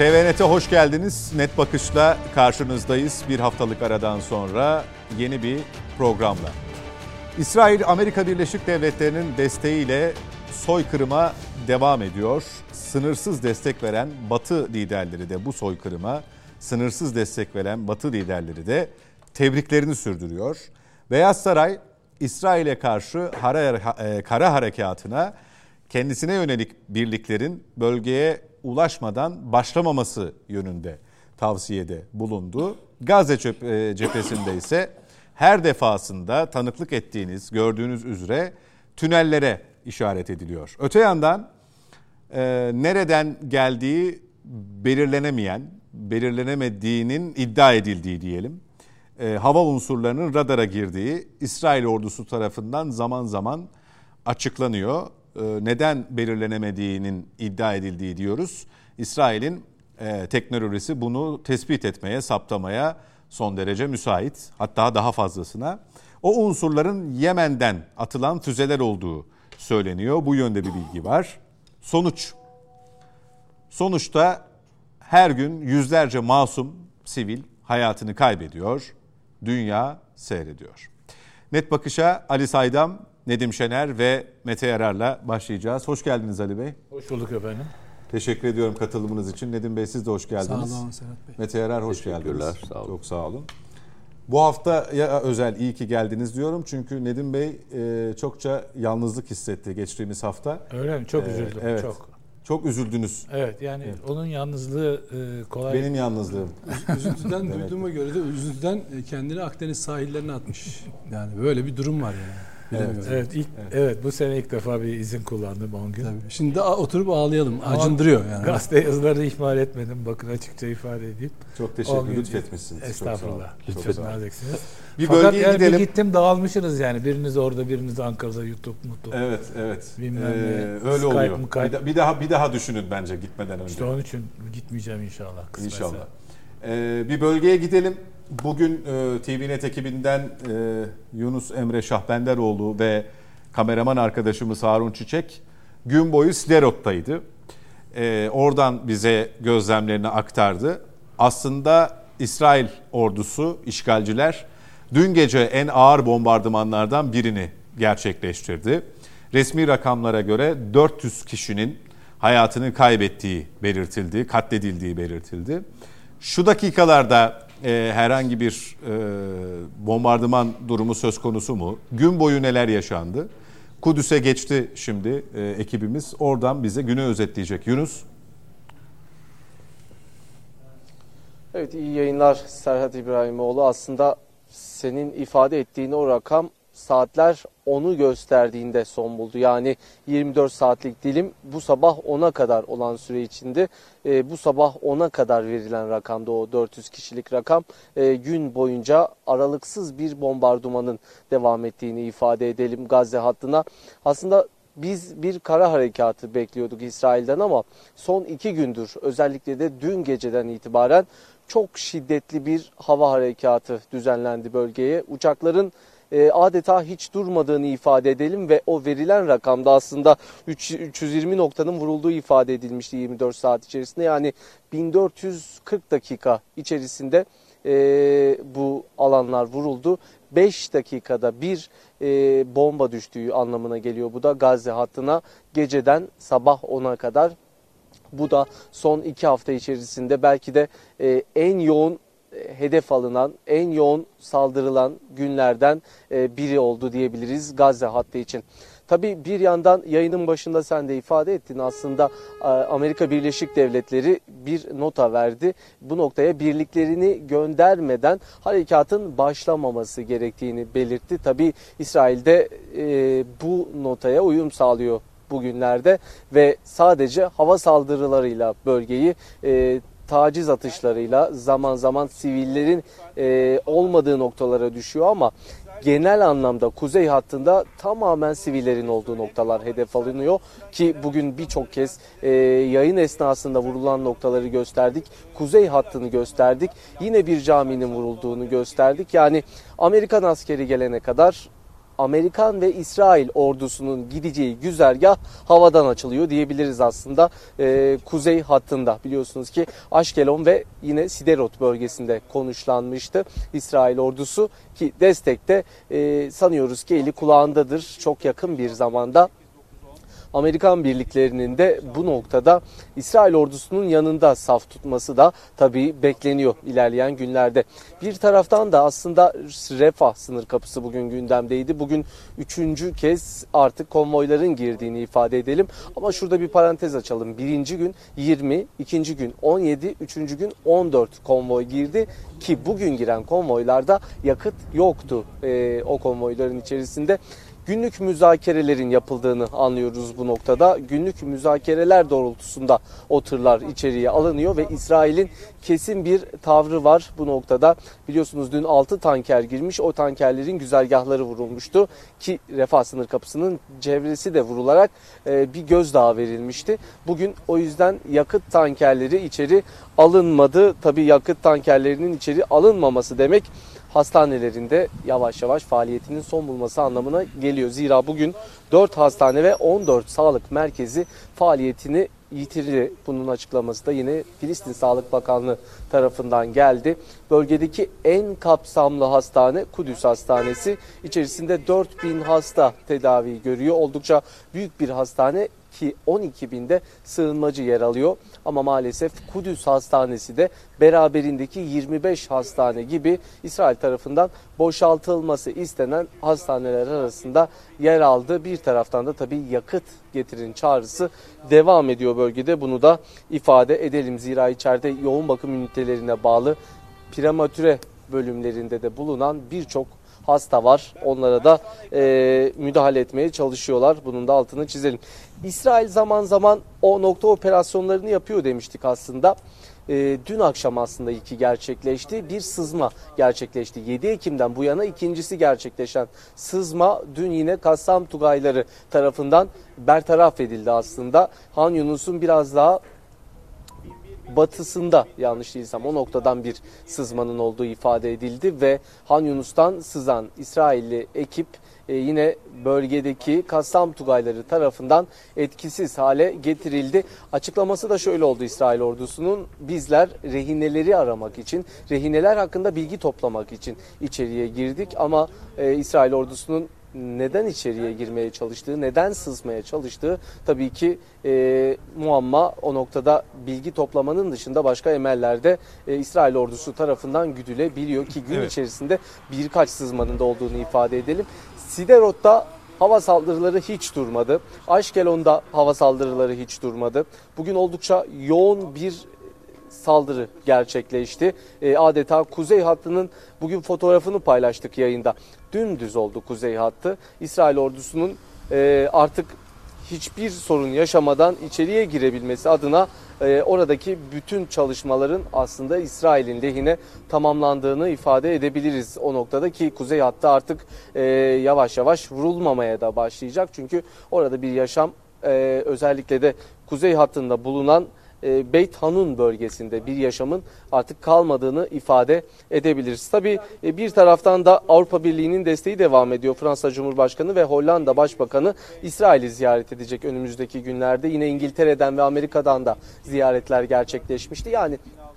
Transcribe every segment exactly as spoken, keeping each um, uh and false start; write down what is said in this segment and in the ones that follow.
T V Net'e hoş geldiniz. Net Bakış'la karşınızdayız. Bir haftalık aradan sonra yeni bir programla. İsrail, Amerika Birleşik Devletleri'nin desteğiyle soykırıma devam ediyor. Sınırsız destek veren Batı liderleri de bu soykırıma, sınırsız destek veren Batı liderleri de tebriklerini sürdürüyor. Beyaz Saray, İsrail'e karşı kara harekatına kendisine yönelik birliklerin bölgeye ulaşmadan başlamaması yönünde tavsiyede bulundu. Gazze cephesinde ise her defasında tanıklık ettiğiniz, gördüğünüz üzere tünellere işaret ediliyor. Öte yandan e, nereden geldiği belirlenemeyen, belirlenemediğinin iddia edildiği diyelim, e, hava unsurlarının radara girdiği İsrail ordusu tarafından zaman zaman açıklanıyor. Neden belirlenemediğinin iddia edildiği diyoruz. İsrail'in e, teknolojisi bunu tespit etmeye, saptamaya son derece müsait. Hatta daha fazlasına. O unsurların Yemen'den atılan füzeler olduğu söyleniyor. Bu yönde bir bilgi var. Sonuç. Sonuçta her gün yüzlerce masum sivil hayatını kaybediyor. Dünya seyrediyor. Net Bakış'a Ali Saydam, Nedim Şener ve Mete Yarar'la başlayacağız. Hoş geldiniz Ali Bey. Hoş bulduk efendim. Teşekkür ediyorum katılımınız için. Nedim Bey siz de hoş geldiniz. Sağ olun Serhat Bey. Mete Yarar hoş geldiniz. Sağ olun. Çok sağ olun. Bu hafta ya özel iyi ki geldiniz diyorum. Çünkü Nedim Bey e, çokça yalnızlık hissetti geçtiğimiz hafta. Öyle mi? Çok üzüldüm. Ee, evet. Çok. Çok üzüldünüz. Evet yani evet. Onun yalnızlığı e, kolay. Benim yalnızlığım. Üzüntüden duyduğuma göre de üzüntüden kendini Akdeniz sahillerine atmış. Yani böyle bir durum var yani. Evet, evet, ilk, evet. evet bu sene ilk defa bir izin kullandım on gün. Tabii. Şimdi de oturup ağlayalım. Acındırıyor yani. Gazete yazılarını ihmal etmedim. Bakın açıkça ifade edeyim. Çok teşekkür lütfetmişsiniz. Estağfurullah. Lütfen naziksiniz. Bir Fakat bölgeye yani gidelim. Bir gittim dağılmışsınız yani. Biriniz orada, biriniz Ankara'da YouTube mutlu. Evet, evet. Bilmem ee, ne. Öyle Skype, oluyor. Skype. Bir daha bir daha düşünün bence gitmeden önce. İşte onun için gitmeyeceğim inşallah. Kısmetse. İnşallah. Ee, bir bölgeye gidelim. Bugün e, T V Net ekibinden e, Yunus Emre Şahbenderoğlu ve kameraman arkadaşımız Harun Çiçek gün boyu Sderot'taydı. Ee, oradan bize gözlemlerini aktardı. Aslında İsrail ordusu, işgalciler dün gece en ağır bombardımanlardan birini gerçekleştirdi. Resmi rakamlara göre dört yüz kişinin hayatını kaybettiği belirtildi, katledildiği belirtildi. Şu dakikalarda e, herhangi bir e, bombardıman durumu söz konusu mu? Gün boyu neler yaşandı? Kudüs'e geçti şimdi e, ekibimiz. Oradan bize günü özetleyecek. Yunus. Evet, iyi yayınlar Serhat İbrahimoğlu. Aslında senin ifade ettiğin o rakam saatler onu gösterdiğinde son buldu. Yani yirmi dört saatlik dilim bu sabah ona kadar olan süre içinde e, bu sabah ona kadar verilen rakamda o dört yüz kişilik rakam e, gün boyunca aralıksız bir bombardımanın devam ettiğini ifade edelim Gazze hattına. Aslında biz bir kara harekatı bekliyorduk İsrail'den ama son iki gündür özellikle de dün geceden itibaren çok şiddetli bir hava harekatı düzenlendi bölgeye. Uçakların e, adeta hiç durmadığını ifade edelim ve o verilen rakamda aslında üç yüz yirmi noktanın vurulduğu ifade edilmişti yirmi dört saat içerisinde. Yani bin dört yüz kırk dakika içerisinde e, bu alanlar vuruldu. beş dakikada bir e, bomba düştüğü anlamına geliyor. Bu da Gazze hattına geceden sabah ona kadar. Bu da son iki hafta içerisinde belki de e, en yoğun e, hedef alınan, en yoğun saldırılan günlerden e, biri oldu diyebiliriz Gazze hattı için. Tabii bir yandan yayının başında sen de ifade ettin, aslında Amerika Birleşik Devletleri bir nota verdi. Bu noktaya birliklerini göndermeden harekatın başlamaması gerektiğini belirtti. Tabii İsrail'de e, bu notaya uyum sağlıyor bugünlerde ve sadece hava saldırılarıyla bölgeyi e, taciz atışlarıyla zaman zaman sivillerin e, olmadığı noktalara düşüyor ama genel anlamda kuzey hattında tamamen sivillerin olduğu noktalar hedef alınıyor ki bugün birçok kez e, yayın esnasında vurulan noktaları gösterdik. Kuzey hattını gösterdik. Yine bir caminin vurulduğunu gösterdik. Yani Amerikan askeri gelene kadar Amerikan ve İsrail ordusunun gideceği güzergah havadan açılıyor diyebiliriz aslında. Ee, kuzey hattında biliyorsunuz ki Ashkelon ve yine Siderot bölgesinde konuşlanmıştı İsrail ordusu ki destekte e, sanıyoruz ki eli kulağındadır. Çok yakın bir zamanda Amerikan birliklerinin de bu noktada İsrail ordusunun yanında saf tutması da tabii bekleniyor ilerleyen günlerde. Bir taraftan da aslında Refah sınır kapısı bugün gündemdeydi. Bugün üçüncü kez artık konvoyların girdiğini ifade edelim. Ama şurada bir parantez açalım. Birinci gün yirmi, ikinci gün on yedi, üçüncü gün on dört konvoy girdi ki bugün giren konvoylarda yakıt yoktu ee, o konvoyların içerisinde. Günlük müzakerelerin yapıldığını anlıyoruz bu noktada. Günlük müzakereler doğrultusunda o tırlar içeriye alınıyor ve İsrail'in kesin bir tavrı var bu noktada. Biliyorsunuz dün altı tanker girmiş, o tankerlerin güzergahları vurulmuştu ki Refah sınır kapısının çevresi de vurularak bir gözdağı verilmişti. Bugün o yüzden yakıt tankerleri içeri alınmadı. Tabii yakıt tankerlerinin içeri alınmaması demek hastanelerinde yavaş yavaş faaliyetinin son bulması anlamına geliyor. Zira bugün dört hastane ve on dört sağlık merkezi faaliyetini yitirdi. Bunun açıklaması da yine Filistin Sağlık Bakanlığı tarafından geldi. Bölgedeki en kapsamlı hastane Kudüs Hastanesi. İçerisinde dört bin hasta tedavi görüyor. Oldukça büyük bir hastane ki on iki binde sığınmacı yer alıyor. Ama maalesef Kudüs Hastanesi de beraberindeki yirmi beş hastane gibi İsrail tarafından boşaltılması istenen hastaneler arasında yer aldı. Bir taraftan da tabii yakıt getirin çağrısı devam ediyor bölgede. Bunu da ifade edelim. Zira içeride yoğun bakım ünitelerine bağlı prematüre bölümlerinde de bulunan birçok hasta var. Onlara da e, müdahale etmeye çalışıyorlar. Bunun da altını çizelim. İsrail zaman zaman o nokta operasyonlarını yapıyor demiştik aslında. E, dün akşam aslında ilki gerçekleşti. Bir sızma gerçekleşti. yedi Ekim'den bu yana ikincisi gerçekleşen sızma dün yine Kassam Tugayları tarafından bertaraf edildi aslında. Han Yunus'un biraz daha batısında, yanlış değilsem o noktadan bir sızmanın olduğu ifade edildi ve Han Yunus'tan sızan İsrailli ekip e, yine bölgedeki Kassam Tugayları tarafından etkisiz hale getirildi. Açıklaması da şöyle oldu İsrail ordusunun: bizler rehineleri aramak için, rehineler hakkında bilgi toplamak için içeriye girdik ama e, İsrail ordusunun neden içeriye girmeye çalıştığı, neden sızmaya çalıştığı tabii ki e, muamma. O noktada bilgi toplamanın dışında başka emellerde e, İsrail ordusu tarafından güdülebiliyor ki gün evet. içerisinde birkaç sızmanın da olduğunu ifade edelim. Siderot'ta hava saldırıları hiç durmadı. Ashkelon'da hava saldırıları hiç durmadı. Bugün oldukça yoğun bir saldırı gerçekleşti. E, adeta kuzey hattının bugün fotoğrafını paylaştık yayında. Dümdüz oldu kuzey hattı. İsrail ordusunun e, artık hiçbir sorun yaşamadan içeriye girebilmesi adına e, oradaki bütün çalışmaların aslında İsrail'in lehine tamamlandığını ifade edebiliriz o noktada ki kuzey hattı artık e, yavaş yavaş vurulmamaya da başlayacak. Çünkü orada bir yaşam e, özellikle de kuzey hattında bulunan Beyt Hanun bölgesinde bir yaşamın artık kalmadığını ifade edebiliriz. Tabii bir taraftan da Avrupa Birliği'nin desteği devam ediyor. Fransa Cumhurbaşkanı ve Hollanda Başbakanı İsrail'i ziyaret edecek önümüzdeki günlerde. Yine İngiltere'den ve Amerika'dan da ziyaretler gerçekleşmişti. Yani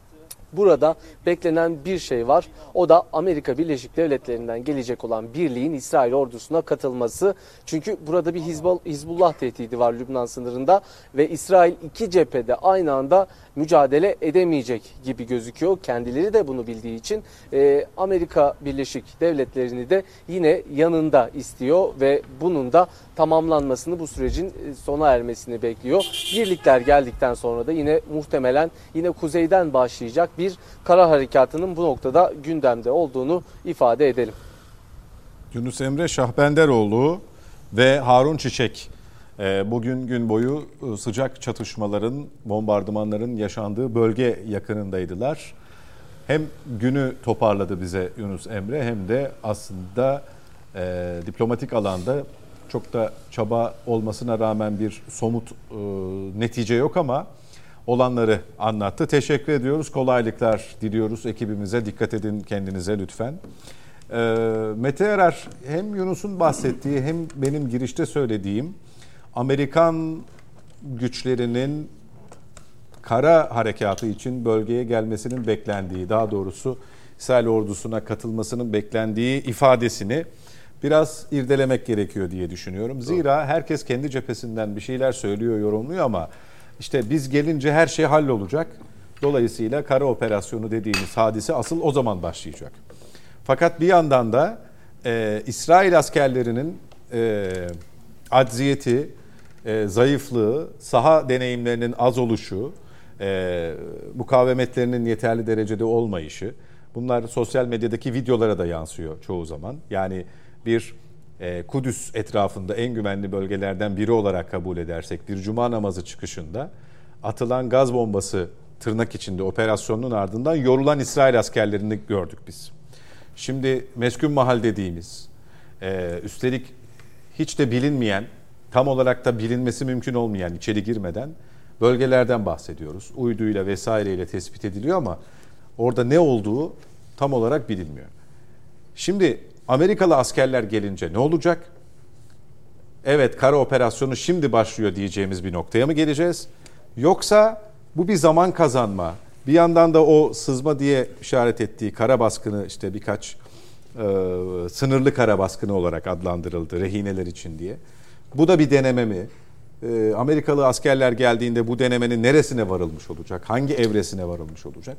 burada beklenen bir şey var. O da Amerika Birleşik Devletleri'nden gelecek olan birliğin İsrail ordusuna katılması. Çünkü burada bir Hizbullah tehdidi var Lübnan sınırında ve İsrail iki cephede aynı anda mücadele edemeyecek gibi gözüküyor. Kendileri de bunu bildiği için e, Amerika Birleşik Devletleri'ni de yine yanında istiyor ve bunun da tamamlanmasını, bu sürecin sona ermesini bekliyor. Birlikler geldikten sonra da yine muhtemelen yine kuzeyden başlayacak bir kara harekatının bu noktada gündemde olduğunu ifade edelim. Yunus Emre Şahbenderoğlu ve Harun Çiçek bugün gün boyu sıcak çatışmaların, bombardımanların yaşandığı bölge yakınındaydılar. Hem günü toparladı bize Yunus Emre hem de aslında e, diplomatik alanda çok da çaba olmasına rağmen bir somut e, netice yok ama olanları anlattı. Teşekkür ediyoruz. Kolaylıklar diliyoruz ekibimize. Dikkat edin kendinize lütfen. Ee, Mete Erer hem Yunus'un bahsettiği hem benim girişte söylediğim Amerikan güçlerinin kara harekatı için bölgeye gelmesinin beklendiği, daha doğrusu İsrail ordusuna katılmasının beklendiği ifadesini biraz irdelemek gerekiyor diye düşünüyorum. Zira herkes kendi cephesinden bir şeyler söylüyor, yorumluyor ama işte biz gelince her şey hallolacak. Dolayısıyla kara operasyonu dediğimiz hadise asıl o zaman başlayacak. Fakat bir yandan da e, İsrail askerlerinin e, acziyeti, e, zayıflığı, saha deneyimlerinin az oluşu, e, mukavemetlerinin yeterli derecede olmayışı, bunlar sosyal medyadaki videolara da yansıyor çoğu zaman. Yani bir e, Kudüs etrafında en güvenli bölgelerden biri olarak kabul edersek bir cuma namazı çıkışında atılan gaz bombası tırnak içinde operasyonun ardından yorulan İsrail askerlerini gördük biz. Şimdi meskun mahal dediğimiz, e, üstelik hiç de bilinmeyen, tam olarak da bilinmesi mümkün olmayan, içeri girmeden bölgelerden bahsediyoruz. Uyduyla vesaireyle tespit ediliyor ama orada ne olduğu tam olarak bilinmiyor. Şimdi Amerikalı askerler gelince ne olacak? Evet, kara operasyonu şimdi başlıyor diyeceğimiz bir noktaya mı geleceğiz? Yoksa bu bir zaman kazanma, bir yandan da o sızma diye işaret ettiği kara baskını, işte birkaç e, sınırlı kara baskını olarak adlandırıldı rehineler için diye. Bu da bir deneme mi? E, Amerikalı askerler geldiğinde bu denemenin neresine varılmış olacak? Hangi evresine varılmış olacak?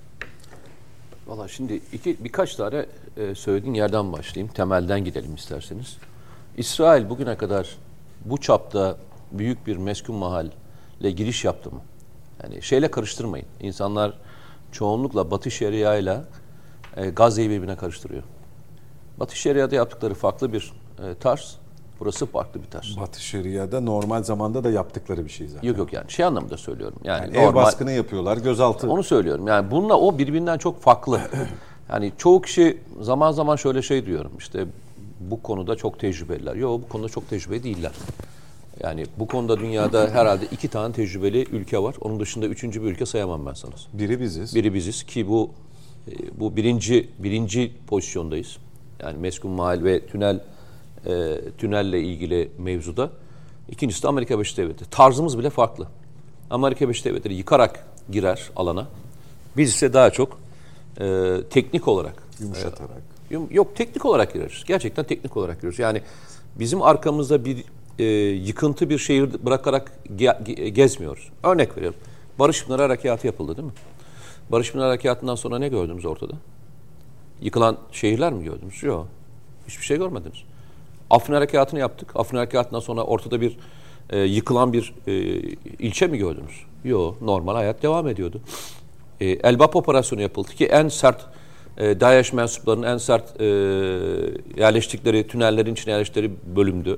Valla şimdi iki birkaç tane e, söylediğin yerden başlayayım. Temelden gidelim isterseniz. İsrail bugüne kadar bu çapta büyük bir meskun mahalle giriş yaptı mı? Yani şeyle karıştırmayın. İnsanlar çoğunlukla Batı Şeria ile e, Gazze'yi birbirine karıştırıyor. Batı Şeria'da yaptıkları farklı bir e, tarz. Burası farklı bir tarz. Batı Şeria'da normal zamanda da yaptıkları bir şey zaten. Yok yok yani şey anlamında söylüyorum. Yani, yani normal, ev baskını yapıyorlar, gözaltı. Onu söylüyorum. Yani bununla o birbirinden çok farklı. Yani çoğu kişi zaman zaman şöyle şey diyorum. İşte bu konuda çok tecrübeliler. Yok, bu konuda çok tecrübeli değiller. Yani bu konuda dünyada herhalde iki tane tecrübeli ülke var. Onun dışında üçüncü bir ülke sayamam ben sana. Biri biziz. Biri biziz ki bu bu birinci birinci pozisyondayız. Yani meskun mahal ve tünel e, tünelle ilgili mevzuda. İkincisi de Amerika Birleşik Devletleri. Tarzımız bile farklı. Amerika Birleşik Devletleri yıkarak girer alana. Biz ise daha çok e, teknik olarak. Yumuşatarak. E, yok teknik olarak gireriz. Gerçekten teknik olarak gireriz. Yani bizim arkamızda bir e, yıkıntı bir şehir bırakarak ge- gezmiyoruz. Örnek veriyorum. Barış Pınarı Harekatı yapıldı değil mi? Barış Pınarı Harekatı'ndan sonra ne gördünüz ortada? Yıkılan şehirler mi gördünüz? Yok. Hiçbir şey görmediniz. Afrin Harekatı'nı yaptık. Afrin Harekatı'ndan sonra ortada bir e, yıkılan bir e, ilçe mi gördünüz? Yok. Normal hayat devam ediyordu. E, Elbap operasyonu yapıldı ki en sert e, DAEŞ mensuplarının en sert e, yerleştikleri, tünellerin içine yerleştikleri bölümdü.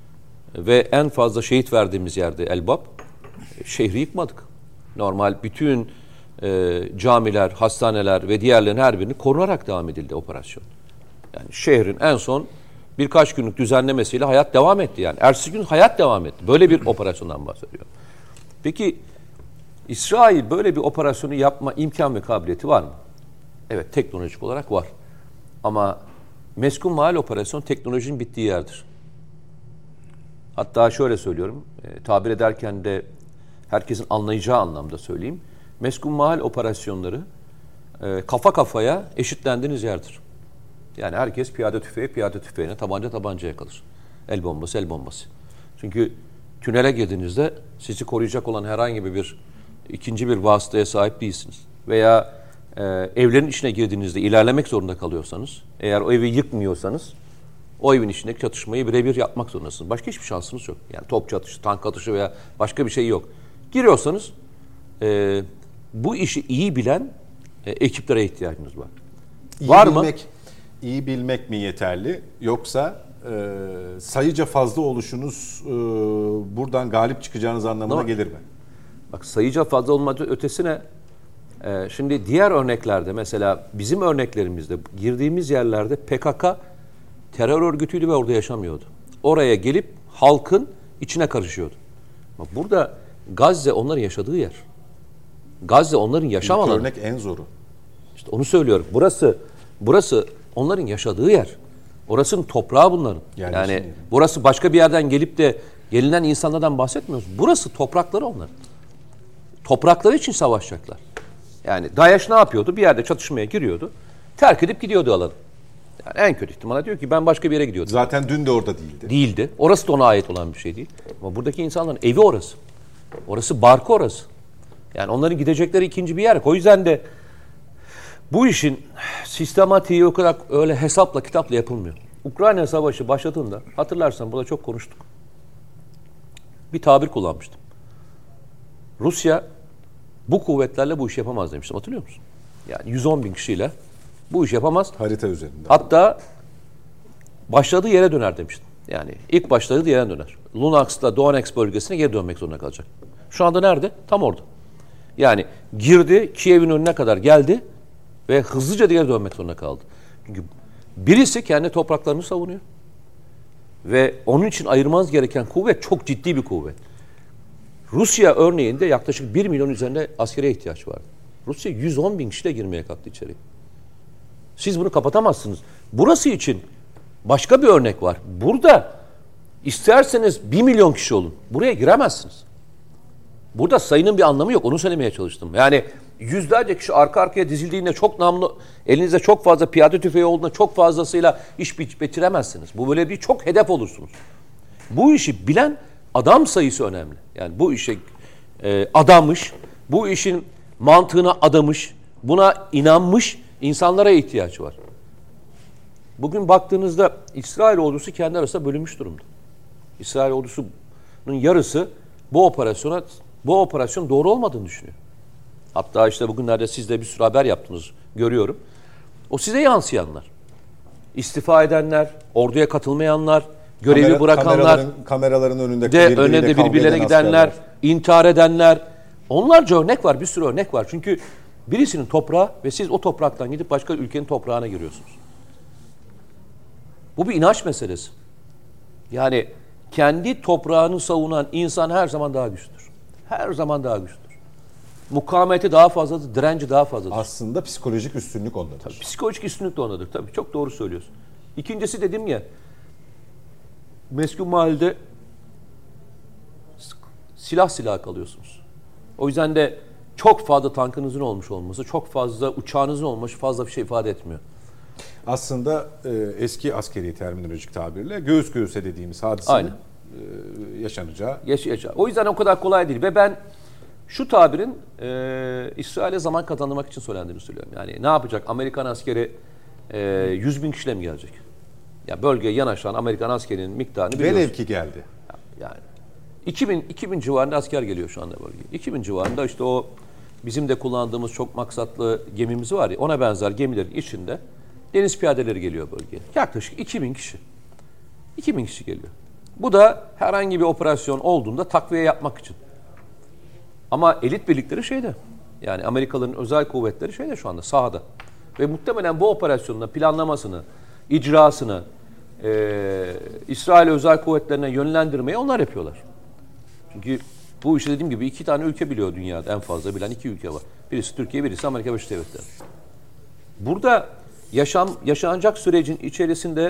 Ve en fazla şehit verdiğimiz yerde Elbap. E, şehri yıkmadık. Normal bütün e, camiler, hastaneler ve diğerlerin her birini korunarak devam edildi operasyon. Yani şehrin en son birkaç günlük düzenlemesiyle hayat devam etti yani. Ertesi gün hayat devam etti. Böyle bir operasyondan bahsediyor. Peki İsrail böyle bir operasyonu yapma imkan ve kabiliyeti var mı? Evet, teknolojik olarak var. Ama meskun mahal operasyonu teknolojinin bittiği yerdir. Hatta şöyle söylüyorum, e, tabir ederken de herkesin anlayacağı anlamda söyleyeyim. Meskun mahal operasyonları e, kafa kafaya eşitlendiğiniz yerdir. Yani herkes piyade tüfeği, piyade tüfeğine, tabanca tabancaya kalır. El bombası, el bombası. Çünkü tünele girdiğinizde sizi koruyacak olan herhangi bir ikinci bir vasıtaya sahip değilsiniz. Veya e, evlerin içine girdiğinizde ilerlemek zorunda kalıyorsanız, eğer o evi yıkmıyorsanız, o evin içindeki çatışmayı birebir yapmak zorundasınız. Başka hiçbir şansınız yok. Yani top atışı, tank atışı veya başka bir şey yok. Giriyorsanız e, bu işi iyi bilen e, ekiplere ihtiyacınız var. İyi var bilmek, mı? İyi bilmek mi yeterli, yoksa e, sayıca fazla oluşunuz e, buradan galip çıkacağınız anlamına Ama, gelir mi? Bak, sayıca fazla olmadığı ötesine e, şimdi diğer örneklerde, mesela bizim örneklerimizde girdiğimiz yerlerde P K K terör örgütüydü ve orada yaşamıyordu. Oraya gelip halkın içine karışıyordu. Ama burada Gazze onların yaşadığı yer. Gazze onların yaşam İlk alanı. örnek en zoru. İşte onu söylüyorum. Burası burası onların yaşadığı yer. Orasının toprağı bunların. Yani, yani şimdi. burası başka bir yerden gelip de gelinen insanlardan bahsetmiyoruz. Burası toprakları onların. Toprakları için savaşacaklar. Yani DAEŞ ne yapıyordu? Bir yerde çatışmaya giriyordu. Terk edip gidiyordu alanı. Yani en kötü ihtimalle diyor ki ben başka bir yere gidiyordum. Zaten dün de orada değildi. Değildi. Orası da ona ait olan bir şey değil. Ama buradaki insanların evi orası. Orası barkı orası. Yani onların gidecekleri ikinci bir yer. O yüzden de bu işin sistematiği o kadar öyle hesapla kitapla yapılmıyor. Ukrayna Savaşı başladığında hatırlarsan burada çok konuştuk. Bir tabir kullanmıştım. Rusya bu kuvvetlerle bu işi yapamaz demiştim. Hatırlıyor musun? Yani yüz on bin kişiyle bu işi yapamaz. Harita üzerinde. Hatta başladığı yere döner demiştim. Yani ilk başladığı yere döner. Luhansk'ta Donetsk bölgesine geri dönmek zorunda kalacak. Şu anda nerede? Tam orada. Yani girdi, Kiev'in önüne kadar geldi ve hızlıca geri dönmek zorunda kaldı. Çünkü birisi kendi topraklarını savunuyor. Ve onun için ayırmanız gereken kuvvet çok ciddi bir kuvvet. Rusya örneğinde yaklaşık bir milyon üzerinde askere ihtiyaç vardı. Rusya yüz on bin kişiyle girmeye kalktı içeri. Siz bunu kapatamazsınız. Burası için başka bir örnek var. Burada isterseniz bir milyon kişi olun. Buraya giremezsiniz. Burada sayının bir anlamı yok. Onu söylemeye çalıştım. Yani yüzlerce kişi arka arkaya dizildiğinde çok namlu, elinizde çok fazla piyade tüfeği olduğunda çok fazlasıyla iş bitiremezsiniz. Bu böyle bir çok hedef olursunuz. Bu işi bilen adam sayısı önemli. Yani bu işe e, adamış, bu işin mantığına adamış, buna inanmış insanlara ihtiyaç var. Bugün baktığınızda İsrail ordusu kendi arasında bölünmüş durumda. İsrail ordusunun yarısı bu operasyona bu operasyon doğru olmadığını düşünüyor. Hatta işte bugünlerde siz de bir sürü haber yaptınız, görüyorum. O size yansıyanlar. İstifa edenler, orduya katılmayanlar, görevi Kamera, bırakanlar, kameraların, kameraların önünde de önünde birbirlerine gidenler, intihar edenler. Onlarca örnek var, bir sürü örnek var. Çünkü birisinin toprağı ve siz o topraktan gidip başka ülkenin toprağına giriyorsunuz. Bu bir inanç meselesi. Yani kendi toprağını savunan insan her zaman daha güçlüdür. Her zaman daha güçlüdür. Mukavemeti daha fazladır, direnci daha fazladır. Aslında psikolojik üstünlük ondadır. Tabii, psikolojik üstünlük de ondadır. Tabii çok doğru söylüyorsun. İkincisi dedim ya, meskun mahallede silah silah kalıyorsunuz. O yüzden de çok fazla tankınızın olmuş olması, çok fazla uçağınızın olması fazla bir şey ifade etmiyor. Aslında e, eski askeri terminolojik tabirle göğüs göğüse dediğimiz hadisenin e, yaşanacağı. Yaş- yaşa. O yüzden o kadar kolay değil ve ben şu tabirin e, İsrail'e zaman kazandırmak için söylendiğini söylüyorum. Yani ne yapacak? Amerikan askeri e, yüz bin kişiyle mi gelecek? Ya bölgeye yanaşan Amerikan askerinin miktarını biliyorsun. Velev ki geldi. Yani iki bin, iki bin civarında asker geliyor şu anda bölgeye. iki bin civarında işte o bizim de kullandığımız çok maksatlı gemimiz var ya, ona benzer gemilerin içinde deniz piyadeleri geliyor bölgeye. Yaklaşık iki bin kişi. iki bin kişi geliyor. Bu da herhangi bir operasyon olduğunda takviye yapmak için. Ama elit birlikleri şeyde. Yani Amerikalıların özel kuvvetleri şeyde şu anda sahada. Ve muhtemelen bu operasyonun planlamasını, icrasını e, İsrail özel kuvvetlerine yönlendirmeyi onlar yapıyorlar. Çünkü bu işi dediğim gibi iki tane ülke biliyor dünyada, en fazla bilen iki ülke var. Birisi Türkiye, birisi Amerika Birleşik Devletleri. Burada yaşam yaşanacak sürecin içerisinde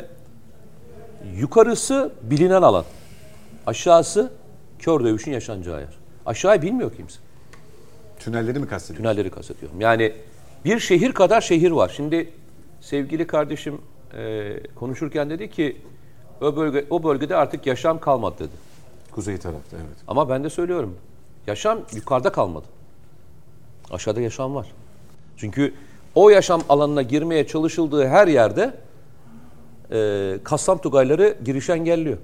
yukarısı bilinen alan, aşağısı kör dövüşün yaşanacağı yer. Aşağıyı bilmiyor kimse. Tünelleri mi kastediyorsun? Tünelleri kastediyorum. Yani bir şehir kadar şehir var. Şimdi sevgili kardeşim e, konuşurken dedi ki o bölge o bölgede artık yaşam kalmadı dedi. Kuzey tarafta, evet. Ama ben de söylüyorum. Yaşam yukarıda kalmadı. Aşağıda yaşam var. Çünkü o yaşam alanına girmeye çalışıldığı her yerde e, Kassam Tugayları giriş engelliyor.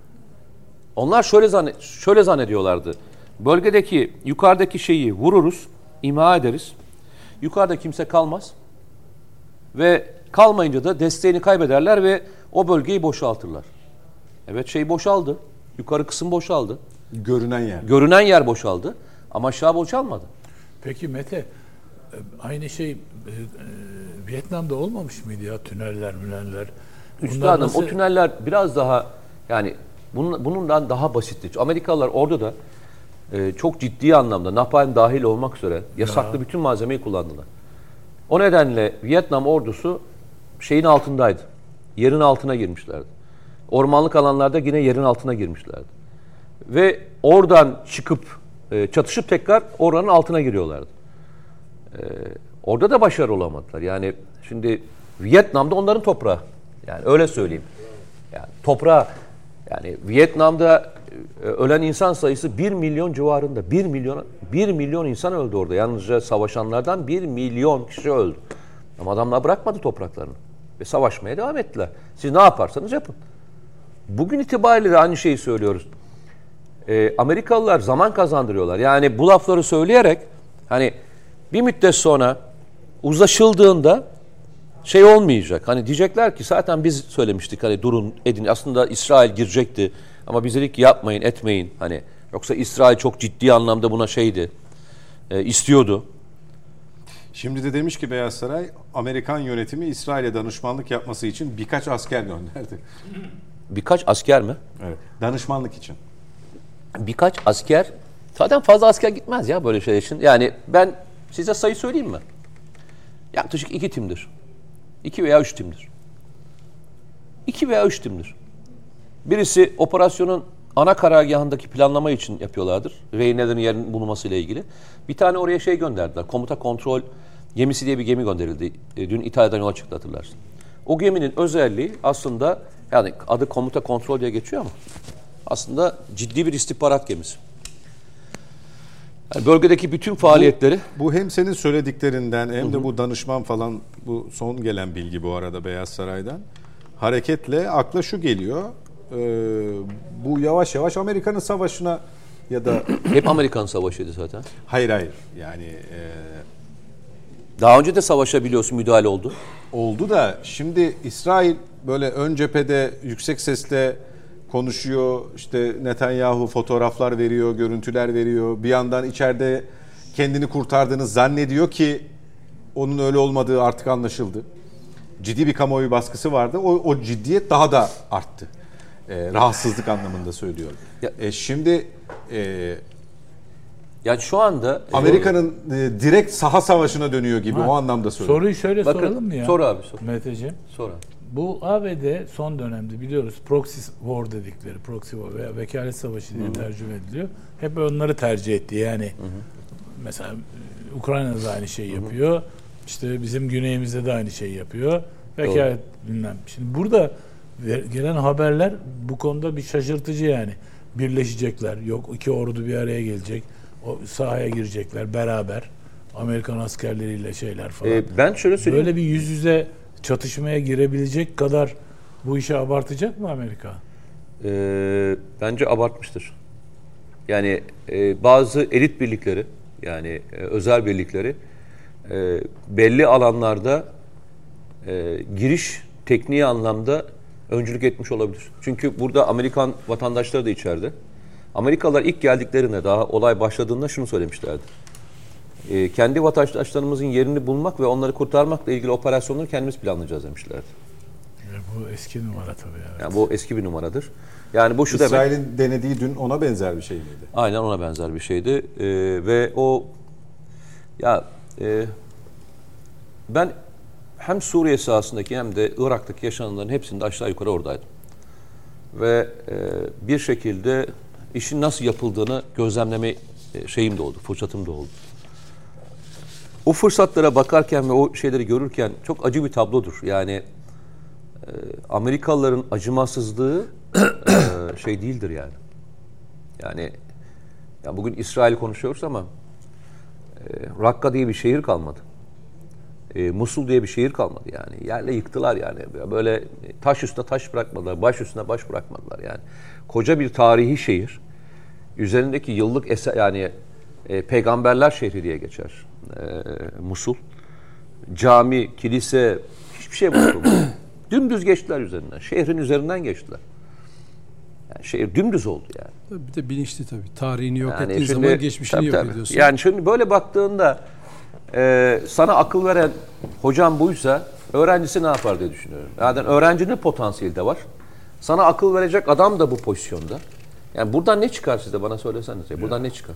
Onlar şöyle zannet, şöyle zannediyorlardı. Bölgedeki yukarıdaki şeyi vururuz, imha ederiz. Yukarıda kimse kalmaz. Ve kalmayınca da desteğini kaybederler ve o bölgeyi boşaltırlar. Evet, şey boşaldı. Yukarı kısım boşaldı. Görünen yer. Görünen yer boşaldı. Ama aşağı boşalmadı. Peki Mete, aynı şey e, e, Vietnam'da olmamış mıydı ya, tüneller, müneller? Üstadım nasıl... o tüneller biraz daha, yani bunun, bundan daha basitti. Amerikalılar orada da e, çok ciddi anlamda napalm dahil olmak üzere yasaklı ya. bütün malzemeyi kullandılar. O nedenle Vietnam ordusu şeyin altındaydı. Yerin altına girmişlerdi. Ormanlık alanlarda yine yerin altına girmişlerdi. Ve oradan çıkıp e, çatışıp tekrar oranın altına giriyorlardı. E, orada da başarılı olamadılar. Yani şimdi Vietnam'da onların toprağı. Yani öyle söyleyeyim. Yani toprağı, yani Vietnam'da e, ölen insan sayısı bir milyon civarında. bir milyon bir milyon insan öldü orada. Yalnızca savaşanlardan bir milyon kişi öldü. Ama adamlar bırakmadı topraklarını. Ve savaşmaya devam ettiler. Siz ne yaparsanız yapın. Bugün itibariyle de aynı şeyi söylüyoruz. E, Amerikalılar zaman kazandırıyorlar. Yani bu lafları söyleyerek hani bir müddet sonra uzlaşıldığında şey olmayacak. Hani diyecekler ki zaten biz söylemiştik hani durun edin. Aslında İsrail girecekti ama biz dedik ki yapmayın etmeyin. Hani yoksa İsrail çok ciddi anlamda buna şeydi. E, istiyordu. Şimdi de demiş ki Beyaz Saray, Amerikan yönetimi İsrail'e danışmanlık yapması için birkaç asker gönderdi. Birkaç asker mi? Evet. Danışmanlık için. Birkaç asker. Zaten fazla asker gitmez ya böyle şey için. Yani ben size sayı söyleyeyim mi? Yaklaşık iki timdir. İki veya üç timdir. İki veya üç timdir. Birisi operasyonun ana karargahındaki planlama için yapıyorlardır. Rehinelerin yerin bulunmasıyla ilgili. Bir tane oraya şey gönderdiler. Komuta kontrol gemisi diye bir gemi gönderildi. E, dün İtalya'dan yola çıktı hatırlarsın. O geminin özelliği aslında yani adı komuta kontrol diye geçiyor ama aslında ciddi bir istihbarat gemisi. Yani bölgedeki bütün faaliyetleri... Bu, bu hem senin söylediklerinden hem hı hı. de bu danışman falan, bu son gelen bilgi bu arada Beyaz Saray'dan hareketle akla şu geliyor. Ee, bu yavaş yavaş Amerika'nın savaşına ya da... Hep Amerikan savaşıydı zaten. Hayır hayır yani... E... Daha önce de savaşa biliyorsun müdahale oldu. Oldu da şimdi İsrail böyle ön cephede yüksek sesle konuşuyor. İşte Netanyahu fotoğraflar veriyor, görüntüler veriyor. Bir yandan içeride kendini kurtardığını zannediyor ki onun öyle olmadığı artık anlaşıldı. Ciddi bir kamuoyu baskısı vardı. O, o ciddiyet daha da arttı. Ee, rahatsızlık anlamında söylüyorum. Ya, e, şimdi e, yani şu anda Amerika'nın e, direkt saha savaşına dönüyor gibi ha, o anlamda söylüyorum. Soruyu şöyle Bakın, soralım mı ya? Sor abi sor. Meteciğim. Sor abi. Bu A B D son dönemde biliyoruz proxy war dedikleri, proxy war veya vekalet savaşı diye Hı-hı. tercüme ediliyor. Hep onları tercih etti. Yani Hı-hı. mesela Ukrayna'da aynı şeyi Hı-hı. yapıyor. İşte bizim güneyimizde de aynı şeyi yapıyor. Vekalet bilmem. Şimdi burada gelen haberler bu konuda bir şaşırtıcı yani. Birleşecekler. Yok iki ordu bir araya gelecek. O sahaya girecekler beraber. Amerikan askerleriyle şeyler falan. Ee, ben şöyle söyleyeyim. Böyle bir yüz yüze çatışmaya girebilecek kadar bu işi abartacak mı Amerika? Ee, bence abartmıştır. Yani e, bazı elit birlikleri yani e, özel birlikleri e, belli alanlarda e, giriş tekniği anlamda öncülük etmiş olabilir. Çünkü burada Amerikan vatandaşları da içeride. Amerikalılar ilk geldiklerinde daha olay başladığında şunu söylemişlerdi. E, kendi vatandaşlarımızın yerini bulmak ve onları kurtarmakla ilgili operasyonları kendimiz planlayacağız demişlerdi. Ya bu eski numara tabii. Evet. Yani bu eski bir numaradır. Yani bu şu demek. İsrail'in denediği dün ona benzer bir şey miydi? Aynen ona benzer bir şeydi. E, ve o ya e, ben hem Suriye sahasındaki hem de Irak'taki yaşananların hepsinde aşağı yukarı oradaydım. Ve e, bir şekilde işin nasıl yapıldığını gözlemleme e, şeyim de oldu, fırsatım da oldu. O fırsatlara bakarken ve o şeyleri görürken çok acı bir tablodur. Yani e, Amerikalıların acımasızlığı e, şey değildir yani. Yani ya bugün İsrail konuşuyoruz ama e, Rakka diye bir şehir kalmadı. E, Musul diye bir şehir kalmadı yani. Yerle yıktılar yani. Böyle taş üstüne taş bırakmadılar, baş üstüne baş bırakmadılar yani. Koca bir tarihi şehir. Üzerindeki yıllık eser yani e, peygamberler şehri diye geçer. E, Musul. Cami, kilise hiçbir şey bırakılmadı. Dümdüz geçtiler üzerinden. Şehrin üzerinden geçtiler. Yani şehir dümdüz oldu yani. Bir de bilinçli tabii. Tarihini yok yani ettiğin şimdi, zaman geçmişini tabii, yok tabii. ediyorsun. Yani şimdi böyle baktığında e, sana akıl veren hocam buysa öğrencisi ne yapar diye düşünüyorum. Zaten öğrencinin potansiyeli de var. Sana akıl verecek adam da bu pozisyonda. Yani buradan ne çıkar size bana söyleseniz. Ya. Buradan ne çıkar?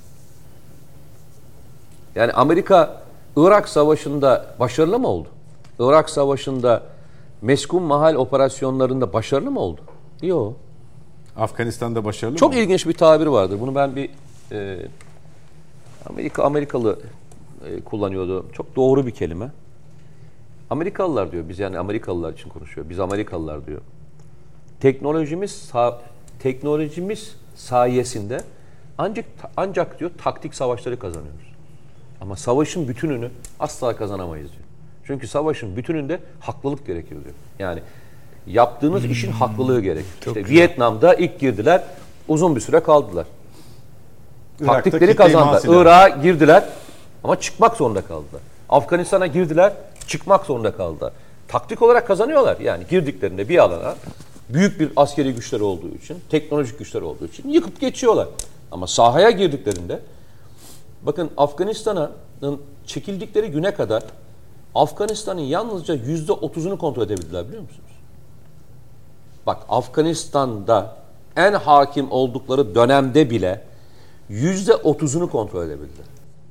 Yani Amerika Irak Savaşı'nda başarılı mı oldu? Irak Savaşı'nda meskun mahal operasyonlarında başarılı mı oldu? Yok. Afganistan'da başarılı Çok mı? ilginç bir tabir vardır. Bunu ben bir e, Amerika Amerikalı e, kullanıyordu. Çok doğru bir kelime. Amerikalılar diyor. Biz yani Amerikalılar için konuşuyor. Biz Amerikalılar diyor. Teknolojimiz sa- teknolojimiz sayesinde ancak ancak diyor taktik savaşları kazanıyoruz. Ama savaşın bütününü asla kazanamayız diyor. Çünkü savaşın bütününde haklılık gerekiyor diyor. Yani yaptığınız hmm. işin haklılığı gerekir. Çok İşte güzel. Vietnam'da ilk girdiler, uzun bir süre kaldılar. Irak'ta Taktikleri kitle imha kazandılar. silahı. Irak'a girdiler ama çıkmak zorunda kaldılar. Afganistan'a girdiler, çıkmak zorunda kaldılar. Taktik olarak kazanıyorlar. Yani girdiklerinde bir alana büyük bir askeri güçleri olduğu için, teknolojik güçleri olduğu için yıkıp geçiyorlar. Ama sahaya girdiklerinde, bakın Afganistan'ın çekildikleri güne kadar Afganistan'ın yalnızca yüzde otuzunu kontrol edebildiler, biliyor musunuz? Bak, Afganistan'da en hakim oldukları dönemde bile yüzde otuzunu kontrol edebildiler.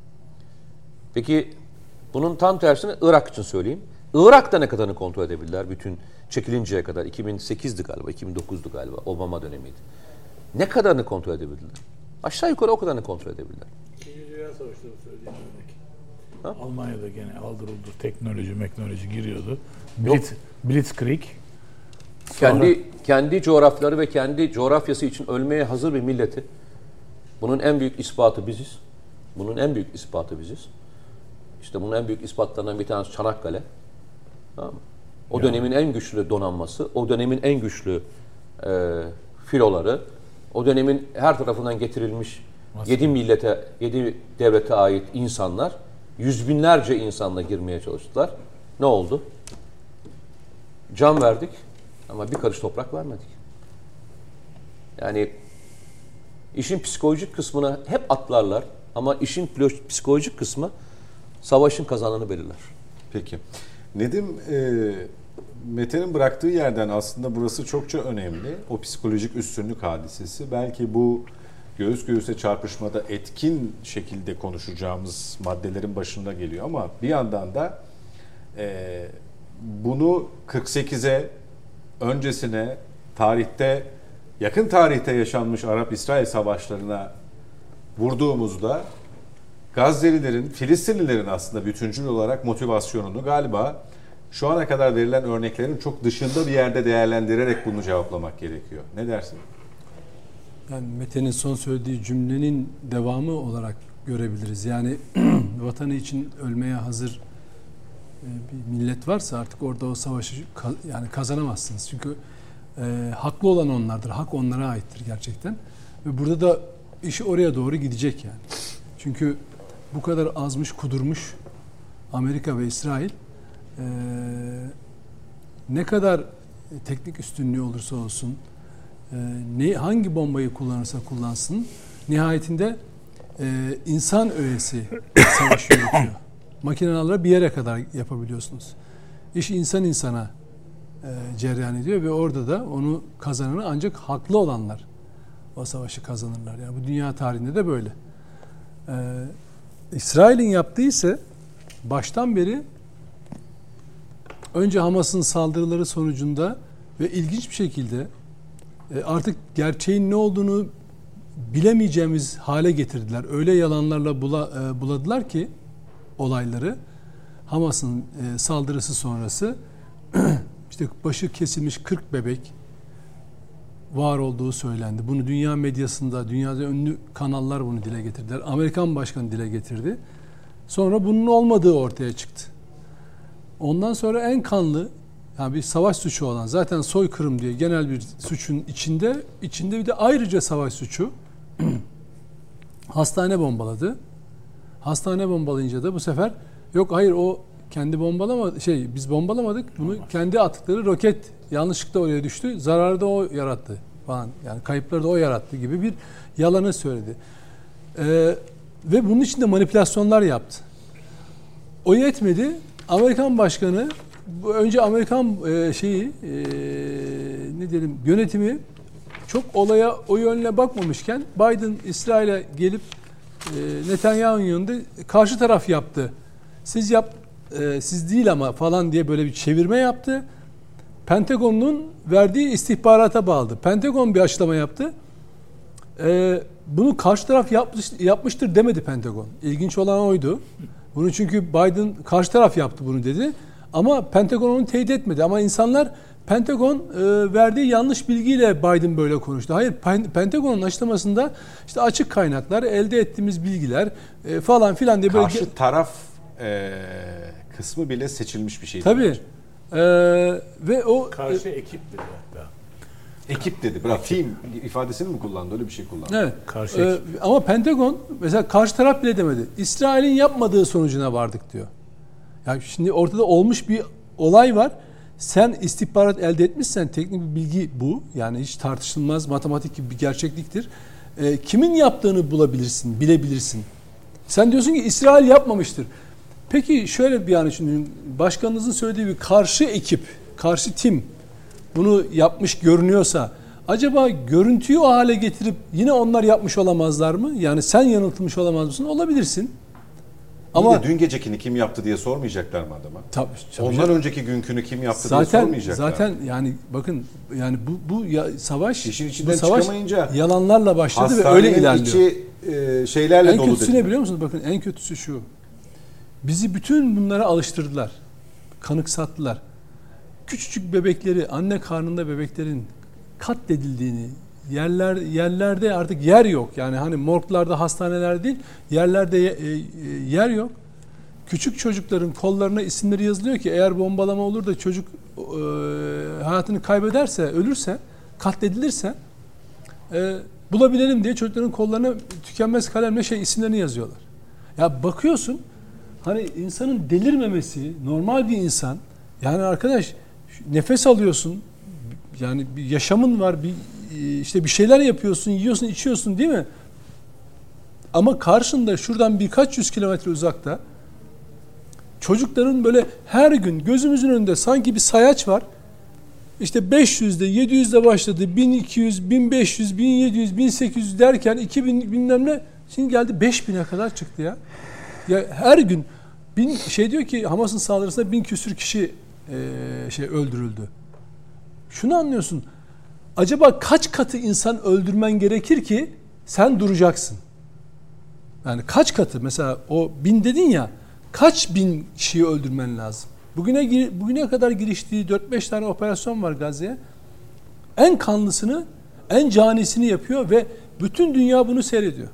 Peki bunun tam tersini Irak için söyleyeyim. Irak'ta ne kadarını kontrol edebildiler bütün çekilinceye kadar? iki bin sekizdi galiba, iki bin dokuzdu galiba, Obama dönemiydi. Ne kadarını kontrol edebildiler? Aşağı yukarı o kadarını kontrol edebildiler. İkinci Dünya Savaşı'nda söylediğim örnek. Ha? Almanya'da gene aldır uldur teknoloji, meknoloji giriyordu. Blitz, Blitzkrieg. Sonra... Kendi kendi coğrafyaları ve kendi coğrafyası için ölmeye hazır bir milleti. Bunun en büyük ispatı biziz. Bunun en büyük ispatı biziz. İşte bunun en büyük ispatlarından bir tanesi Çanakkale. Tamam mı? O yani. Dönemin en güçlü donanması, o dönemin en güçlü e, filoları, o dönemin her tarafından getirilmiş Nasıl? yedi millete, yedi devlete ait insanlar, yüz binlerce insanla girmeye çalıştılar. Ne oldu? Can verdik ama bir karış toprak vermedik. Yani işin psikolojik kısmına hep atlarlar ama işin psikolojik kısmı savaşın kazananı belirler. Peki. Nedim, e, Mete'nin bıraktığı yerden aslında burası çokça önemli. O psikolojik üstünlük hadisesi. Belki bu göğüs göğüse çarpışmada etkin şekilde konuşacağımız maddelerin başında geliyor. Ama bir yandan da e, bunu kırk sekize, öncesine, tarihte, yakın tarihte yaşanmış Arap-İsrail savaşlarına vurduğumuzda Gazze'lilerin, Filistinlilerin aslında bütüncül olarak motivasyonunu galiba şu ana kadar verilen örneklerin çok dışında bir yerde değerlendirerek bunu cevaplamak gerekiyor. Ne dersin? Yani Mete'nin son söylediği cümlenin devamı olarak görebiliriz. Yani vatanı için ölmeye hazır bir millet varsa artık orada o savaşı yani kazanamazsınız. Çünkü e, haklı olan onlardır. Hak onlara aittir gerçekten. Ve burada da işi oraya doğru gidecek yani. Çünkü bu kadar azmış, kudurmuş Amerika ve İsrail e, ne kadar teknik üstünlüğü olursa olsun, e, ne hangi bombayı kullanırsa kullansın, nihayetinde e, insan öğesi savaş yürütüyor. Makinelerle bir yere kadar yapabiliyorsunuz. İş insan insana e, cereyan ediyor ve orada da onu kazananı ancak haklı olanlar o savaşı kazanırlar. Yani bu dünya tarihinde de böyle. Ee, İsrail'in yaptığı ise baştan beri önce Hamas'ın saldırıları sonucunda ve ilginç bir şekilde e, artık gerçeğin ne olduğunu bilemeyeceğimiz hale getirdiler. Öyle yalanlarla bula, e, buladılar ki olayları. Hamas'ın e, saldırısı sonrası işte başı kesilmiş kırk bebek var olduğu söylendi. Bunu dünya medyasında, dünyada ünlü kanallar bunu dile getirdiler. Amerikan başkanı dile getirdi. Sonra bunun olmadığı ortaya çıktı. Ondan sonra en kanlı, yani bir savaş suçu olan, zaten soykırım diye genel bir suçun içinde, içinde bir de ayrıca savaş suçu hastane bombaladı. Hastane bombalayınca da bu sefer yok hayır o kendi bombalamadı, şey biz bombalamadık. Bunu kendi attıkları roket yanlışlıkla oraya düştü. Zararı da o yarattı falan. Yani kayıpları da o yarattı gibi bir yalanı söyledi. Ee, ve bunun için de manipülasyonlar yaptı. O yetmedi. Amerikan başkanı önce Amerikan e, şeyi e, ne diyelim yönetimi çok olaya o yönle bakmamışken Biden İsrail'e gelip e, Netanyahu'nun yanında karşı taraf yaptı. Siz yap e, siz değil ama falan diye böyle bir çevirme yaptı. Pentagon'un verdiği istihbarata bağladı. Pentagon bir açıklama yaptı. E, bunu karşı taraf yapmış, yapmıştır demedi Pentagon. İlginç olan oydu. Bunu çünkü Biden karşı taraf yaptı bunu dedi. Ama Pentagon onu teyit etmedi. Ama insanlar Pentagon e, verdiği yanlış bilgiyle Biden böyle konuştu. Hayır, Pentagon'un açıklamasında işte açık kaynaklar, elde ettiğimiz bilgiler e, falan filan diye böyle... Karşı taraf e, kısmı bile seçilmiş bir şey. Tabii. E, ve o... Karşı ekip dedi hatta. Ekip dedi. Bırak. Team ifadesini mi kullandı? Öyle bir şey kullandı. Evet. Karşı e, ama Pentagon mesela karşı taraf bile demedi. İsrail'in yapmadığı sonucuna vardık diyor. Yani şimdi ortada olmuş bir olay var. Sen istihbarat elde etmişsen teknik bir bilgi bu. Yani hiç tartışılmaz matematik gibi bir gerçekliktir. E, kimin yaptığını bulabilirsin, bilebilirsin. Sen diyorsun ki İsrail yapmamıştır. Peki şöyle bir an için başkanınızın söylediği bir karşı ekip, karşı tim bunu yapmış görünüyorsa acaba görüntüyü o hale getirip yine onlar yapmış olamazlar mı? Yani sen yanıltılmış olamaz mısın? Olabilirsin. Ama dün gecekini kim yaptı diye sormayacaklar mı adama? Tabii, tabii. Ondan önceki günkünü kim yaptı zaten, diye sormayacaklar. Zaten yani bakın yani bu bu ya, savaş İşin içinden bu savaş çıkamayınca yalanlarla başladı ve öyle ilerliyor. içi e, şeylerle en dolu. En kötüsü dedi. ne biliyor musunuz? Bakın en kötüsü şu. Bizi bütün bunlara alıştırdılar. Kanıksattılar. Küçücük bebekleri, anne karnında bebeklerin katledildiğini, yerler yerlerde artık yer yok. Yani hani morglarda, hastaneler değil, yerlerde yer yok. Küçük çocukların kollarına isimleri yazılıyor ki eğer bombalama olur da çocuk e, hayatını kaybederse, ölürse, katledilirse e, bulabilelim diye çocukların kollarına tükenmez kalemle şey isimlerini yazıyorlar. Ya bakıyorsun hani insanın delirmemesi, normal bir insan, yani arkadaş nefes alıyorsun, yani bir yaşamın var, bir işte bir şeyler yapıyorsun, yiyorsun, içiyorsun değil mi? Ama karşında şuradan birkaç yüz kilometre uzakta çocukların böyle her gün gözümüzün önünde sanki bir sayaç var. İşte beş yüzde, yedi yüzde başladı, bin iki yüz, bin beş yüz, bin yedi yüz, bin sekiz yüz derken iki bin bilmem ne, şimdi geldi beş bine kadar çıktı ya. Ya her gün bin şey diyor ki Hamas'ın saldırısında bin küsür kişi e, şey öldürüldü. Şunu anlıyorsun. Acaba kaç katı insan öldürmen gerekir ki sen duracaksın? Yani kaç katı? Mesela o bin dedin ya, kaç bin kişiyi öldürmen lazım? Bugüne bugüne kadar giriştiği dört beş tane operasyon var Gazze'ye. En kanlısını, en canisini yapıyor ve bütün dünya bunu seyrediyor.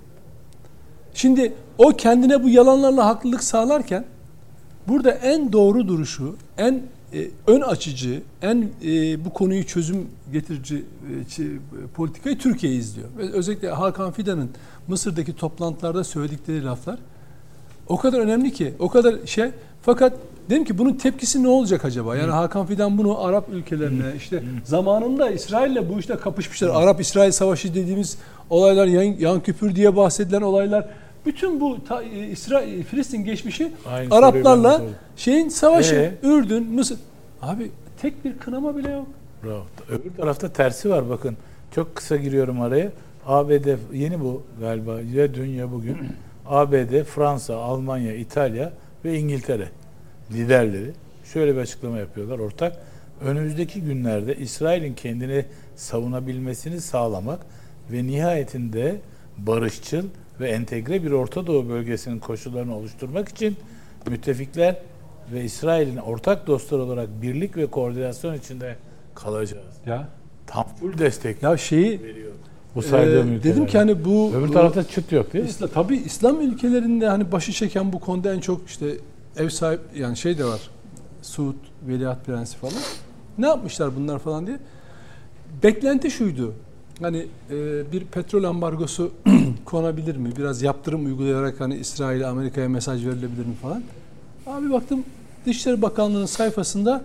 Şimdi o kendine bu yalanlarla haklılık sağlarken burada en doğru duruşu, en e, ön açıcı, en e, bu konuyu çözüm getirici e, politikayı Türkiye izliyor. Ve özellikle Hakan Fidan'ın Mısır'daki toplantılarda söyledikleri laflar o kadar önemli ki, o kadar şey. Fakat dedim ki bunun tepkisi ne olacak acaba? Yani Hakan Fidan bunu Arap ülkelerine, işte zamanında İsrail'le bu işte kapışmışlar. Arap-İsrail Savaşı dediğimiz olaylar, yan, yan küpür diye bahsedilen olaylar. Bütün bu ta, İsrail, Filistin geçmişi aynı Araplarla şeyin savaşı, ee? Ürdün, Mısır. Abi tek bir kınama bile yok. Bravo. Öbür tarafta tersi var bakın. Çok kısa giriyorum araya. A B D yeni bu galiba ya dün ya bugün. A B D, Fransa, Almanya, İtalya ve İngiltere liderleri şöyle bir açıklama yapıyorlar ortak. Önümüzdeki günlerde İsrail'in kendini savunabilmesini sağlamak ve nihayetinde barışçıl ve entegre bir Orta Doğu bölgesinin koşullarını oluşturmak için müttefikler ve İsrail'in ortak dostlar olarak birlik ve koordinasyon içinde kalacağız. Ya tam full destek. Ya şeyi veriyor. Bu saydığım e, dedim ki hani bu öbür tarafta çıt yok değil mi? İslam, tabii İslam ülkelerinde hani başı çeken bu konuda en çok işte ev sahip yani şey de var. Suud Veliaht Prensi falan. Ne yapmışlar bunlar falan diye. Beklenti şuydu. Hani e, bir petrol ambargosu konabilir mi? Biraz yaptırım uygulayarak hani İsrail'e, Amerika'ya mesaj verilebilir mi falan. Abi baktım Dışişleri Bakanlığı'nın sayfasında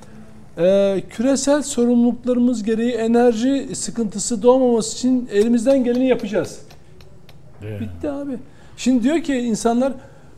e, küresel sorumluluklarımız gereği enerji sıkıntısı doğmaması için elimizden geleni yapacağız. Yeah. Bitti abi. Şimdi diyor ki insanlar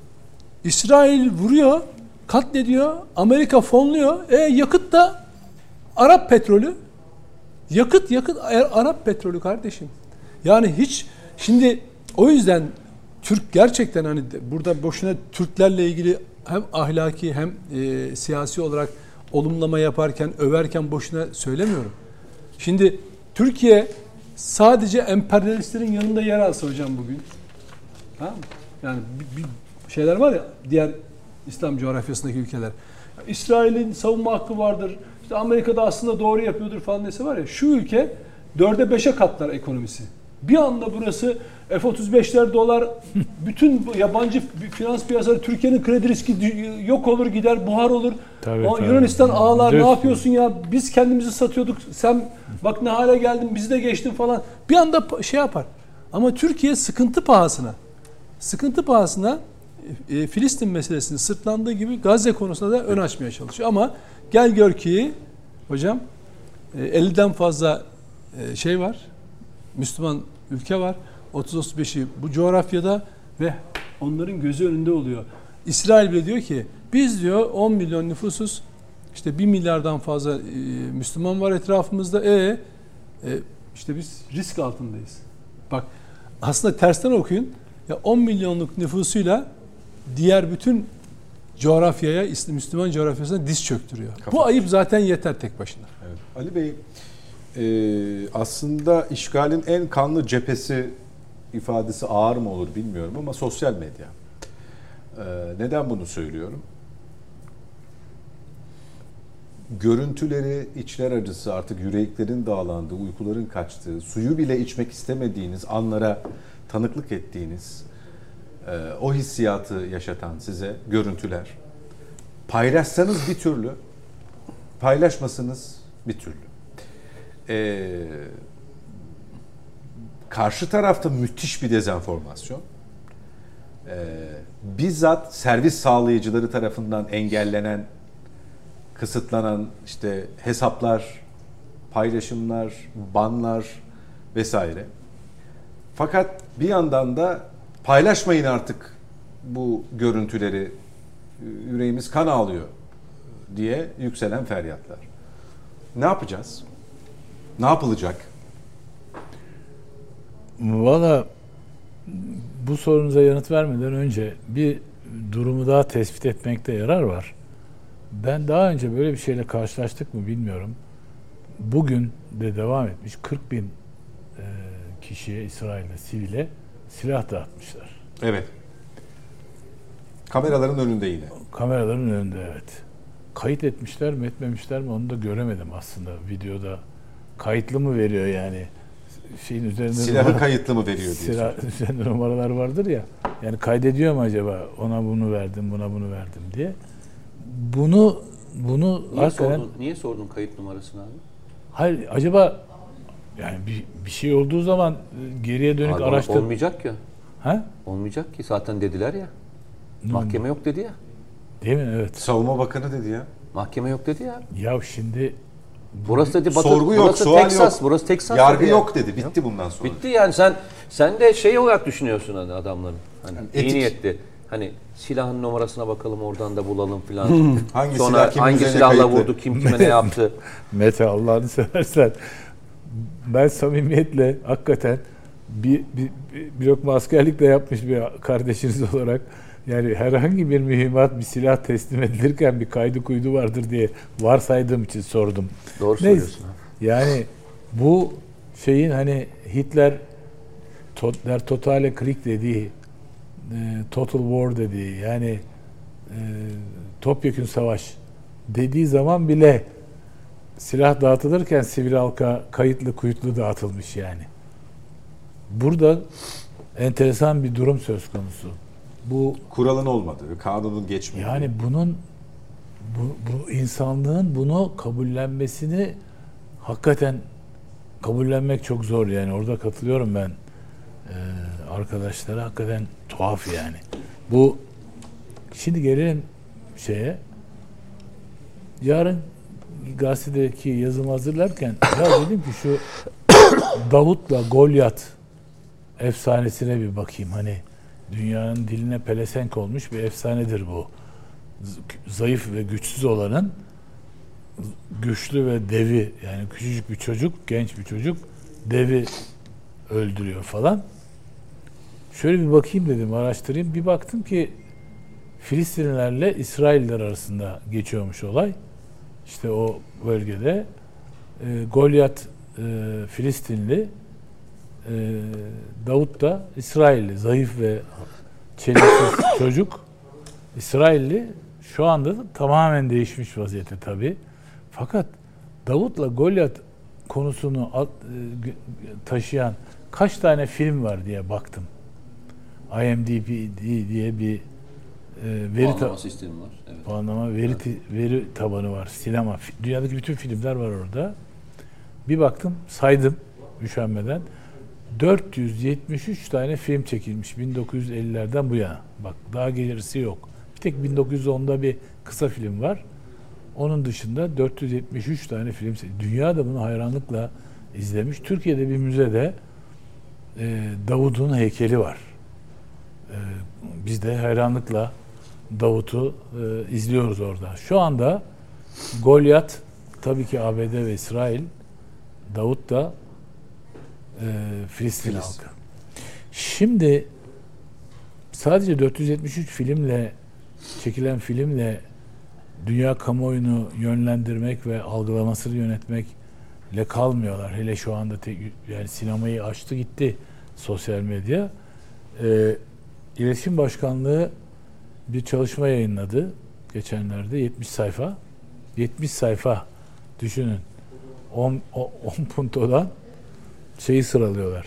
İsrail vuruyor, katlediyor, Amerika fonluyor. E yakıt da Arap petrolü. Yakıt yakıt Arap petrolü kardeşim. Yani hiç şimdi o yüzden Türk gerçekten hani burada boşuna Türklerle ilgili hem ahlaki hem e, siyasi olarak olumlama yaparken, överken boşuna söylemiyorum. Şimdi Türkiye sadece emperyalistlerin yanında yer alsa hocam bugün. Tamam mı? Yani bir, bir şeyler var ya diğer İslam coğrafyasındaki ülkeler. İsrail'in savunma hakkı vardır. İşte Amerika'da aslında doğru yapıyordur falan neyse var ya. Şu ülke dörde beşe katlar ekonomisi. Bir anda burası F otuz beşler dolar, bütün yabancı finans piyasaları, Türkiye'nin kredi riski yok olur gider, buhar olur. Tabii, o, tabii. Yunanistan ağlar, ne yapıyorsun ya, biz kendimizi satıyorduk, sen bak ne hale geldin, bizi de geçtin falan. Bir anda şey yapar. Ama Türkiye sıkıntı pahasına, sıkıntı pahasına e, Filistin meselesini sırtlandığı gibi Gazze konusunda da ön açmaya çalışıyor. Ama gel gör ki hocam e, elliden fazla e, şey var, Müslüman ülke var. otuz otuz beşi bu coğrafyada ve onların gözü önünde oluyor. İsrail bile diyor ki biz diyor on milyon nüfusuz, işte bir milyardan fazla e, Müslüman var etrafımızda. E, e işte biz risk altındayız. Bak aslında tersten okuyun. Ya on milyonluk nüfusuyla diğer bütün coğrafyaya, Müslüman coğrafyasına diz çöktürüyor. Kapat. Bu ayıp zaten yeter tek başına. Evet. Ali Bey, e, aslında işgalin en kanlı cephesi ifadesi ağır mı olur bilmiyorum ama sosyal medya. Ee, neden bunu söylüyorum? Görüntüleri içler acısı, artık yüreklerin dağlandığı, uykuların kaçtığı, suyu bile içmek istemediğiniz anlara tanıklık ettiğiniz, e, o hissiyatı yaşatan size görüntüler. Paylaşsanız bir türlü, paylaşmasanız bir türlü. Ee, Karşı tarafta müthiş bir dezenformasyon. Ee, bizzat servis sağlayıcıları tarafından engellenen, kısıtlanan işte hesaplar, paylaşımlar, banlar vesaire. Fakat bir yandan da paylaşmayın artık bu görüntüleri, yüreğimiz kan ağlıyor diye yükselen feryatlar. Ne yapacağız? Ne yapılacak? Valla bu sorunuza yanıt vermeden önce bir durumu daha tespit etmekte yarar var. Ben daha önce böyle bir şeyle karşılaştık mı bilmiyorum. Bugün de devam etmiş kırk bin e, kişiye, İsrail'de sivile silah dağıtmışlar. Evet. Kameraların önünde yine. Kameraların önünde, evet. Kayıt etmişler mi etmemişler mi onu da göremedim aslında videoda. Kayıtlı mı veriyor yani? Şeyin üzerinde silahı numara, kayıtlı mı veriyor diye. Silah üzerinde numaralar vardır ya. Yani kaydediyor mu acaba? Ona bunu verdim, buna bunu verdim diye. Bunu bunu niye hakikaten, sordun? Niye sordun kayıt numarasını abi? Hayır, acaba yani bir, bir şey olduğu zaman geriye dönük araştır. Olmayacak ya. Ha? Olmayacak ki zaten dediler ya. Hmm. Mahkeme yok dedi ya. Değil mi? Evet. Savunma Bakanı dedi ya. Mahkeme yok dedi ya. Ya şimdi burası dedi Batı, sorgu yok, burası sual Texas, yok. Burası Texas. Yargı dedi yok dedi. Bitti bundan sonra. Bitti yani sen sen de şey olarak düşünüyorsun hani adamların. Hani yani iyi niyetli. Hani silahın numarasına bakalım oradan da bulalım filan. hangi Sonra silah hangi silahla kayıtlı vurdu, kim kime ne yaptı? Mete Allah'ını seversen. Ben samimiyetle hakikaten bir, bir, bir, bir lokma askerlik de yapmış bir kardeşiniz olarak yani herhangi bir mühimmat, bir silah teslim edilirken bir kaydı kuydu vardır diye varsaydığım için sordum. Doğru söylüyorsun. Yani bu şeyin hani Hitler tot, der Totale Krieg dediği, e, Total War dediği yani e, topyekün savaş dediği zaman bile silah dağıtılırken sivil halka kayıtlı kuyutlu dağıtılmış yani. Burada enteresan bir durum söz konusu. Bu kuralın olmadığı, kanunun geçmediği. Yani bunun bu, bu insanlığın bunu kabullenmesini hakikaten kabullenmek çok zor yani. Orada katılıyorum ben ee, arkadaşlara, hakikaten tuhaf yani. Bu şimdi gelelim şeye. Yarın gazetedeki yazımı hazırlarken ya dedim ki şu Davut'la Golyat efsanesine bir bakayım. Hani dünyanın diline pelesenk olmuş bir efsanedir bu. Zayıf ve güçsüz olanın güçlü ve devi, yani küçücük bir çocuk, genç bir çocuk devi öldürüyor falan. Şöyle bir bakayım dedim, araştırayım. Bir baktım ki Filistinlilerle İsrailler arasında geçiyormuş olay. İşte o bölgede e, Golyat e, Filistinli, e, Davut da İsrailli, zayıf ve çeliksiz çocuk. İsrailli şu anda da tamamen değişmiş vaziyette tabii. Fakat Davut'la Golyat konusunu at, e, taşıyan kaç tane film var diye baktım. I M D B diye bir e, veri puanlama ta- sistemi var. Evet. Puanlama veri Evet. ti- veri tabanı var. Sinema, dünyadaki bütün filmler var orada. Bir baktım, saydım üşenmeden. dört yüz yetmiş üç tane film çekilmiş bin dokuz yüz ellilerden bu yana. Bak daha gerisi yok. Bir tek bin dokuz yüz onda bir kısa film var. Onun dışında dört yüz yetmiş üç tane film. Dünya da bunu hayranlıkla izlemiş. Türkiye'de bir müzede e, Davut'un heykeli var. E, biz de hayranlıkla Davut'u e, izliyoruz orada. Şu anda Golyat tabii ki A B D ve İsrail, Davut da e, Filistin halkı. Şimdi sadece dört yüz yetmiş üç filmle çekilen filmle dünya kamuoyunu yönlendirmek ve algılamasını yönetmekle kalmıyorlar. Hele şu anda tek, yani sinemayı açtı gitti sosyal medya. E, İletişim Başkanlığı bir çalışma yayınladı geçenlerde, yetmiş sayfa. yetmiş sayfa düşünün. on puntodan şeyi sıralıyorlar.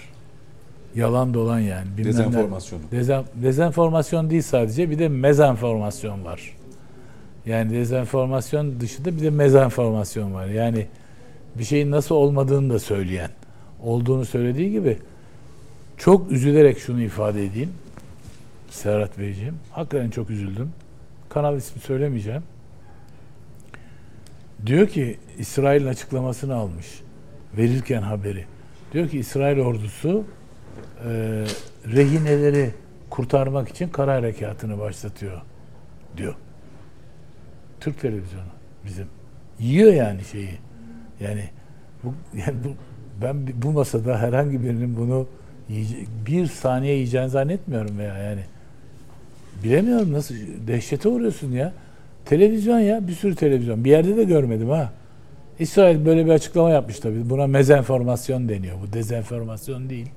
Yalan dolan yani. Dezenformasyon. Dezen, dezenformasyon değil sadece, bir de mezenformasyon var. Yani dezenformasyon dışında bir de mezenformasyon var. Yani bir şeyin nasıl olmadığını da söyleyen, olduğunu söylediği gibi. Çok üzülerek şunu ifade edeyim Serhat Beyciğim. Hakikaten çok üzüldüm. Kanal ismi söylemeyeceğim. Diyor ki, İsrail'in açıklamasını almış. Verirken haberi. Diyor ki İsrail ordusu e, rehineleri kurtarmak için kara harekatını başlatıyor diyor. Türk televizyonu bizim. Yiyor yani şeyi. Yani bu, yani bu, ben bu masada herhangi birinin bunu yiyecek, bir saniye yiyeceğini zannetmiyorum veya yani. Bilemiyorum, nasıl dehşete uğruyorsun ya. Televizyon ya, bir sürü televizyon. Bir yerde de görmedim ha. İsrail böyle bir açıklama yapmış tabii. Buna mezenformasyon deniyor. Bu dezenformasyon değil.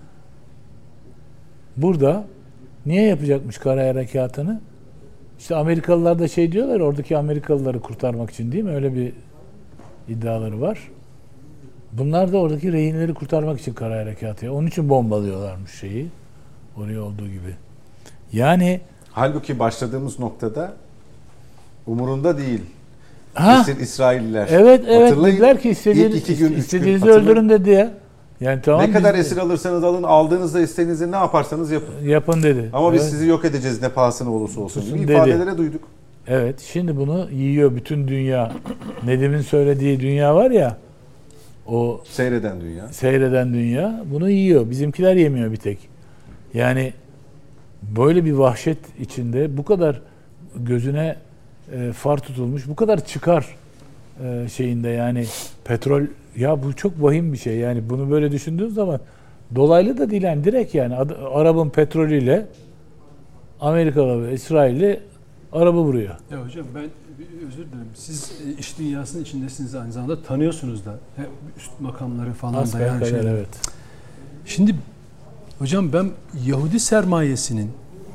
Burada niye yapacakmış kara harekatını? İşte Amerikalılar da şey diyorlar, oradaki Amerikalıları kurtarmak için, değil mi? Öyle bir iddiaları var. Bunlar da oradaki rehinleri kurtarmak için kara harekatı. Onun için bombalıyorlarmış şeyi. Oraya olduğu gibi. Yani halbuki başladığımız noktada umurunda değil. ha, İsrailliler. Evet evet. Hatırlayın, Dediler ki istediğiniz, ilk iki gün, üç gün istediğinizi hatırlayın. öldürün dedi ya. Yani tamam, ne kadar biz- esir alırsanız alın, aldığınızda istediğinizi ne yaparsanız yapın. yapın dedi. Ama Evet. biz sizi yok edeceğiz ne pahasına olursa olsun Susun gibi dedi. ifadelere duyduk. Evet, şimdi bunu yiyor bütün dünya. Nedim'in söylediği dünya var ya, o Seyreden dünya. seyreden dünya bunu yiyor. Bizimkiler yemiyor bir tek. Yani böyle bir vahşet içinde bu kadar gözüne e, far tutulmuş, bu kadar çıkar e, şeyinde, yani petrol, ya bu çok vahim bir şey. Yani bunu böyle düşündüğün zaman dolaylı da değil, yani direkt yani Ad- Arap'ın petrolüyle Amerikalı ve İsrail'i araba vuruyor. Ya hocam ben bir özür dilerim. Siz e, iş dünyasının içindesiniz, aynı zamanda tanıyorsunuz da. Hep üst makamları falan da Asgari yani kadar, şeyler. evet. Şimdi hocam ben Yahudi sermayesinin,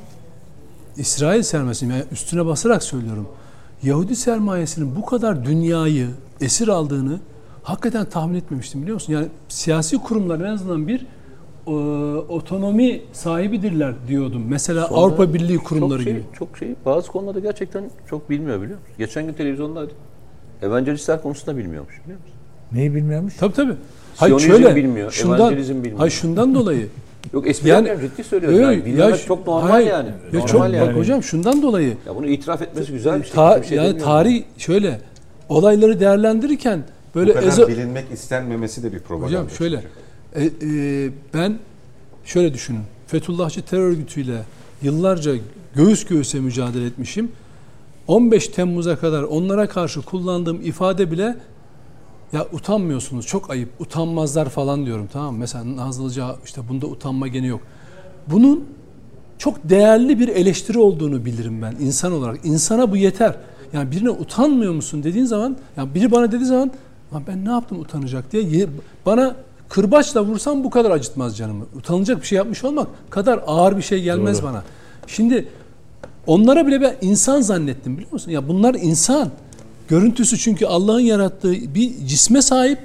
İsrail sermayesinin, yani üstüne basarak söylüyorum. Yahudi sermayesinin bu kadar dünyayı esir aldığını hakikaten tahmin etmemiştim, biliyor musun? Yani siyasi kurumlar en azından bir e, otonomi sahibidirler diyordum. Mesela Sonra Avrupa Birliği kurumları çok şey, gibi. Çok şey, bazı konularda gerçekten çok bilmiyor, biliyor musun? Geçen gün televizyondaydı. Evangelistler konusunda bilmiyormuş, biliyor musun? Neyi bilmiyormuş? Tabii tabii. Siyonizm bilmiyor, evangelizm bilmiyor. Hayır şundan dolayı. Yok espri Yani- yapmıyorum, ciddi söylüyorum. Yok, Yani. Bilmemek ya- çok normal hayır, yani. Ya Normal çok, yani. bak hocam şundan dolayı. Ya bunu itiraf etmesi güzel bir şey. Ta, Bir şey yani demiyorum. tarih şöyle olayları değerlendirirken Bu böyle kadar ezo- bilinmek istenmemesi de bir propaganda. hocam şöyle e, e, ben şöyle düşünün. Fethullahçı terör örgütüyle yıllarca göğüs göğüse mücadele etmişim. on beş Temmuz'a kadar onlara karşı kullandığım ifade bile, ya utanmıyorsunuz, çok ayıp, utanmazlar falan diyorum, tamam mı? Mesela Nazlıca işte bunda utanma gene yok. Bunun çok değerli bir eleştiri olduğunu bilirim ben insan olarak. İnsana bu yeter. Yani birine utanmıyor musun dediğin zaman, yani biri bana dediği zaman ben ne yaptım utanacak diye, bana kırbaçla vursam bu kadar acıtmaz canımı. Utanılacak bir şey yapmış olmak kadar ağır bir şey gelmez Doğru. bana. Şimdi onlara bile ben insan zannettim, biliyor musun? Ya bunlar insan. Görüntüsü çünkü Allah'ın yarattığı bir cisme sahip.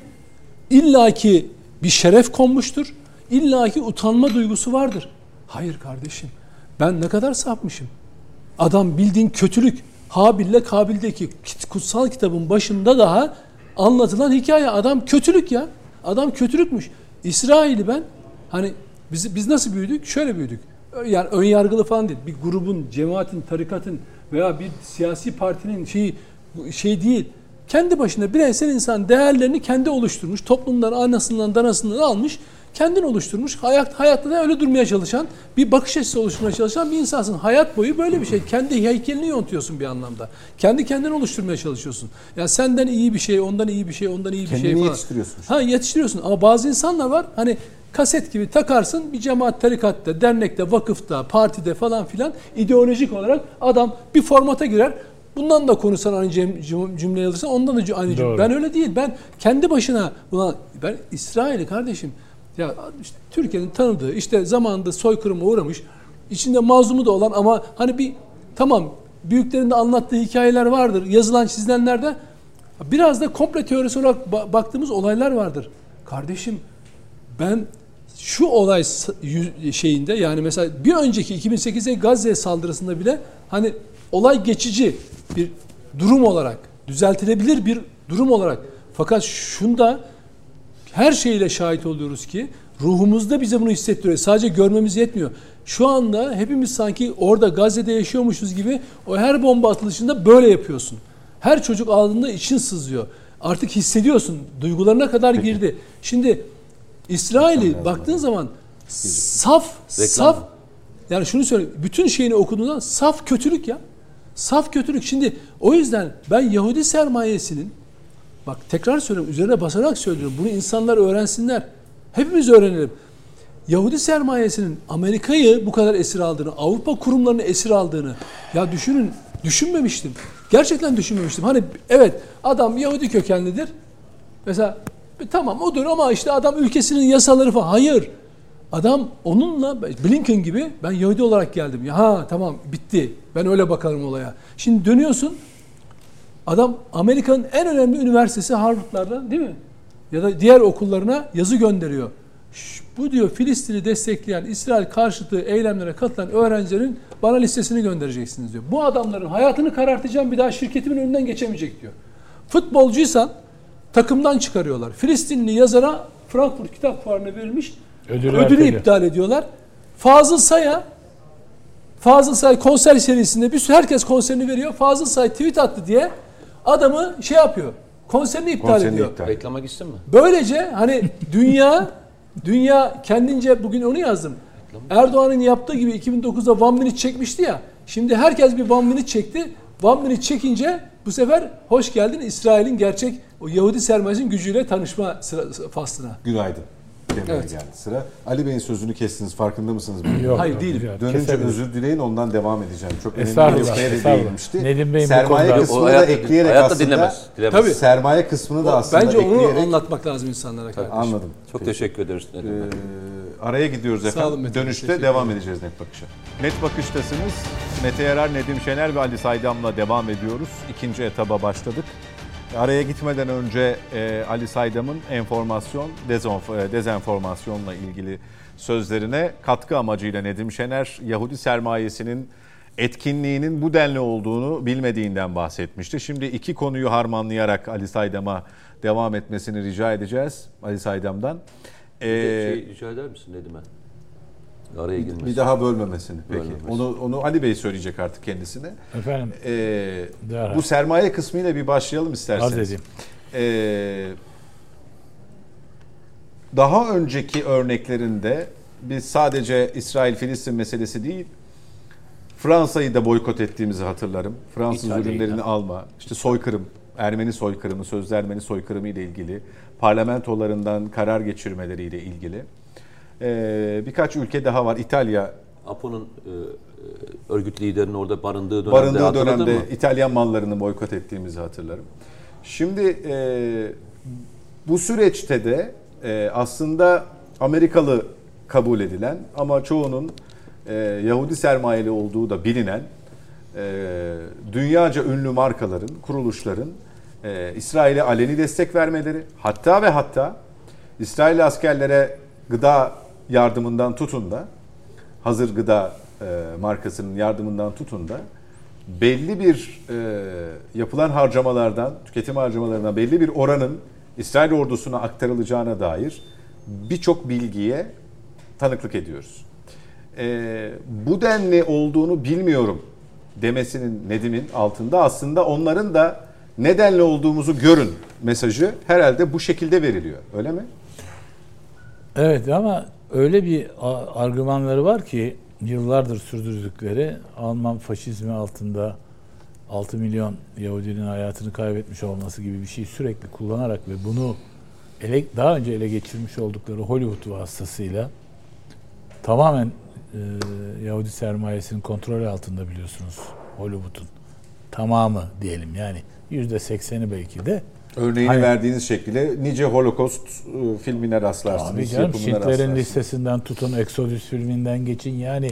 İllaki bir şeref konmuştur. İllaki utanma duygusu vardır. Hayır kardeşim. Ben ne kadar sapmışım. Adam bildiğin kötülük. Habil'le Kabil'deki kutsal kitabın başında daha anlatılan hikaye. Adam kötülük ya. Adam kötülükmüş. İsrail'i ben hani biz, biz nasıl büyüdük? Şöyle büyüdük. Yani ön yargılı falan değil. Bir grubun, cemaatin, tarikatın veya bir siyasi partinin şeyi şey değil. Kendi başına bireysel insan değerlerini kendi oluşturmuş. Toplumdan, anasından, danasından almış. Kendini oluşturmuş. Hayat, hayatta da öyle durmaya çalışan, bir bakış açısı oluşturmaya çalışan bir insansın. Hayat boyu böyle bir şey. Kendi heykelini yontuyorsun bir anlamda. Kendi kendini oluşturmaya çalışıyorsun. Yani senden iyi bir şey, ondan iyi bir şey, ondan iyi bir Kendini şey falan. yetiştiriyorsun. Ha yetiştiriyorsun. Ama bazı insanlar var. Hani kaset gibi takarsın, bir cemaat, tarikatta, dernekte, vakıfta, partide falan filan ideolojik olarak adam bir formata girer. Bundan da konuşsan aynı cümleyi alırsan ondan da aynı cümle. Ben öyle değil. Ben kendi başına ulan ben İsrail'i kardeşim ya işte Türkiye'nin tanıdığı, işte zamanında soykırıma uğramış, içinde mazlumu da olan ama hani bir tamam büyüklerin de anlattığı hikayeler vardır. Yazılan, çizilenlerde biraz da komple teorisi olarak baktığımız olaylar vardır. Kardeşim ben şu olay şeyinde, yani mesela bir önceki iki bin sekiz'e Gazze saldırısında bile hani olay geçici bir durum olarak, düzeltilebilir bir durum olarak, fakat şunda her şeyle şahit oluyoruz ki ruhumuzda bize bunu hissettiriyor. Sadece görmemiz yetmiyor. Şu anda hepimiz sanki orada Gazze'de yaşıyormuşuz gibi o her bomba atılışında böyle yapıyorsun. Her çocuk ağladığında için sızlıyor. Artık hissediyorsun. Duygularına kadar Peki. girdi. Şimdi İsrail'i baktığın zaman saf, Reklam saf mı? Yani şunu söyleyeyim. Bütün şeyini okuduğunda saf kötülük ya. Saf kötülük. Şimdi o yüzden ben Yahudi sermayesinin, bak tekrar söylüyorum, üzerine basarak söylüyorum. Bunu insanlar öğrensinler. Hepimiz öğrenelim. Yahudi sermayesinin Amerika'yı bu kadar esir aldığını, Avrupa kurumlarını esir aldığını ya düşünün, düşünmemiştim. Gerçekten düşünmemiştim. Hani evet adam Yahudi kökenlidir. Mesela tamam odur ama işte adam ülkesinin yasaları falan. Hayır. Adam onunla Blinken gibi ben Yahudi olarak geldim. Ya ha tamam bitti. Ben öyle bakarım olaya. Şimdi dönüyorsun. Adam Amerika'nın en önemli üniversitesi Harvard'lardan değil mi? Ya da diğer okullarına yazı gönderiyor. Şş, bu diyor Filistin'i destekleyen, İsrail karşıtı eylemlere katılan öğrencilerin bana listesini göndereceksiniz diyor. Bu adamların hayatını karartacağım, bir daha şirketimin önünden geçemeyecek diyor. Futbolcuysan takımdan çıkarıyorlar. Filistinli yazara Frankfurt Kitap Fuarı'na verilmiş ödülü, ödülü iptal ediyorlar. Fazıl Say'a Fazıl Say konser serisinde bir sürü herkes konserini veriyor. Fazıl Say tweet attı diye adamı şey yapıyor. Konserini iptal konserini ediyor. Iptal. Reklama gitsin mi? Böylece hani dünya dünya kendince, bugün onu yazdım. Erdoğan'ın yaptığı gibi iki bin dokuz'da One Minute çekmişti ya. Şimdi herkes bir One Minute çekti. One Minute çekince bu sefer hoş geldin İsrail'in gerçek o Yahudi sermayesinin gücüyle tanışma sıra, faslına. Günaydın. Evet. Geldi sıra. Ali Bey'in sözünü kestiniz. Farkında mısınız? Yok, Hayır değilim. Dönünce Keselim. özür dileyin, ondan devam edeceğim. Çok önemli bir noktaya değinmişti. Nedim Bey'in sermaye kısmını da ekleyerek hayatta aslında. Dinlemez, dinlemez. Tabii. Sermaye kısmını da aslında bence ekleyerek. Bence onu anlatmak lazım insanlara kardeşim. Anladım. Çok Peki. teşekkür ederiz Nedim Bey. Ee, araya gidiyoruz efendim. Olun, Dönüşte devam edeceğiz Net Bakış'a. Net Bakış'tasınız. Mete Yarar, Nedim Şener ve Ali Saydam'la devam ediyoruz. İkinci etaba başladık. Araya gitmeden önce e, Ali Saydam'ın enformasyon, dezenf- dezenformasyonla ilgili sözlerine katkı amacıyla Nedim Şener, Yahudi sermayesinin etkinliğinin bu denli olduğunu bilmediğinden bahsetmişti. Şimdi iki konuyu harmanlayarak Ali Saydam'a devam etmesini rica edeceğiz Ali Saydam'dan. Ee, şey rica eder misin Nedim'e? Araya girmesi. Bir daha bölmemesini. Peki. Bölmemesi. Onu onu Ali Bey söyleyecek artık kendisine. Efendim. Ee, bu sermaye kısmıyla bir başlayalım isterseniz. Arz edeyim. Ee, daha önceki örneklerinde biz sadece İsrail-Filistin meselesi değil, Fransa'yı da boykot ettiğimizi hatırlarım. Fransız İtalya'yı ürünlerini da alma, işte soykırım, Ermeni soykırımı, sözde Ermeni soykırımı ile ilgili, parlamentolarından karar geçirmeleriyle ilgili. Ee, birkaç ülke daha var. İtalya Apo'nun e, örgüt liderinin orada barındığı dönemde barındığı dönemde mı? İtalyan mallarını boykot ettiğimizi hatırlarım. Şimdi e, bu süreçte de e, aslında Amerikalı kabul edilen ama çoğunun e, Yahudi sermayeli olduğu da bilinen e, dünyaca ünlü markaların, kuruluşların e, İsrail'e aleni destek vermeleri, hatta ve hatta İsrail askerlere gıda yardımından tutun da hazır gıda e, markasının yardımından tutun da belli bir e, yapılan harcamalardan, tüketim harcamalarından belli bir oranın İsrail ordusuna aktarılacağına dair birçok bilgiye tanıklık ediyoruz. E, bu denli olduğunu bilmiyorum demesinin Nedim'in altında aslında onların da nedenli olduğumuzu görün mesajı herhalde bu şekilde veriliyor. Öyle mi? Evet ama öyle bir argümanları var ki yıllardır sürdürdükleri Alman faşizmi altında altı milyon Yahudinin hayatını kaybetmiş olması gibi bir şeyi sürekli kullanarak ve bunu ele, daha önce ele geçirmiş oldukları Hollywood vasıtasıyla tamamen e, Yahudi sermayesinin kontrolü altında biliyorsunuz Hollywood'un tamamı diyelim yani yüzde sekseni belki de. Örneğini Hayır. verdiğiniz şekilde nice Holocaust filmine rastlarsınız. Tabii canım, Schindler'in listesinden tutun, Exodus filminden geçin. Yani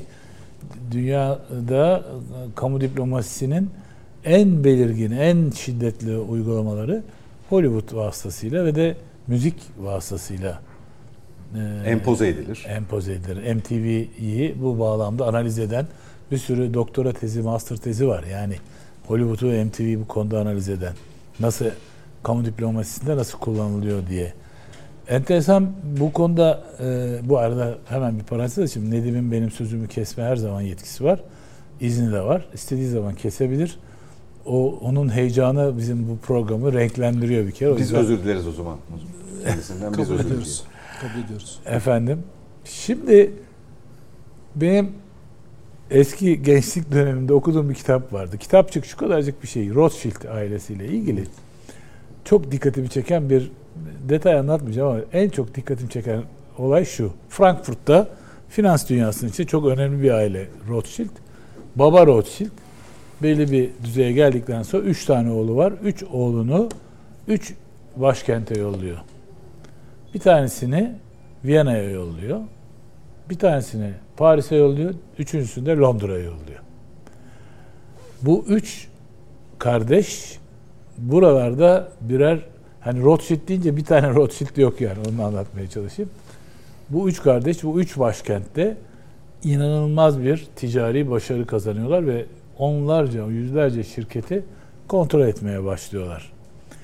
dünyada kamu diplomasisinin en belirgin, en şiddetli uygulamaları Hollywood vasıtasıyla ve de müzik vasıtasıyla e, empoze edilir. Empoze edilir. M T V'yi bu bağlamda analiz eden bir sürü doktora tezi, master tezi var. Yani Hollywood'u ve M T V'yi bu konuda analiz eden. Nasıl kamu diplomasisinde nasıl kullanılıyor diye. Enteresan bu konuda e, bu arada hemen bir parantez açayım. Nedim'in benim sözümü kesme her zaman yetkisi var. İzni de var. İstediği zaman kesebilir. O onun heyecanı bizim bu programı renklendiriyor bir kere. O Biz yüzden... özür dileriz o zaman. Kendisinden biz özür ediyoruz. Kabul ediyoruz. Efendim. Şimdi benim eski gençlik döneminde okuduğum bir kitap vardı. Kitapçık şu kadarcık bir şey. Rothschild ailesiyle ilgili. Çok dikkatimi çeken bir detay anlatmayacağım ama en çok dikkatimi çeken olay şu. Frankfurt'ta finans dünyasının içinde çok önemli bir aile Rothschild. Baba Rothschild belli bir düzeye geldikten sonra üç tane oğlu var. Üç oğlunu üç başkente yolluyor. Bir tanesini Viyana'ya yolluyor. Bir tanesini Paris'e yolluyor. Üçüncüsünü de Londra'ya yolluyor. Bu üç kardeş buralarda birer, hani Rothschild deyince bir tane Rothschild yok yani, onu anlatmaya çalışayım. Bu üç kardeş bu üç başkentte inanılmaz bir ticari başarı kazanıyorlar ve onlarca, yüzlerce şirketi kontrol etmeye başlıyorlar.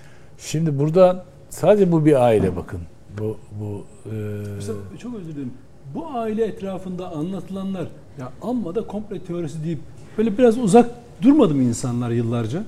Şimdi burada sadece bu bir aile bakın. Bu bu e... Mesela, çok özür dilerim. Bu aile etrafında anlatılanlar ya amma da komple teorisi deyip böyle biraz uzak durmadı mı insanlar yıllarca?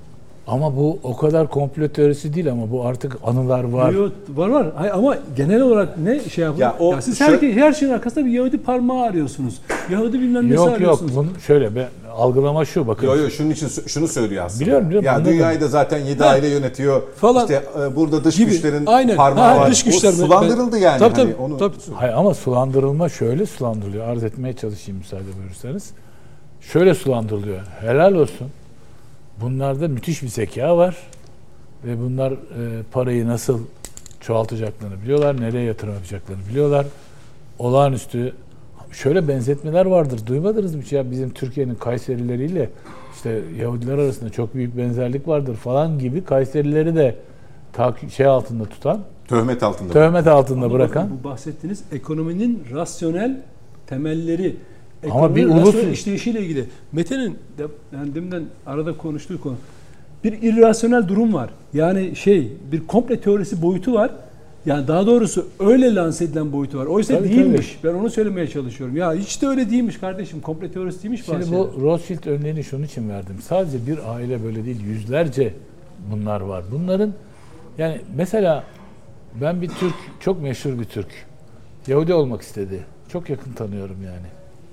Ama bu o kadar komplo teorisi değil ama bu artık anılar var. Yok, var var. Hayır, ama genel olarak ne şey yapıyor? Ya o ya siz şu... her, her şeyin arkasında bir Yahudi parmağı arıyorsunuz. Yahudi bilmem nesi yok, arıyorsunuz. Yok yok. Şöyle be, algılama şu bakın. Yok yok, şunun için şunu söylüyor aslında. Biliyorum biliyorum. Ya anladım. dünyayı da zaten yedi Ha. aile yönetiyor. Falan. İşte e, burada dış Gibi. güçlerin Aynen. parmağı Ha, var. dış güçler. O sulandırıldı yani. Tabii tabii. Hani onu... tabii. Hayır ama sulandırılma şöyle sulandırılıyor. Arz etmeye çalışayım müsaade buyurursanız. Şöyle sulandırılıyor. Helal olsun. Bunlarda müthiş bir zeka var. Ve bunlar e, parayı nasıl çoğaltacaklarını biliyorlar. Nereye yatırım yapacaklarını biliyorlar. Olağanüstü şöyle benzetmeler vardır. Duymadınız mı hiç ya, bizim Türkiye'nin Kayserileriyle işte Yahudiler arasında çok büyük benzerlik vardır falan gibi Kayserileri de takip şey altında tutan, Töhmet altında. töhmet altında Ama bırakan. bakın, bu bahsettiğiniz ekonominin rasyonel temelleri, Ama bir ekonominin ulus rasyonel işleyişiyle ilgili. Mete'nin de, yani deminden arada konuştuğu konu. Bir irrasyonel durum var. Yani şey, bir komple teorisi boyutu var. Yani daha doğrusu öyle lanse edilen boyutu var. Oysa Tabii, değilmiş. Tabii. Ben onu söylemeye çalışıyorum. Ya hiç de öyle değilmiş kardeşim. Komple teorisi değilmiş. Şimdi bu Rothschild örneğini şunun için verdim. Sadece bir aile böyle değil, yüzlerce bunlar var. Bunların yani mesela ben bir Türk, çok meşhur bir Türk. Yahudi olmak istedi. Çok yakın tanıyorum yani.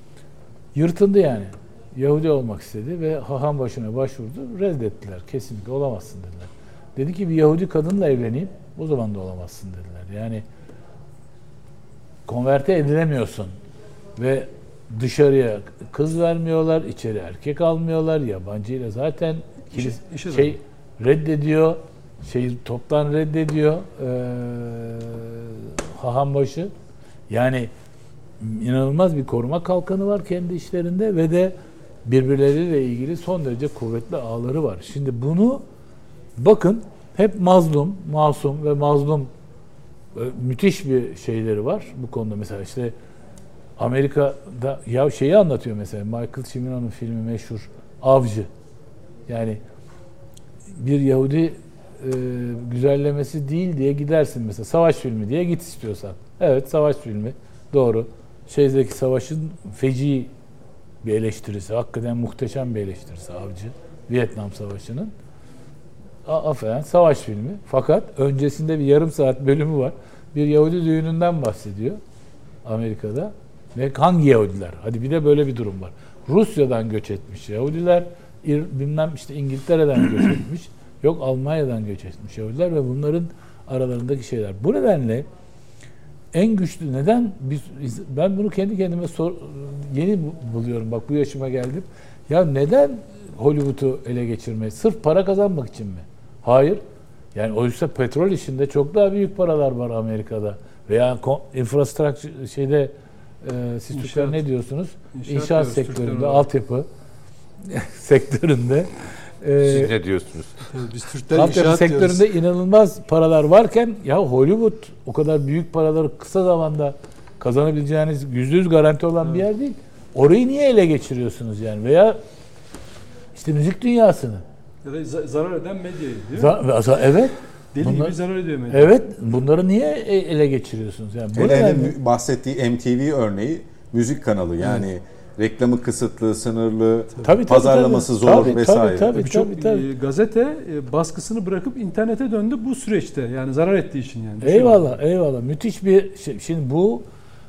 Yırtındı yani. Yahudi olmak istedi ve haham başına başvurdu. Reddettiler. Kesinlikle olamazsın dediler. Dedi ki bir Yahudi kadınla evleneyim. O zaman da olamazsın dediler. Yani konverte edilemiyorsun. Ve dışarıya kız vermiyorlar, içeri erkek almıyorlar. Yabancıyla zaten kilis, İşe- şey reddediyor, şey toptan reddediyor ee, hahambaşı. Yani inanılmaz bir koruma kalkanı var kendi işlerinde ve de birbirleriyle ilgili son derece kuvvetli ağları var. Şimdi bunu bakın hep mazlum, masum ve mazlum müthiş bir şeyleri var bu konuda. Mesela işte Amerika'da ya şeyi anlatıyor mesela Michael Cimino'nun filmi meşhur Avcı. Yani bir Yahudi e, güzellemesi değil diye gidersin mesela savaş filmi diye git istiyorsan. Evet savaş filmi doğru. Şeydeki savaşın feci bir eleştirisi. Hakikaten muhteşem bir eleştirisi Avcı. Vietnam Savaşı'nın. Aferin savaş filmi. Fakat öncesinde bir yarım saat bölümü var. Bir Yahudi düğününden bahsediyor Amerika'da. Ve hangi Yahudiler? Hadi bir de böyle bir durum var. Rusya'dan göç etmiş Yahudiler, bilmem işte İngiltere'den göç etmiş, yok Almanya'dan göç etmiş Yahudiler ve bunların aralarındaki şeyler. Bu nedenle en güçlü neden biz, ben bunu kendi kendime sor, yeni buluyorum. Bak bu yaşıma geldim. Ya neden Hollywood'u ele geçirmeyi? Sırf para kazanmak için mi? Hayır. Yani oysa petrol işinde çok daha büyük paralar var Amerika'da. Veya infrastruktür şeyde e, siz İnşaat. Türkler ne diyorsunuz? İnşaat, İnşaat diyoruz, sektöründe, Türkler altyapı sektöründe e, Siz ne diyorsunuz? Biz Türkler altyapı inşaat sektöründe diyoruz. inanılmaz paralar varken ya Hollywood o kadar büyük paraları kısa zamanda kazanabileceğiniz yüzde yüz garanti olan evet. bir yer değil. Orayı niye ele geçiriyorsunuz yani? Veya işte müzik dünyasını. Ya da zarar eden medyayı değil mi? Za- evet. Deli Bunlar, gibi zarar ediyor medya. Evet. Bunları niye ele geçiriyorsunuz? Yani bu hele hele nedenle... bahsettiği M T V örneği müzik kanalı yani evet. reklamı kısıtlı, sınırlı, tabii, pazarlaması tabii, zor tabii, vesaire. Tabii, tabii, Birçok tabii, tabii. gazete baskısını bırakıp internete döndü bu süreçte. Yani zarar ettiği için yani. Eyvallah, eyvallah. Müthiş bir şey. Şimdi bu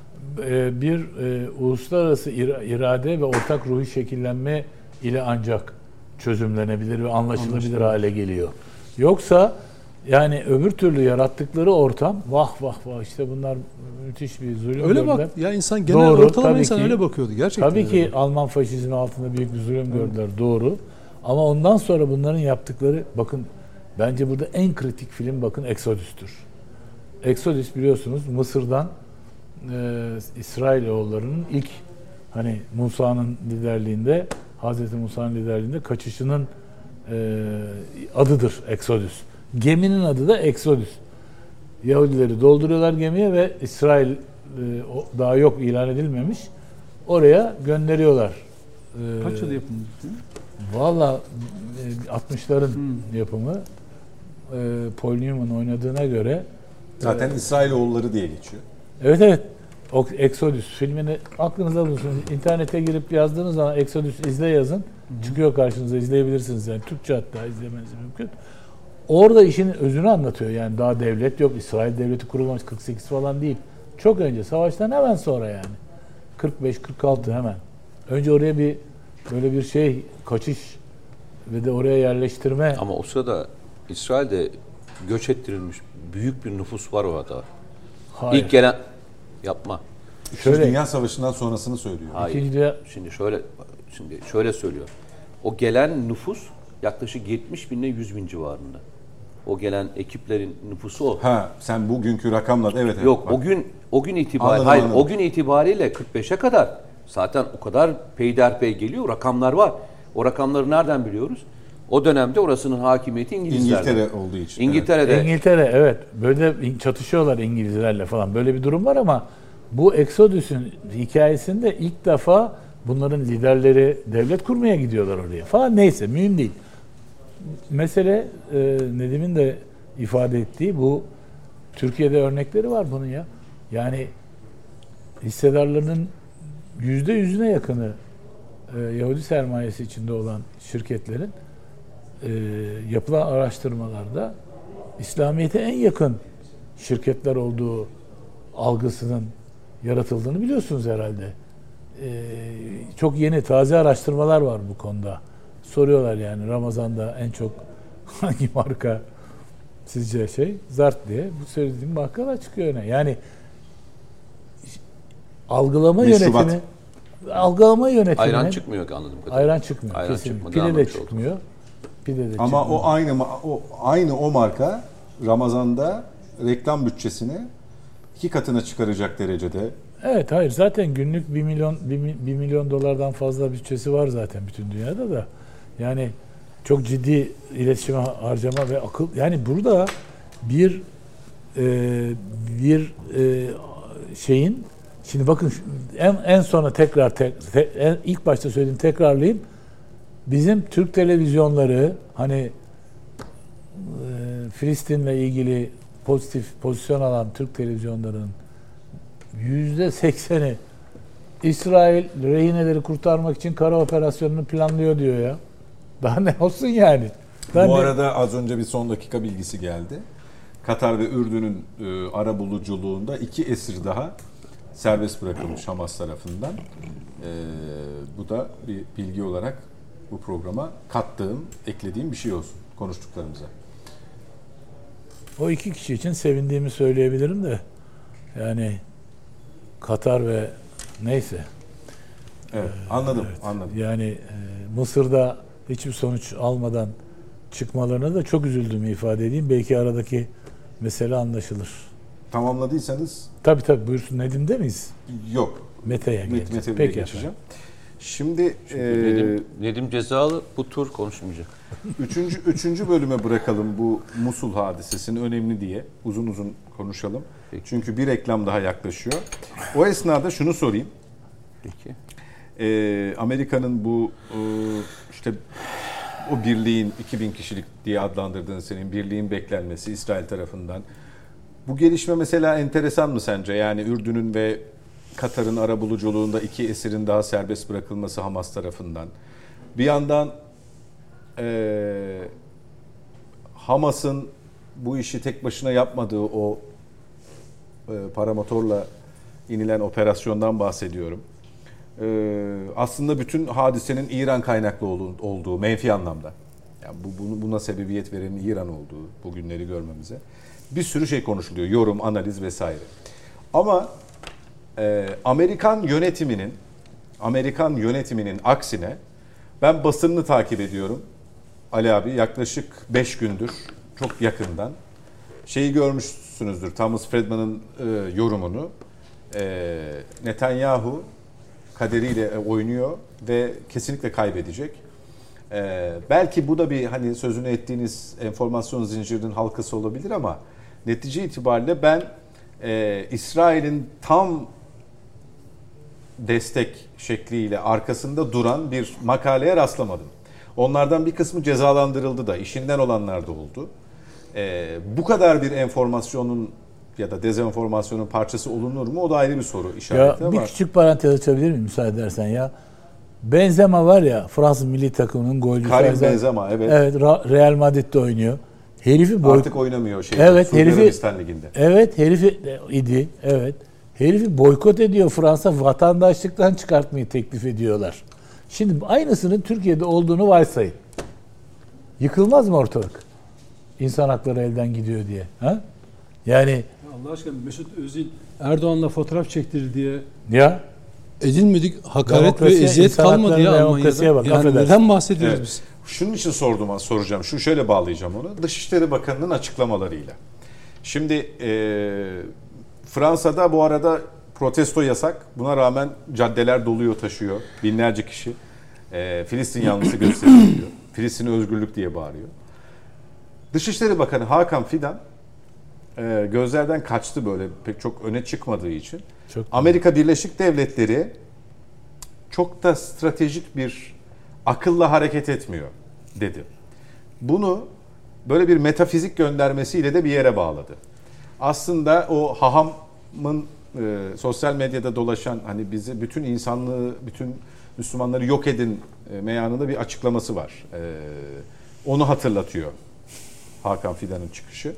bir e, uluslararası irade ve ortak ruhi şekillenme ile ancak çözümlenebilir ve anlaşılabilir Anlaşılır. hale geliyor. Yoksa yani öbür türlü yarattıkları ortam vah vah vah işte bunlar müthiş bir zulüm. Öyle gördüler. bak ya insan genel doğru, ortalama insan ki, öyle bakıyordu gerçekten. Tabii ki öyle. Alman faşizmi altında büyük bir zulüm evet. gördüler doğru. Ama ondan sonra bunların yaptıkları bakın bence burada en kritik film bakın Exodus'tür. Exodus biliyorsunuz Mısır'dan e, İsrailoğullarının ilk hani Musa'nın liderliğinde Hazreti Musa'nın liderliğinde kaçışının e, adıdır Exodus. Geminin adı da Exodus. Yahudileri dolduruyorlar gemiye ve İsrail e, o, daha yok ilan edilmemiş. Oraya gönderiyorlar. E, Kaç yıl yapımı? Valla e, altmışların hmm. yapımı. E, Paul Newman oynadığına göre zaten e, İsrailoğulları diye geçiyor. Evet evet. O Exodus filmini aklınızda bulunsun. İnternete girip yazdığınız zaman Exodus izle yazın. Hı-hı. Çıkıyor karşınıza izleyebilirsiniz yani. Türkçe hatta izlemeniz mümkün. Orada işin özünü anlatıyor. Yani daha devlet yok. İsrail devleti kurulmamış kırk sekiz falan değil. Çok önce savaştan hemen sonra yani. kırk beş kırk altı hemen. Önce oraya bir böyle bir şey kaçış ve de oraya yerleştirme. Ama o sırada İsrail'de göç ettirilmiş büyük bir nüfus var orada. Hayır. İlk gelen yapma. İkinci Dünya Savaşı'ndan sonrasını söylüyor. Hayır. İkinci... Şimdi şöyle şimdi şöyle söylüyor. O gelen nüfus yaklaşık yetmiş bin ile yüz bin civarında. O gelen ekiplerin nüfusu o. Ha, sen bugünkü rakamla evet evet. Yok, bak. o gün o gün itibariyle anladım, hayır, anladım. o gün itibariyle kırk beşe kadar zaten o kadar peyderpey geliyor, rakamlar var. O rakamları nereden biliyoruz? O dönemde orasının hakimiyeti İngilizler'de. İngiltere olduğu için. İngiltere'de. Evet. İngiltere evet. Böyle çatışıyorlar İngilizlerle falan. Böyle bir durum var ama bu Exodus'un hikayesinde ilk defa bunların liderleri devlet kurmaya gidiyorlar oraya falan. Neyse mühim değil. Mesele e, Nedim'in de ifade ettiği bu Türkiye'de örnekleri var bunun ya. Yani hissedarlarının yüzde yüzüne yakını e, Yahudi sermayesi içinde olan şirketlerin e, yapılan araştırmalarda İslamiyet'e en yakın şirketler olduğu algısının yaratıldığını biliyorsunuz herhalde. E, çok yeni, taze araştırmalar var bu konuda. Soruyorlar yani Ramazan'da en çok hangi marka sizce şey? Zart diye. Bu söylediğim markalar çıkıyor öne. Yani algılama Meşrubat. yönetimi algılama yönetiminin... Ayran çıkmıyor ki anladım kadarıyla. Ayran çıkmıyor. Ayran kesin. çıkmadı, Pide de anlamış çıkmıyor. Pide de Ama çıkmıyor. o aynı ma- o aynı o marka Ramazan'da reklam bütçesini iki katına çıkaracak derecede. Evet, hayır, zaten günlük bir milyon bir milyon dolardan fazla bütçesi var zaten bütün dünyada da. Yani çok ciddi iletişime harcama ve akıl. Yani burada bir e, bir e, şeyin, şimdi bakın en en sona tekrar tek, te, en, ilk başta söylediğim tekrarlayayım. Bizim Türk televizyonları hani e, Filistin'le ilgili pozitif pozisyon alan Türk televizyonlarının yüzde sekseni İsrail rehineleri kurtarmak için kara operasyonunu planlıyor diyor ya. Daha ne olsun yani? Ben Bu de... arada az önce bir son dakika bilgisi geldi. Katar ve Ürdün'ün e, arabuluculuğunda iki esir daha serbest bırakılmış Hamas tarafından. E, bu da bir bilgi olarak bu programa kattığım, eklediğim bir şey olsun konuştuklarımıza. O iki kişi için sevindiğimi söyleyebilirim de yani Katar ve neyse. Evet, anladım, Evet, anladım. yani e, Mısır'da hiçbir sonuç almadan çıkmalarına da çok üzüldüğümü ifade edeyim. Belki aradaki mesele anlaşılır. Tamamladıysanız Tabii tabii, buyursun. Nedim'de miyiz? yok. Mete'ye Met, geleceğiz. Mete'ye Peki geçeceğim. efendim. Şimdi, Çünkü e, Nedim, Nedim cezalı, bu tur konuşmayacak. üçüncü, üçüncü bölüme bırakalım bu Musul hadisesini, önemli diye uzun uzun konuşalım. Peki. Çünkü bir reklam daha yaklaşıyor. O esnada şunu sorayım. Peki. Ee, Amerika'nın bu e, işte o birliğin iki bin kişilik diye adlandırdığın senin birliğin beklenmesi İsrail tarafından. Bu gelişme mesela enteresan mı sence? Yani Ürdün'ün ve Katar'ın arabuluculuğunda iki esirin daha serbest bırakılması Hamas tarafından. Bir yandan e, Hamas'ın bu işi tek başına yapmadığı o e, paramotorla inilen operasyondan bahsediyorum. Ee, aslında bütün hadisenin İran kaynaklı olduğu, menfi anlamda. Yani bu, bunu, buna sebebiyet verenin İran olduğu bugünleri görmemize. Bir sürü şey konuşuluyor. Yorum, analiz vesaire. Ama e, Amerikan yönetiminin Amerikan yönetiminin aksine ben basınını takip ediyorum. Ali abi yaklaşık beş gündür çok yakından. Şeyi görmüşsünüzdür. Thomas Friedman'ın e, yorumunu. E, Netanyahu kaderiyle oynuyor ve kesinlikle kaybedecek. Ee, belki bu da bir hani sözünü ettiğiniz enformasyon zincirinin halkası olabilir ama netice itibariyle ben e, İsrail'in tam destek şekliyle arkasında duran bir makaleye rastlamadım. Onlardan bir kısmı cezalandırıldı da, işinden olanlar da oldu. Ee, bu kadar bir enformasyonun ya da dezenformasyonun parçası olunur mu? O da ayrı bir soru işareti ya, ama. Bir küçük parantez açabilir miyim müsaade edersen ya? Benzema var ya, Fransız milli takımının golcüsü. Karim Benzema, evet. Evet, Real Madrid'de oynuyor. Herifi boy... Artık oynamıyor şey. Evet, Suudi herifi Arabistan Ligi'nde. Evet, herifi idi. Evet. Herifi boykot ediyor Fransa, vatandaşlıktan çıkartmayı teklif ediyorlar. Şimdi aynısının Türkiye'de olduğunu varsayın. Yıkılmaz mı ortalık? İnsan hakları elden gidiyor diye. Ha? Yani Allah aşkına Mesut Özil Erdoğan'la fotoğraf çektirdi diye ya edilmedik, hakaret Demokrasi, ve eziyet insan kalmadı hakları, ya demokrasiye Almanya'da. bak, Yani affedersin. neden bahsediyoruz Evet. biz? Şunun için sordum, soracağım. Şu şöyle bağlayacağım onu. Dışişleri Bakanı'nın açıklamalarıyla. Şimdi e, Fransa'da bu arada protesto yasak. Buna rağmen caddeler doluyor, taşıyor. Binlerce kişi e, Filistin yanlısı gösteriliyor. Filistin özgürlük diye bağırıyor. Dışişleri Bakanı Hakan Fidan e, gözlerden kaçtı, böyle pek çok öne çıkmadığı için. Çok Amerika Birleşik Devletleri çok da stratejik bir akılla hareket etmiyor dedi. Bunu böyle bir metafizik göndermesiyle de bir yere bağladı. Aslında o hahamın e, sosyal medyada dolaşan, hani bizi, bütün insanlığı, bütün Müslümanları yok edin e, meyanında bir açıklaması var. E, onu hatırlatıyor Hakan Fidan'ın çıkışı.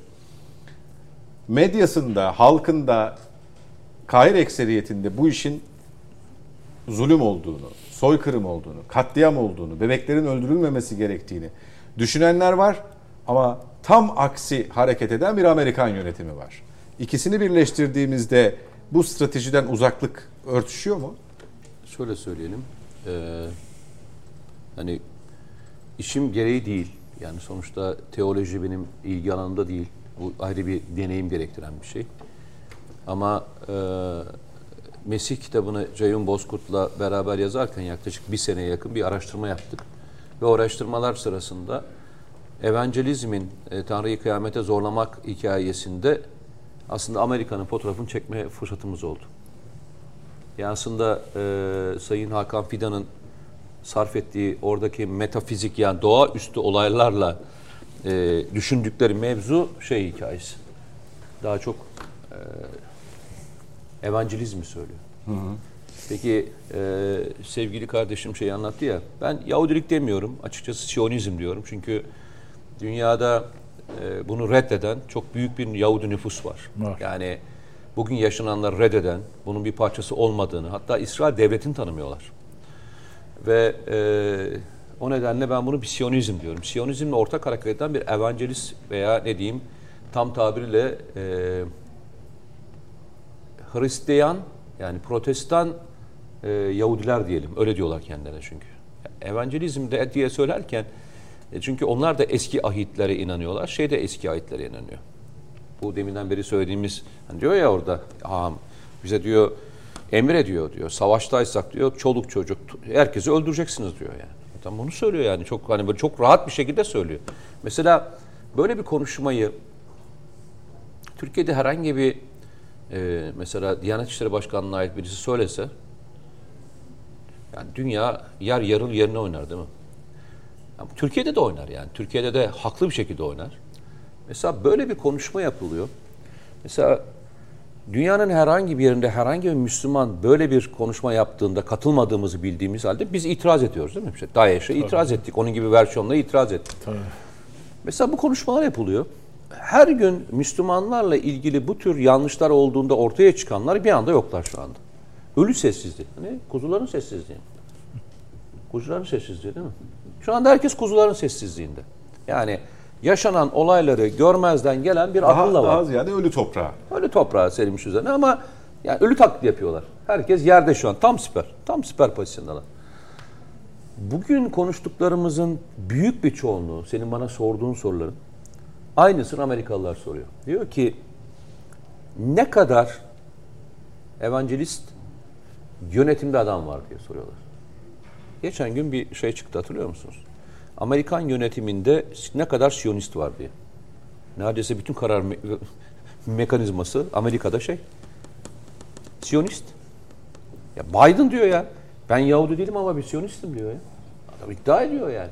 Medyasında, halkında, Kahire ekseriyetinde bu işin zulüm olduğunu, soykırım olduğunu, katliam olduğunu, bebeklerin öldürülmemesi gerektiğini düşünenler var ama tam aksi hareket eden bir Amerikan yönetimi var. İkisini birleştirdiğimizde bu stratejiden uzaklık örtüşüyor mu? şöyle söyleyelim. Ee, hani işim gereği değil. Yani sonuçta teoloji benim ilgi alanımda değil. Bu ayrı bir deneyim gerektiren bir şey. Ama e, Mesih kitabını Ceyhun Bozkurt'la beraber yazarken yaklaşık bir seneye yakın bir araştırma yaptık. Ve o araştırmalar sırasında evangelizmin e, Tanrı'yı kıyamete zorlamak hikayesinde aslında Amerika'nın fotoğrafını çekme fırsatımız oldu. Yani aslında e, Sayın Hakan Fidan'ın sarf ettiği oradaki metafizik yani doğaüstü olaylarla e, düşündükleri mevzu şey hikayesi. Daha çok e, evangelizmi söylüyor. Hı hı. Peki e, sevgili kardeşim şey anlattı ya, ben Yahudilik demiyorum, açıkçası Siyonizm diyorum. Çünkü dünyada e, bunu reddeden çok büyük bir Yahudi nüfus var. var. Yani bugün yaşananları reddeden, bunun bir parçası olmadığını, hatta İsrail devletini tanımıyorlar. Ve e, o nedenle ben bunu bir Siyonizm diyorum. Siyonizmle ortak hareket eden bir evangelist veya ne diyeyim tam tabiriyle e, Hristiyan yani Protestan e, Yahudiler diyelim. Öyle diyorlar kendilerine çünkü. Evangelizm de diye söylerken e, çünkü onlar da eski ahitlere inanıyorlar. Şey de eski ahitlere inanıyor. Bu deminden beri söylediğimiz hani diyor ya orada ağam bize diyor emrediyor diyor. Savaştaysak diyor çoluk çocuk herkesi öldüreceksiniz diyor yani. Tam bunu söylüyor yani. Çok hani böyle çok rahat bir şekilde söylüyor. Mesela böyle bir konuşmayı Türkiye'de herhangi bir e, mesela Diyanet İşleri Başkanlığı'na ait birisi söylese yani dünya yer yarıl yerine oynar değil mi? Yani Türkiye'de de oynar yani. Türkiye'de de haklı bir şekilde oynar. Mesela böyle bir konuşma yapılıyor. Mesela dünyanın herhangi bir yerinde herhangi bir Müslüman böyle bir konuşma yaptığında katılmadığımızı bildiğimiz halde biz itiraz ediyoruz değil mi? İşte DAEŞ'e itiraz ettik. Onun gibi versiyonla itiraz ettik. Tabii. Mesela bu konuşmalar yapılıyor. Her gün Müslümanlarla ilgili bu tür yanlışlar olduğunda ortaya çıkanlar bir anda yoklar şu anda. Ölü sessizliği. Hani kuzuların sessizliği. Kuzuların sessizliği değil mi? Şu anda herkes kuzuların sessizliğinde. Yani yaşanan olayları görmezden gelen bir daha, akılla var. Daha ziyade ölü toprağa. Ölü toprağa serilmiş üzerine ama yani ölü taklidi yapıyorlar. Herkes yerde şu an. Tam siper. Tam siper pozisyondalar. Bugün konuştuklarımızın büyük bir çoğunluğu, senin bana sorduğun soruların aynısını Amerikalılar soruyor. Diyor ki ne kadar evangelist yönetimde adam var diye soruyorlar. Geçen gün bir şey çıktı hatırlıyor musunuz? Amerikan yönetiminde ne kadar Siyonist var diye. Neredeyse bütün karar me- mekanizması Amerika'da şey. Siyonist. Ya Biden diyor ya. Ben Yahudi değilim ama bir Siyonistim diyor ya. Adam iddia ediyor yani.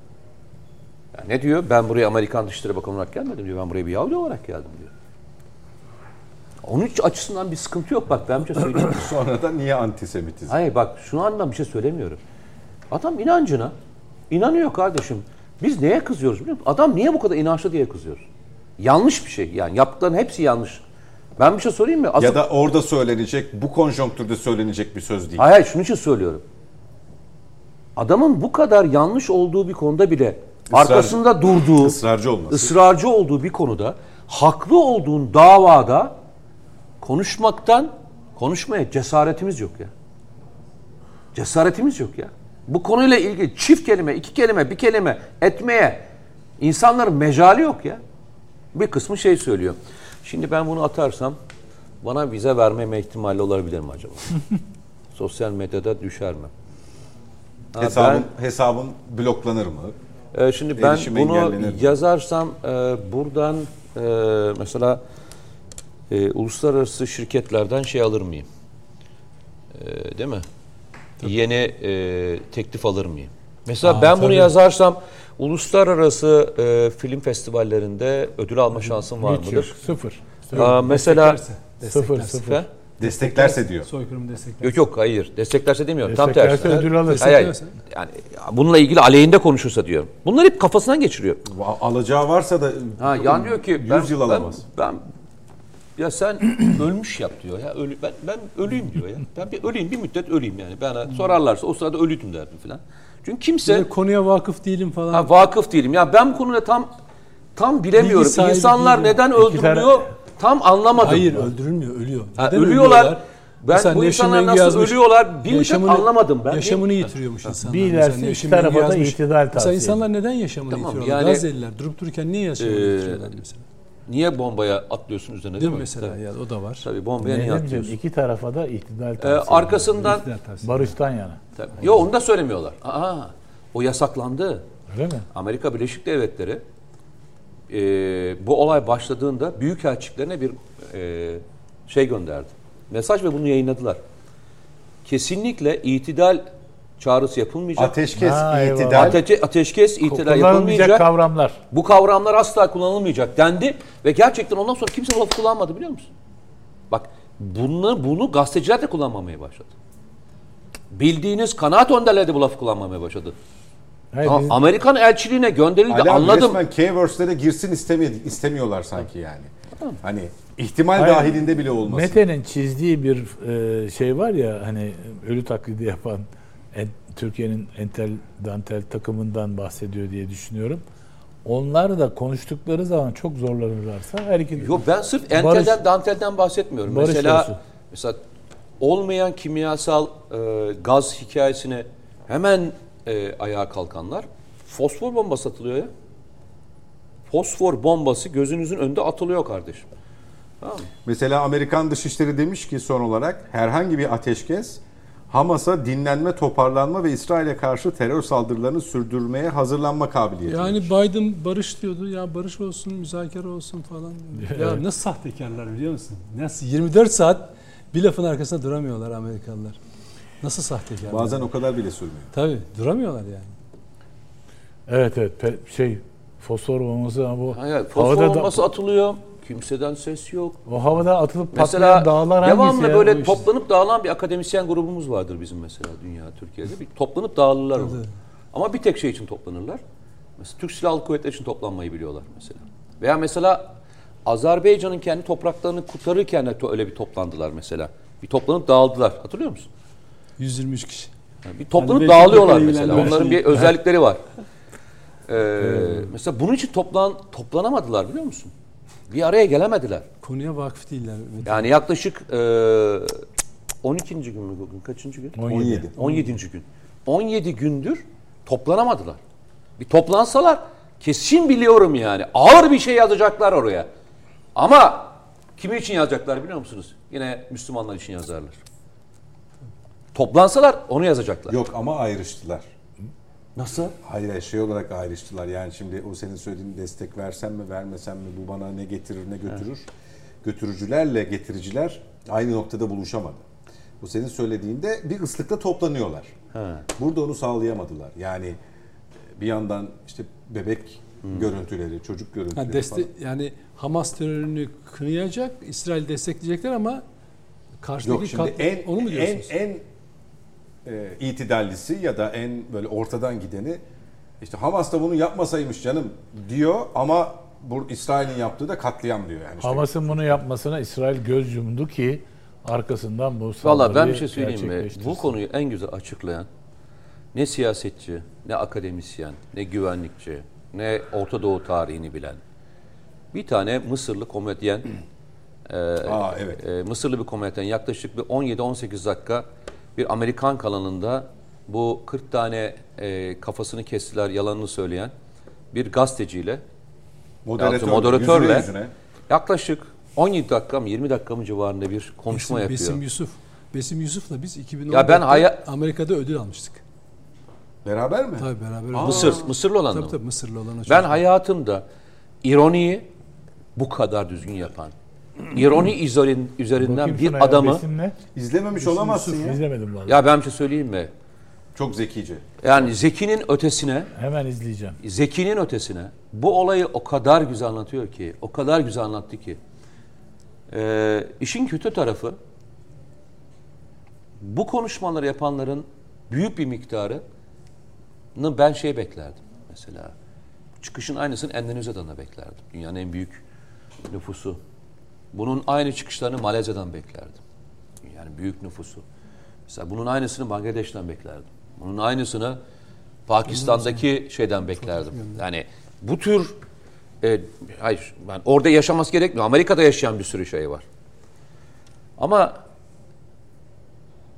Ya ne diyor? Ben buraya Amerikan Dışişleri Bakanı olarak gelmedim diyor. Ben buraya bir Yahudi olarak geldim diyor. Onun açısından bir sıkıntı yok. Bak ben bir şey söyleyeyim. Sonra da niye antisemitizm? Hayır bak şunu anlamda bir şey söylemiyorum. Adam inancına inanıyor kardeşim. Biz neye kızıyoruz biliyor musun? Adam niye bu kadar inançlı diye kızıyoruz? Yanlış bir şey. Yani yaptıkların hepsi yanlış. Ben bir şey sorayım mı? Asıl... Ya da orada söylenecek, bu konjonktürde söylenecek bir söz değil. Hayır hayır şunun için söylüyorum. Adamın bu kadar yanlış olduğu bir konuda bile Israr, arkasında durduğu, ısrarcı olması. ısrarcı olduğu bir konuda haklı olduğun davada konuşmaktan konuşmaya cesaretimiz yok ya. Cesaretimiz yok ya. Bu konuyla ilgili çift kelime, iki kelime, bir kelime etmeye insanların mecali yok ya. Bir kısmı şey söylüyor. Şimdi ben bunu atarsam bana vize vermeme ihtimali olabilir mi acaba? Sosyal medyada düşer mi? Ha, hesabın, ben, hesabın bloklanır mı? E, şimdi ben bunu yazarsam e, buradan e, mesela e, uluslararası şirketlerden şey alır mıyım? E, değil mi? Tabii. Yeni e, teklif alır mıyım? Mesela Aa, ben tabii. bunu yazarsam uluslararası e, film festivallerinde ödül alma şansım var Hiç mıdır? Yok, sıfır. Aa, mesela desteklerse, sıfır sıfır. Desteklerse diyor. Soykırım desteklerse. Yok yok hayır. Desteklerse demiyorum. Desteklerse Tam tersi. ödül alır. Hayır, hayır. Yani bununla ilgili aleyhinde konuşursa diyorum. Bunları hep kafasından geçiriyor. Alacağı varsa da ha, yani diyor ki ben, yüz yıl alamaz. Ben, ben ya sen ölmüş yap diyor ya. Ölü, ben ben öleyim diyor ya. Ben bir öleyim bir müddet öleyim yani. Bana sorarlarsa o sırada ölüydüm derdim falan. Çünkü kimse bir konuya vakıf değilim falan. Ha, vakıf değilim. Ya ben bu konuda tam tam bilemiyorum. İnsanlar değilim. Neden öldürülüyor? Tam anlamadım. Hayır öldürülmüyor, ölüyor. Ha, ölüyorlar. Ben Mesela bu Nevşin insanlar Mengü nasıl yazmış, ölüyorlar bir yaşamını, anlamadım ben. Yaşamını yitiriyormuş insanlar. Bir Mesela ilerisi Nevşin iki Mengü tarafa da yazmış. itidal Mesela tavsiye insanlar neden yaşamını Tamam, yitiriyorlar? yani- Gazze'liler durup dururken niye yaşamını Ee, yitiriyorlar mesela? Niye bombaya atlıyorsun üzerine Değil değil mi mi? mesela? Tabii, Ya, o da var. Tabii bombaya niye Neden diyorum? atlıyorsun? İki tarafa da itidal Ee, tavsiye arkasından İktidar tavsiye. barıştan yana. tabii, yo onu da söylemiyorlar. Aa, o yasaklandı. Öyle mi? Amerika Birleşik Devletleri e, bu olay başladığında büyükelçiliklerine bir e, şey gönderdi. Mesaj ve bunu yayınladılar. Kesinlikle itidal çağrısı yapılmayacak. Ateşkes, Ha, eyvallah. itidal. Ate- ateşkes, itidal Kullanılmayacak yapılmayacak. kavramlar. Bu kavramlar asla kullanılmayacak dendi ve gerçekten ondan sonra kimse bu lafı kullanmadı biliyor musun? Bak bunu, bunu gazeteciler de kullanmamaya başladı. Bildiğiniz kanaat önderleri de bu lafı kullanmamaya başladı. Hayır, A- biz- Amerikan elçiliğine gönderildi Ali abi anladım. resmen keywords'lere girsin istemiyor, istemiyorlar sanki yani. Hani ihtimal Hayır, dahilinde bile olmasın. Mete'nin çizdiği bir e, şey var ya hani ölü taklidi yapan en, Türkiye'nin entel dantel takımından bahsediyor diye düşünüyorum. Onlar da konuştukları zaman çok zorlanırlarsa her iki Yok ben sırf entelden, Barış- dantelden bahsetmiyorum. Barış mesela olsun. mesela olmayan kimyasal e, gaz hikayesine hemen e, ayağa kalkanlar fosfor bombası atılıyor ya. Fosfor bombası gözünüzün önünde atılıyor kardeşim. Tamam mı? Mesela Amerikan Dışişleri demiş ki son olarak herhangi bir ateşkes Hamas'a dinlenme, toparlanma ve İsrail'e karşı terör saldırılarını sürdürmeye hazırlanma kabiliyeti. Yani Biden barış diyordu. Ya barış olsun, müzakere olsun falan. Ya Evet. nasıl sahtekarlar biliyor musun? Nasıl yirmi dört saat bir lafın arkasında duramıyorlar Amerikalılar. Nasıl sahtekarlar? Bazen o kadar bile sürmüyor. Tabii duramıyorlar yani. Evet evet pe- şey fosfor bombası ama bu Hayır, fosfor havada bombası da, atılıyor. Kimseden ses yok. o havada atılıp patlayan Mesela dağlar hangisi devamlı ya? böyle O işte. toplanıp dağılan bir akademisyen grubumuz vardır bizim mesela dünya Türkiye'de. Bir toplanıp dağılırlar onu. Tabii. Ama bir tek şey için toplanırlar. Mesela Türk Silahlı Kuvvetleri için toplanmayı biliyorlar mesela. Veya mesela Azerbaycan'ın kendi topraklarını kurtarırken de to- öyle bir toplandılar mesela. Bir toplanıp dağıldılar. Hatırlıyor musun? yüz yirmi üç kişi. Yani bir toplanıp Yani dağılıyorlar belki mesela. ilgilenmez. Onların bir özellikleri var. Ee, mesela bunun için toplan toplanamadılar biliyor musun? Bir araya gelemediler. Konuya vakıf değiller. Yani yaklaşık e, on ikinci gün mü bugün? Kaçıncı gün? on yedi. on yedinci gün. on yedi gündür toplanamadılar. Bir toplansalar kesin biliyorum yani. Ağır bir şey yazacaklar oraya. Ama kimi için yazacaklar biliyor musunuz? Yine Müslümanlar için yazarlar. Toplansalar onu yazacaklar. Yok ama ayrıştılar. Nasıl? Hayır hayır, şey olarak ayrıştılar. Yani şimdi o senin söylediğin destek versem mi vermesem mi bu bana ne getirir ne götürür. Götürücülerle getiriciler aynı noktada buluşamadı. Bu senin söylediğinde bir ıslıkta toplanıyorlar. He. Burada onu sağlayamadılar. Yani bir yandan işte bebek görüntüleri, çocuk görüntüleri Ha, deste falan. yani Hamas terörünü kınayacak, İsrail destekleyecekler ama karşıdaki Yok şimdi kat, en onu mu en diyorsunuz? en e, itidallisi ya da en böyle ortadan gideni işte Hamas da bunu yapmasaymış canım diyor ama bu İsrail'in yaptığı da katliam diyor yani. İşte Hamas'ın bunu yapmasına İsrail göz yumdu ki arkasından bu saldırıyı Valla ben bir şey söyleyeyim mi? gerçekleştirsin. Bu konuyu en güzel açıklayan ne siyasetçi, ne akademisyen, ne güvenlikçi, ne Orta Doğu tarihini bilen bir tane Mısırlı komedyen, e, Aa, evet. e, Mısırlı bir komedyen yaklaşık bir on yedi on sekiz dakika bir Amerikan kanalında bu kırk tane e, kafasını kestiler yalanını söyleyen bir gazeteciyle, moderatör, moderatörle yüzüne yüzüne. yaklaşık on yedi dakika mı yirmi dakika mı civarında bir konuşma Besim, yapıyor. Besim Yusuf. Besim Yusuf'la biz iki bin on Ya ben haya- Amerika'da ödül almıştık. Beraber mi? Tabii beraber. Aa. Mısır, Mısırlı olan da Tabii mı? tabii Mısırlı olan o Ben çocuk. hayatımda ironiyi bu kadar düzgün yapan, ironi üzerin- üzerinden Bakayım bir sana ya, adamı, besimle. İzlememiş olamazsın ya. İzlemedim vallahi. ya ben bir şey söyleyeyim mi? Çok zekice. Yani Zeki'nin ötesine, Hemen izleyeceğim. Zeki'nin ötesine bu olayı o kadar güzel anlatıyor ki, o kadar güzel anlattı ki. Ee, işin kötü tarafı, bu konuşmaları yapanların büyük bir miktarını ben şey beklerdim mesela. Çıkışın aynısını Endonezya'dan da beklerdim. Dünyanın en büyük nüfusu. Bunun aynı çıkışlarını Malezya'dan beklerdim. Yani büyük nüfusu. Mesela bunun aynısını Bangladeş'ten beklerdim. Bunun aynısını Pakistan'daki şeyden beklerdim. Yani bu tür e, hayır ben orada yaşaması gerekmiyor. Amerika'da yaşayan bir sürü şey var. Ama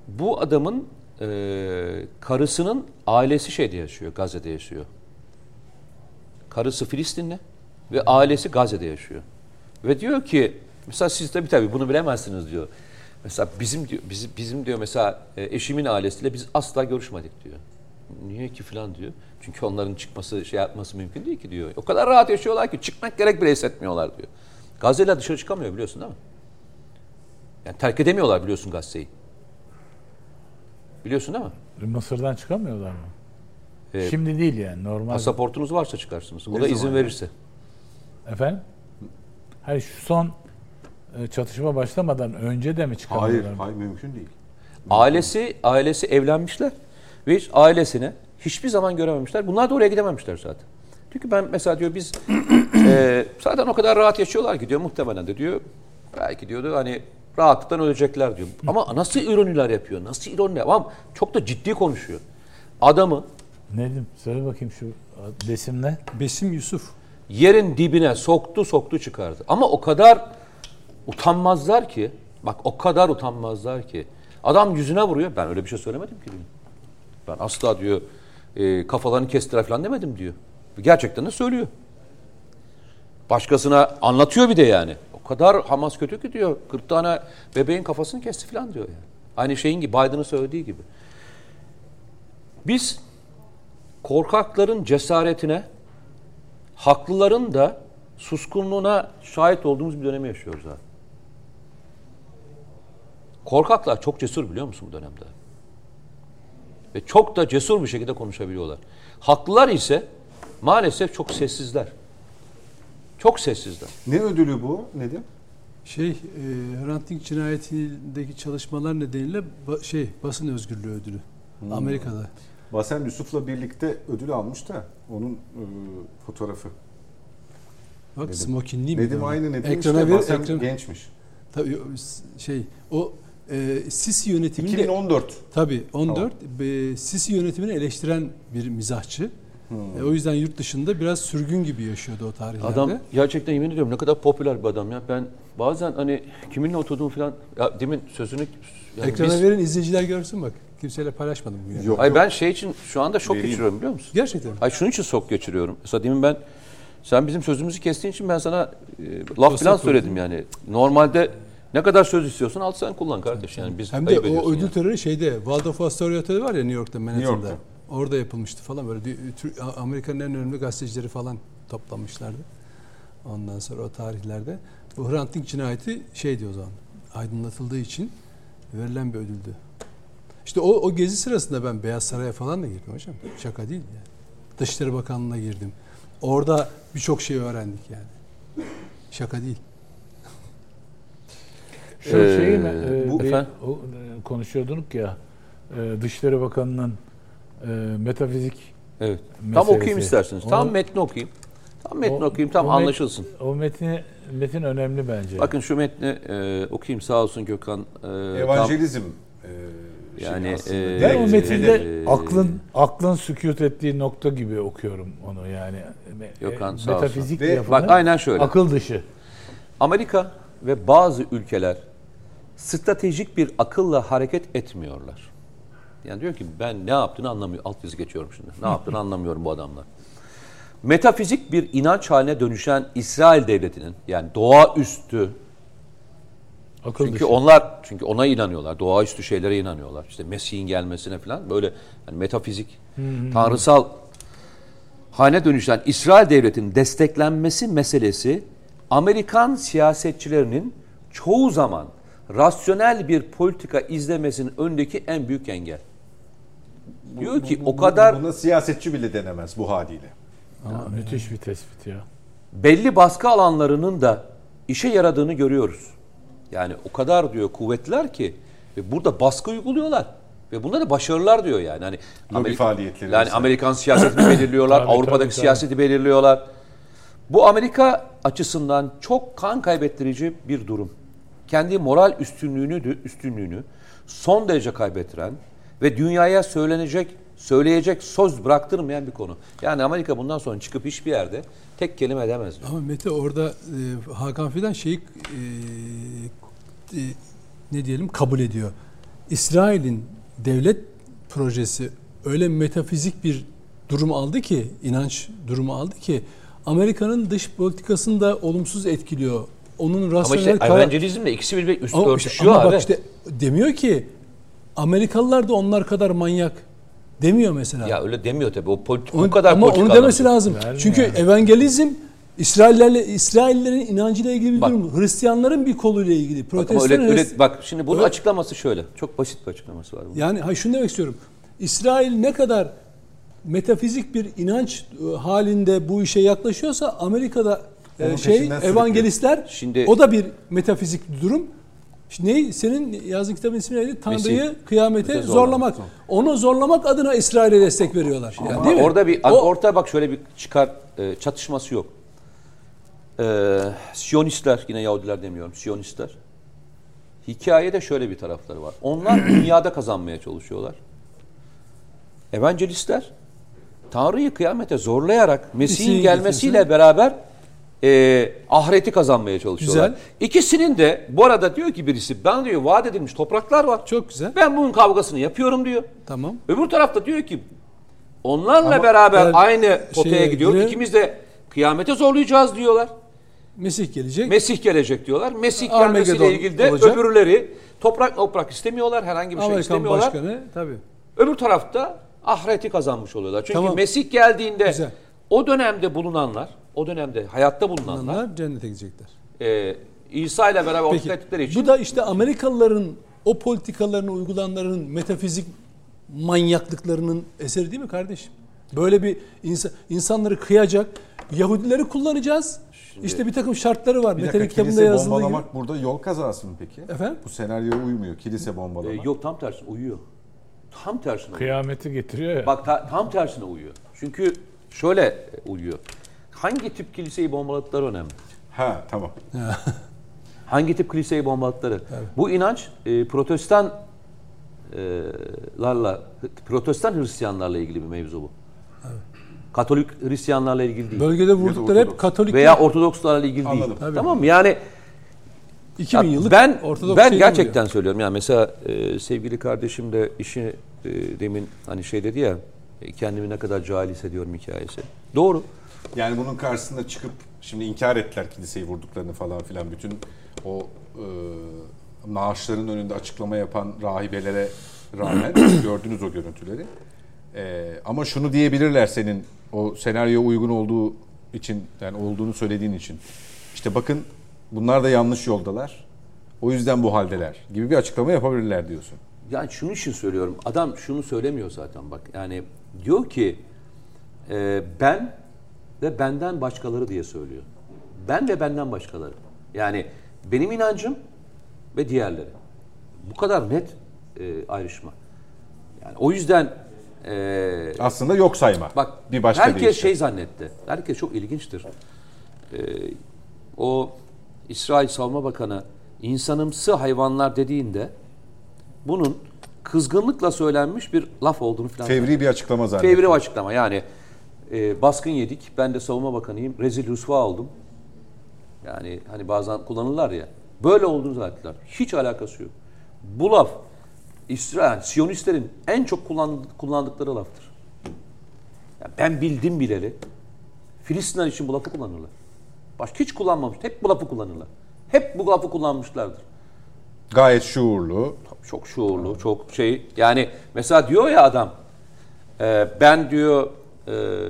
bu adamın e, karısının ailesi şeyde yaşıyor, Gazze'de yaşıyor. Karısı Filistinli ve ailesi Gazze'de yaşıyor. Ve diyor ki, mesela siz tabii tabii bunu bilemezsiniz diyor. Mesela bizim diyor, bizim, bizim diyor mesela eşimin ailesiyle biz asla görüşmedik diyor. Niye ki falan diyor. Çünkü onların çıkması, şey yapması mümkün değil ki diyor. O kadar rahat yaşıyorlar ki çıkmak gerek bile hissetmiyorlar diyor. Gazze'yle dışarı çıkamıyor biliyorsun değil mi? Yani terk edemiyorlar biliyorsun Gazze'yi. Biliyorsun değil mi? Mısır'dan çıkamıyorlar mı? Ee, Şimdi değil yani normal. Pasaportunuz varsa çıkarsınız. O Ne da izin zaman verirse. Efendim? Hayır şu son e, çatışma başlamadan önce de mi çıkamıyorlar? Hayır, hayır mümkün değil. Ailesi ailesi evlenmişler ve hiç ailesine hiçbir zaman görememişler. Bunlar da oraya gidememişler zaten. Çünkü ben mesela diyor biz e, zaten o kadar rahat yaşıyorlar ki diyor muhtemelen de diyor belki diyordu hani rahatlıktan ölecekler diyor. Ama nasıl ironiler yapıyor? Nasıl ironiler? Ama çok da ciddi konuşuyor. Adamı Nedim söyle bakayım şu Besim ne? Besim Yusuf. yerin dibine soktu soktu çıkardı. Ama o kadar utanmazlar ki bak o kadar utanmazlar ki adam yüzüne vuruyor. Ben öyle bir şey söylemedim ki diyor. Ben asla diyor e, kafalarını kestire falan demedim diyor. Gerçekten de söylüyor. Başkasına anlatıyor bir de yani. O kadar Hamas kötü ki diyor. kırk tane bebeğin kafasını kesti falan diyor yani. Aynı şeyin gibi Biden'ın söylediği gibi. Biz korkakların cesaretine, haklıların da suskunluğuna şahit olduğumuz bir dönemi yaşıyoruz abi. Korkaklar çok cesur biliyor musun bu dönemde? Ve çok da cesur bir şekilde konuşabiliyorlar. Haklılar ise maalesef çok sessizler. Çok sessizler. Ne ödülü bu Nedim? Şey, e, Hrant Dink cinayetindeki çalışmalar nedeniyle ba- şey basın özgürlüğü ödülü hmm. Amerika'da. Bassem Yusuf'la birlikte ödül almış da onun e, fotoğrafı. Bak Nedim. smokinli mi? Nedim aynı Nedim ekrana işte ver, Bassem ekran, gençmiş. Tabii şey o e, Sisi yönetiminde iki bin on dört. Tabii on dört tamam. e, Sisi yönetimini eleştiren bir mizahçı. Hmm. E, o yüzden yurt dışında biraz sürgün gibi yaşıyordu o tarihlerde. Adam gerçekten yemin ediyorum ne kadar popüler bir adam ya. Ben bazen hani kiminle oturduğum falan ya demin sözünü yani ekrana biz, verin izleyiciler görsün bak. Kimseyle paylaşmadım bu yani. Yok, Ay yok. Ben şey için şu anda şok Vereyim. geçiriyorum biliyor musun? Gerçekten. Ay şunun için şok geçiriyorum. Mesela demin ben sen bizim sözümüzü kestiğin için ben sana e, laf falan söyledim yani. Normalde ne kadar söz istiyorsun al sen kullan kardeş yani biz hem de o ödül yani. töreni şeyde Waldorf Astoria Oteli var ya New York'ta Manhattan'da. New York'ta. Orada yapılmıştı falan böyle Amerika'nın en önemli gazetecileri falan toplanmışlardı. Ondan sonra o tarihlerde bu Hrant Dink cinayeti şeydi o zaman aydınlatıldığı için verilen bir ödüldü. İşte o, o gezi sırasında ben Beyaz Saray'a falan da girdim hocam. Şaka değil yani. Dışişleri Bakanlığı'na girdim. Orada birçok şey öğrendik yani. Şaka değil. Şu ee, şeyi mi? E, bu bir, o, konuşuyorduk ya e, Dışişleri Bakanı'nın e, metafizik evet. meselesi. Tam okuyayım isterseniz. Onu, tam metni okuyayım. Tam metni o, okuyayım. Tam o anlaşılsın. Met, o metni metin önemli bence. Bakın şu metni e, okuyayım sağ olsun Gökhan. E, Evangelizm tam, e, yani e, ben o metinde e, aklın aklın sükût ettiği nokta gibi okuyorum onu yani. Gökhan, e, metafizik ve bak aynen şöyle. Akıl dışı. Amerika ve bazı ülkeler stratejik bir akılla hareket etmiyorlar. Yani diyor ki ben ne yaptığını anlamıyorum. Alt yazı geçiyorum şimdi. Ne yaptığını anlamıyorum bu adamlar. Metafizik bir inanç haline dönüşen İsrail devletinin yani doğaüstü akıl çünkü dışı. onlar çünkü ona inanıyorlar. Doğaüstü şeylere inanıyorlar. İşte Mesih'in gelmesine falan böyle yani metafizik, hmm. tanrısal haline dönüşen İsrail devletinin desteklenmesi meselesi Amerikan siyasetçilerinin çoğu zaman rasyonel bir politika izlemesinin önündeki en büyük engel. Bu, Diyor ki bu, bu, o kadar... Buna siyasetçi bile denemez bu haliyle. Aa, müthiş bir tespit ya. Belli baskı alanlarının da işe yaradığını görüyoruz. Yani o kadar diyor kuvvetliler ki ve burada baskı uyguluyorlar. Ve bunda da başarılar diyor yani. Hani Amerika, faaliyetleri. Yani mesela. Amerikan siyasetini belirliyorlar, tabii, Avrupa'daki tabii, siyaseti tabii. belirliyorlar. Bu Amerika açısından çok kan kaybettirici bir durum. Kendi moral üstünlüğünü üstünlüğünü son derece kaybettiren ve dünyaya söylenecek, söyleyecek söz bıraktırmayan bir konu. Yani Amerika bundan sonra çıkıp hiçbir yerde tek kelime edemez diyor. Ama Mete orada e, Hakan Fidan şeyi e, e, ne diyelim kabul ediyor. İsrail'in devlet projesi öyle metafizik bir durum aldı ki, inanç durumu aldı ki Amerika'nın dış politikasını da olumsuz etkiliyor. Onun rasyonel ama işte kar- evangelizmle ikisi birbirine üst ama örtüşüyor işte, ama abi. bak işte demiyor ki Amerikalılar da onlar kadar manyak demiyor mesela. Ya öyle demiyor tabii. O politik Onu- bu kadar ama politik onu demesi anlamda. lazım. Vermiyor Çünkü yani. evangelizm İsraillerle İsraillerin inancıyla ilgili bir Bak. durum. Hristiyanların bir koluyla ilgili. Bak, ama Protestan öyle, öyle, Hrist- bak şimdi bunun Öyle- açıklaması şöyle. Çok basit bir açıklaması var bunun. Yani hayır, şunu demek istiyorum. İsrail ne kadar metafizik bir inanç e, halinde bu işe yaklaşıyorsa Amerika'da e, Onun şey peşinden sürüklüyor. evangelistler Şimdi- o da bir metafizik bir durum. Şimdi ne senin yazdığın kitabın ismi neydi? Tanrı'yı Mesih. kıyamete Mesih zorlamak. zorlamak. Onu zorlamak adına İsrail'e destek veriyorlar. Yani, Ama değil mi? orada bir O- orta bak şöyle bir çıkar e, çatışması yok. Ee, Siyonistler, yine Yahudiler demiyorum, Siyonistler. Hikayede şöyle bir tarafları var. Onlar dünyada kazanmaya çalışıyorlar. Evangelistler Tanrı'yı kıyamete zorlayarak Mesih'in Mesih'in gelmesiyle getirmesi. beraber e, ahireti kazanmaya çalışıyorlar. Güzel. İkisinin de bu arada diyor ki birisi, ben diyor vaat edilmiş topraklar var. Çok güzel. Ben bunun kavgasını yapıyorum diyor. Tamam. Öbür tarafta diyor ki onlarla Ama beraber eğer aynı potaya şeye gidiyor. göre- İkimiz de kıyamete zorlayacağız diyorlar. Mesih gelecek. Mesih gelecek diyorlar. Mesih Armageddon gelmesiyle ilgili de olacak. öbürleri toprak toprak istemiyorlar. Herhangi bir şey Amerikan istemiyorlar. başkanı tabii. Öbür tarafta ahireti kazanmış oluyorlar. Çünkü Tamam. Mesih geldiğinde Güzel. o dönemde bulunanlar, o dönemde hayatta bulunanlar Onlar cennete gidecekler. e, İsa ile beraber Peki, ortak ettikleri için bu da işte Amerikalıların o politikalarını uygulayanların metafizik manyaklıklarının eseri değil mi kardeşim? Böyle bir insan, insanları kıyacak, Yahudileri kullanacağız. işte bir takım şartları var. Bir Mete'nin dakika, kitabında kilise yazıldığı gibi. bombalamak burada yol kazası mı peki? Efendim? Bu senaryoya uymuyor. Kilise e, bombalamak. yok tam tersine uyuyor. Tam tersine uyuyor. Kıyameti getiriyor ya. Bak ta- tam tersine uyuyor. Çünkü şöyle e, uyuyor. Hangi tip kiliseyi bombaladıkları önemli. Ha tamam. Hangi tip kiliseyi bombaladıkları. Bu inanç e, protestan e, larla, protestan Hristiyanlarla ilgili bir mevzu bu. Katolik Hristiyanlarla ilgili değil. Bölgede vurdukları hep Ortodoks. Katolik Veya Ortodokslarla ilgili Anladım. değil. Tabii. Tamam mı? Yani iki bin yıllık ben Ortodoks ben şeyi gerçekten oluyor. söylüyorum. Yani mesela e, sevgili kardeşim de işi e, demin hani şey dedi ya, e, kendimi ne kadar cahil hissediyorum hikayesi. Doğru. Yani bunun karşısında çıkıp şimdi inkar ettiler kiliseyi vurduklarını falan filan. Bütün o e, naaşların önünde açıklama yapan rahibelere rağmen gördünüz o görüntüleri. E, ama şunu diyebilirler senin o senaryoya uygun olduğu için, yani olduğunu söylediğin için. İşte bakın bunlar da yanlış yoldalar. O yüzden bu haldeler gibi bir açıklama yapabilirler diyorsun. Yani şunun için söylüyorum. Adam şunu söylemiyor zaten bak. Yani diyor ki e, ben ve benden başkaları diye söylüyor. Ben ve benden başkaları. Yani benim inancım ve diğerleri. Bu kadar net e, ayrışma. Yani o yüzden e, Aslında yok sayma. bak bir başka herkes deyişle. şey zannetti. Herkes çok ilginçtir. E, o İsrail Savunma Bakanı insanımsı hayvanlar dediğinde bunun kızgınlıkla söylenmiş bir laf olduğunu falan. Fevri bir açıklama zannediyorum. Fevri açıklama yani e, baskın yedik. Ben de savunma bakanıyım. Rezil rüsva oldum. Yani hani bazen kullanırlar ya. Böyle olduğunu zannettiler. Hiç alakası yok. Bu laf İsrail, Siyonistlerin en çok kullandık, kullandıkları laftır. Yani ben bildim bileli Filistinler için bu lafı kullanırlar. Başka hiç kullanmamış. Hep bu lafı kullanırlar. Hep bu lafı kullanmışlardır. Gayet şuurlu. Çok şuurlu, çok şey. Yani mesela diyor ya adam, e, ben diyor e,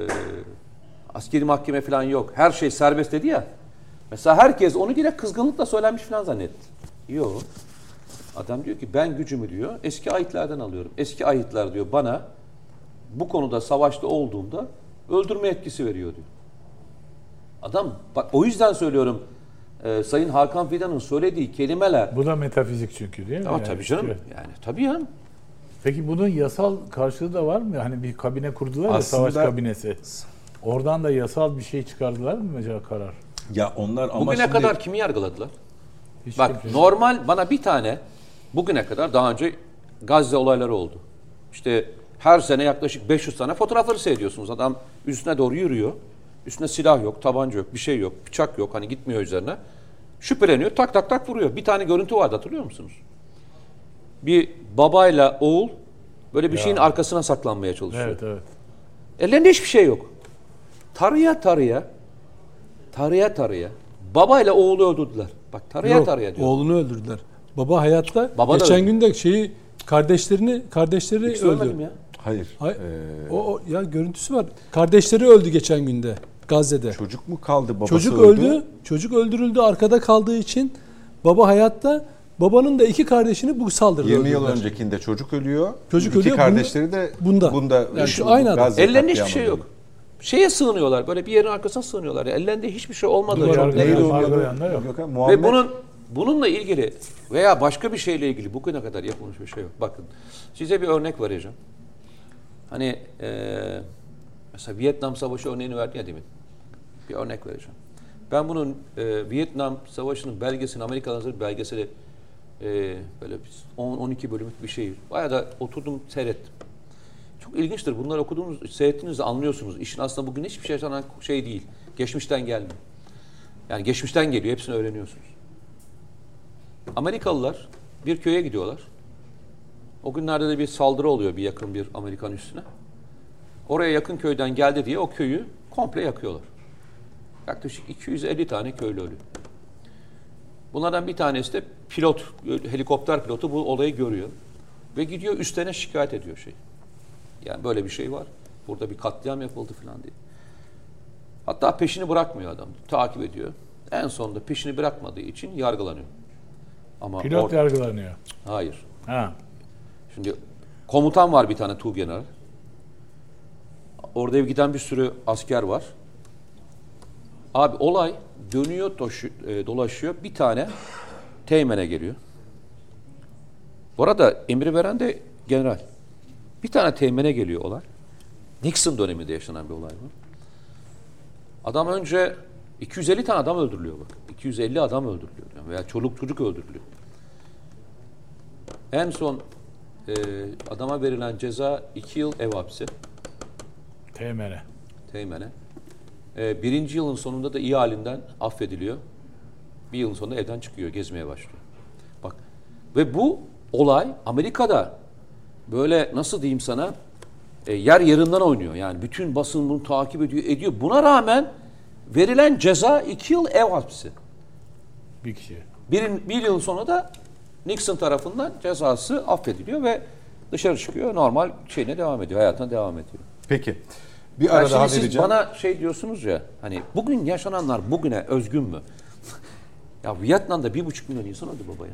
askeri mahkeme falan yok. Her şey serbest dedi ya. Mesela herkes onu direkt kızgınlıkla söylenmiş falan zannetti. Yok. Adam diyor ki ben gücümü diyor eski ayetlerden alıyorum. Eski ayetler diyor bana bu konuda savaşta olduğumda öldürme etkisi veriyor diyor. Adam bak o yüzden söylüyorum e, Sayın Hakan Fidan'ın söylediği kelimeler. Bu da metafizik çünkü değil mi? Ama Yani tabii canım. evet. Yani tabii ya. Peki bunun yasal karşılığı da var mı? Hani bir kabine kurdular ya, Aslında- savaş kabinesi. Oradan da yasal bir şey çıkardılar mı mesela karar? Ya onlar ama Bugüne şimdi kadar kimi yargıladılar? Hiç Bak kimse- normal bana bir tane bugüne kadar daha önce Gazze olayları oldu. İşte her sene yaklaşık beş yüz tane fotoğrafları seyrediyorsunuz. Adam üstüne doğru yürüyor. Üstüne silah yok, tabanca yok, bir şey yok, bıçak yok. Hani gitmiyor üzerine. Şüpheleniyor, tak tak tak vuruyor. Bir tane görüntü vardı hatırlıyor musunuz? bir babayla oğul böyle bir Ya. şeyin arkasına saklanmaya çalışıyor. Evet, evet. Ellerinde hiçbir şey yok. Tarıya tarıya, tarıya tarıya, babayla oğlu öldürdüler. Bak tarıya Yok, tarıya diyor. oğlunu öldürdüler. Baba hayatta. Baba da geçen öldü. gün de şeyi kardeşlerini kardeşleri Hiç ölmedim öldü. ya. Hayır. Hayır. Ee, O, o ya görüntüsü var. Kardeşleri öldü geçen günde Gazze'de. çocuk mu kaldı, babası Çocuk öldü. öldü. Çocuk öldürüldü arkada kaldığı için. Baba hayatta. Babanın da iki kardeşini bu saldırıda yirmi yıl öldürdüler. öncekinde çocuk ölüyor. Çocuk İki ölüyor, kardeşleri de bunda. bunda Yani şu aynı adam. Gazze Ellerinde hiçbir katliamında. şey yok. Şeye sığınıyorlar. Böyle bir yerin arkasına sığınıyorlar. Ellerinde hiçbir şey olmadığı Duvar çok arkasına belli. Neydi o Margo adı? yanında yok. Gökhan, Muhammed. Ve bunun bununla ilgili veya başka bir şeyle ilgili bugüne kadar yapılmış bir şey yok. Bakın size bir örnek vereceğim. Hani eee mesela Vietnam Savaşı örneğini verdi ya demin. Bir örnek vereceğim. Ben bunun eee, Vietnam Savaşı'nın belgesini, Amerikalıların belgeseli eee, böyle on on iki bölümlük bir şey. Bayağı da oturdum seyrettim. Çok ilginçtir. Bunları okuduğunuz, seyrettiğinizde anlıyorsunuz. İşin aslında bugün hiçbir şey yaşanan şey değil. Geçmişten gelmiyor. Yani geçmişten geliyor. Hepsini öğreniyorsunuz. Amerikalılar bir köye gidiyorlar. O günlerde de bir saldırı oluyor bir yakın bir Amerikan üssüne. Oraya yakın köyden geldi diye o köyü komple yakıyorlar. Yaklaşık iki yüz elli tane köylü ölüyor. Bunlardan bir tanesi de pilot, helikopter pilotu bu olayı görüyor. Ve gidiyor üstlerine şikayet ediyor şey. Yani böyle bir şey var. Burada bir katliam yapıldı falan diye. Hatta peşini bırakmıyor adam. Takip ediyor. En sonunda peşini bırakmadığı için yargılanıyor. Ama Pilot or- yargılanıyor. Hayır. Ha. Şimdi komutan var bir tane tuğgeneral. Orada giden bir sürü asker var. Abi olay dönüyor doşu- e, dolaşıyor. Bir tane teğmene geliyor. Bu arada emri veren de general. Bir tane teğmene geliyor olay. Nixon döneminde yaşanan bir olay bu. Adam önce iki yüz elli tane adam öldürülüyor bak. iki yüz elli adam öldürülüyor. Yani veya çoluk çocuk öldürülüyor. En son e, adama verilen ceza iki yıl ev hapsi. Teğmene. Teğmene. E, birinci yılın sonunda da iyi halinden affediliyor. Bir yılın sonunda evden çıkıyor, gezmeye başlıyor. Bak ve bu olay Amerika'da böyle nasıl diyeyim sana e, yer yerinden oynuyor. Yani bütün basın bunu takip ediyor, ediyor. Buna rağmen verilen ceza iki yıl ev hapsi. Bir kişi. Bir, bir yıl sonra da Nixon tarafından cezası affediliyor ve dışarı çıkıyor. Normal şeyine devam ediyor, hayatına devam ediyor. Peki. Bir Yani ara şimdi daha siz vereceğim. bana şey diyorsunuz ya, hani bugün yaşananlar bugüne özgün mü? Ya Vietnam'da bir buçuk milyon insan öldü baba ya.